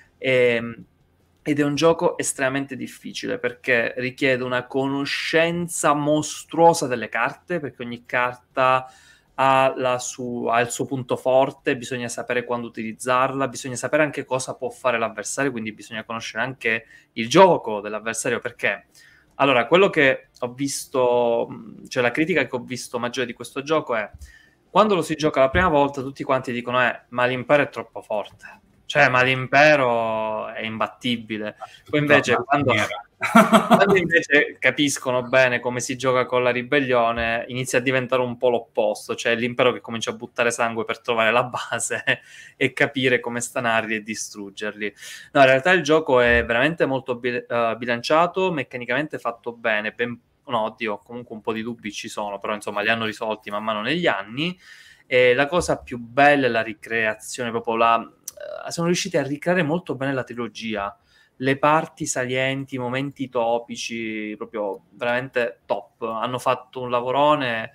E... ed è un gioco estremamente difficile perché richiede una conoscenza mostruosa delle carte, perché ogni carta ha, la su- ha il suo punto forte, bisogna sapere quando utilizzarla, bisogna sapere anche cosa può fare l'avversario, quindi bisogna conoscere anche il gioco dell'avversario, perché allora quello che ho visto, cioè la critica che ho visto maggiore di questo gioco è quando lo si gioca la prima volta tutti quanti dicono eh, ma l'impero è troppo forte. Cioè, ma l'impero è imbattibile. Poi invece, quando, quando invece capiscono bene come si gioca con la ribellione, inizia a diventare un po' l'opposto. Cioè, l'impero che comincia a buttare sangue per trovare la base e capire come stanarli e distruggerli. No, in realtà il gioco è veramente molto bil- uh, bilanciato, meccanicamente fatto bene. Ben... No, oddio, comunque un po' di dubbi ci sono, però insomma li hanno risolti man mano negli anni. E la cosa più bella è la ricreazione, proprio la... sono riusciti a ricreare molto bene la trilogia, le parti salienti, i momenti topici, proprio veramente top. Hanno fatto un lavorone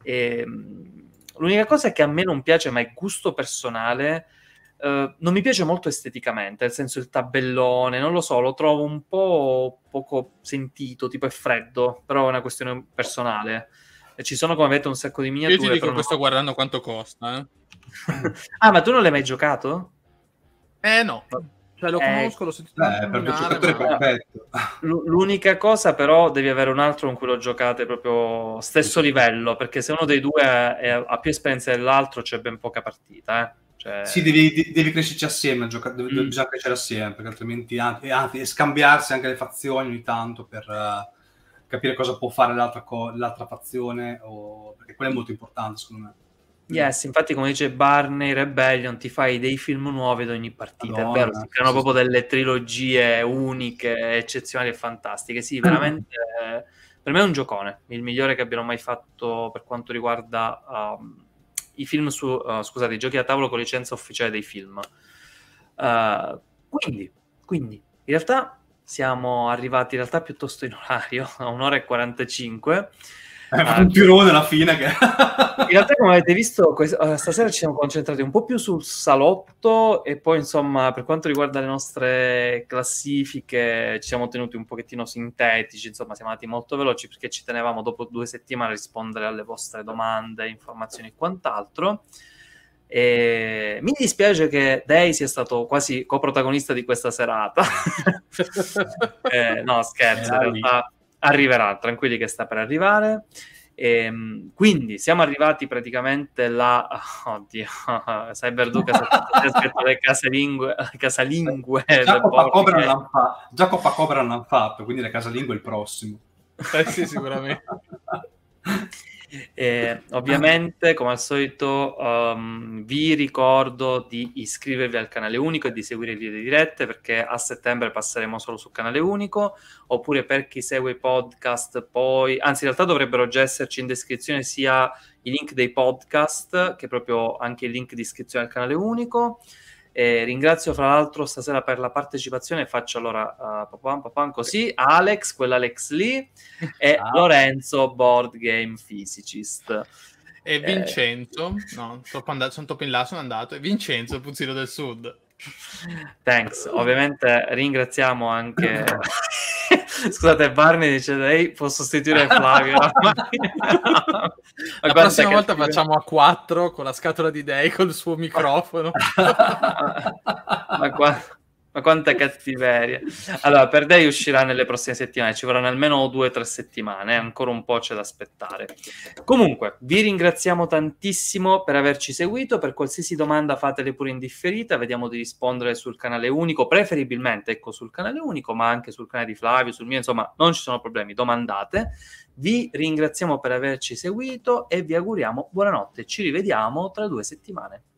e l'unica cosa è che a me non piace, ma è gusto personale, uh, non mi piace molto esteticamente, nel senso il tabellone, non lo so, lo trovo un po' poco sentito, tipo è freddo, però è una questione personale. E ci sono, come vedete, un sacco di miniature. Io ti dico che non... sto guardando quanto costa, eh. Ah, ma tu non l'hai mai giocato? Eh no, cioè lo conosco, eh, l'ho sentito eh, per il giocatore ma... perfetto. L'unica cosa però devi avere un altro con cui lo giocate proprio stesso livello, perché se uno dei due è, ha più esperienza dell'altro c'è ben poca partita, eh. Cioè... Sì, devi, devi crescerci assieme, gioca- mm. bisogna crescere assieme, perché altrimenti anche, anche scambiarsi anche le fazioni ogni tanto per uh, capire cosa può fare l'altra, co- l'altra fazione, o... perché quello è molto importante secondo me. Yes, infatti come dice Barney Rebellion, ti fai dei film nuovi ad ogni partita, Madonna, è vero, si creano sì, proprio sì. delle trilogie uniche, eccezionali e fantastiche. Sì, veramente, eh, per me è un giocone, il migliore che abbiano mai fatto per quanto riguarda um, i film su, uh, scusate, i giochi a tavolo con licenza ufficiale dei film. Uh, quindi, quindi, in realtà siamo arrivati in realtà piuttosto in orario, a un'ora e quarantacinque. È un tirone alla fine che... In realtà, come avete visto, quest- uh, stasera ci siamo concentrati un po' più sul salotto e poi, insomma, per quanto riguarda le nostre classifiche, ci siamo tenuti un pochettino sintetici, insomma, siamo andati molto veloci perché ci tenevamo dopo due settimane a rispondere alle vostre domande, informazioni e quant'altro. E mi dispiace che Dei sia stato quasi coprotagonista di questa serata. eh, no, scherzo, in realtà arriverà, tranquilli che sta per arrivare. E, quindi siamo arrivati praticamente là, oddio, Cyberduca ha scritto le casalingue, casalingue già Coppa Cobra che... l'hanno fatto, già Coppa Cobra l'hanno fatto, quindi le casalingue è il prossimo. Eh sì, sicuramente. E, ovviamente, come al solito, um, vi ricordo di iscrivervi al canale unico e di seguire le dirette, perché a settembre passeremo solo sul canale unico, oppure per chi segue i podcast poi, anzi in realtà dovrebbero già esserci in descrizione sia i link dei podcast che proprio anche il link di iscrizione al canale unico. E ringrazio fra l'altro stasera per la partecipazione, faccio allora uh, papam, papam, così Alex, quell'Alex lì, e Ah. Lorenzo, board game physicist. E Eh, Vincenzo, no, troppo andato, sono troppo in là, sono andato, e Vincenzo, il Puzzino del Sud. Thanks, ovviamente ringraziamo anche scusate, Barney dice lei può sostituire Flavio. La Ma prossima che... volta facciamo a quattro con la scatola di Dei col suo microfono. ma, qua... ma quanta cattiveria. Allora, per Dei uscirà nelle prossime settimane, ci vorranno almeno due o tre settimane, eh? Ancora un po' c'è da aspettare. Comunque, vi ringraziamo tantissimo per averci seguito, per qualsiasi domanda fatele pure in differita, vediamo di rispondere sul canale unico, preferibilmente ecco sul canale unico, ma anche sul canale di Flavio, sul mio, insomma, non ci sono problemi, domandate. Vi ringraziamo per averci seguito e vi auguriamo buonanotte, ci rivediamo tra due settimane.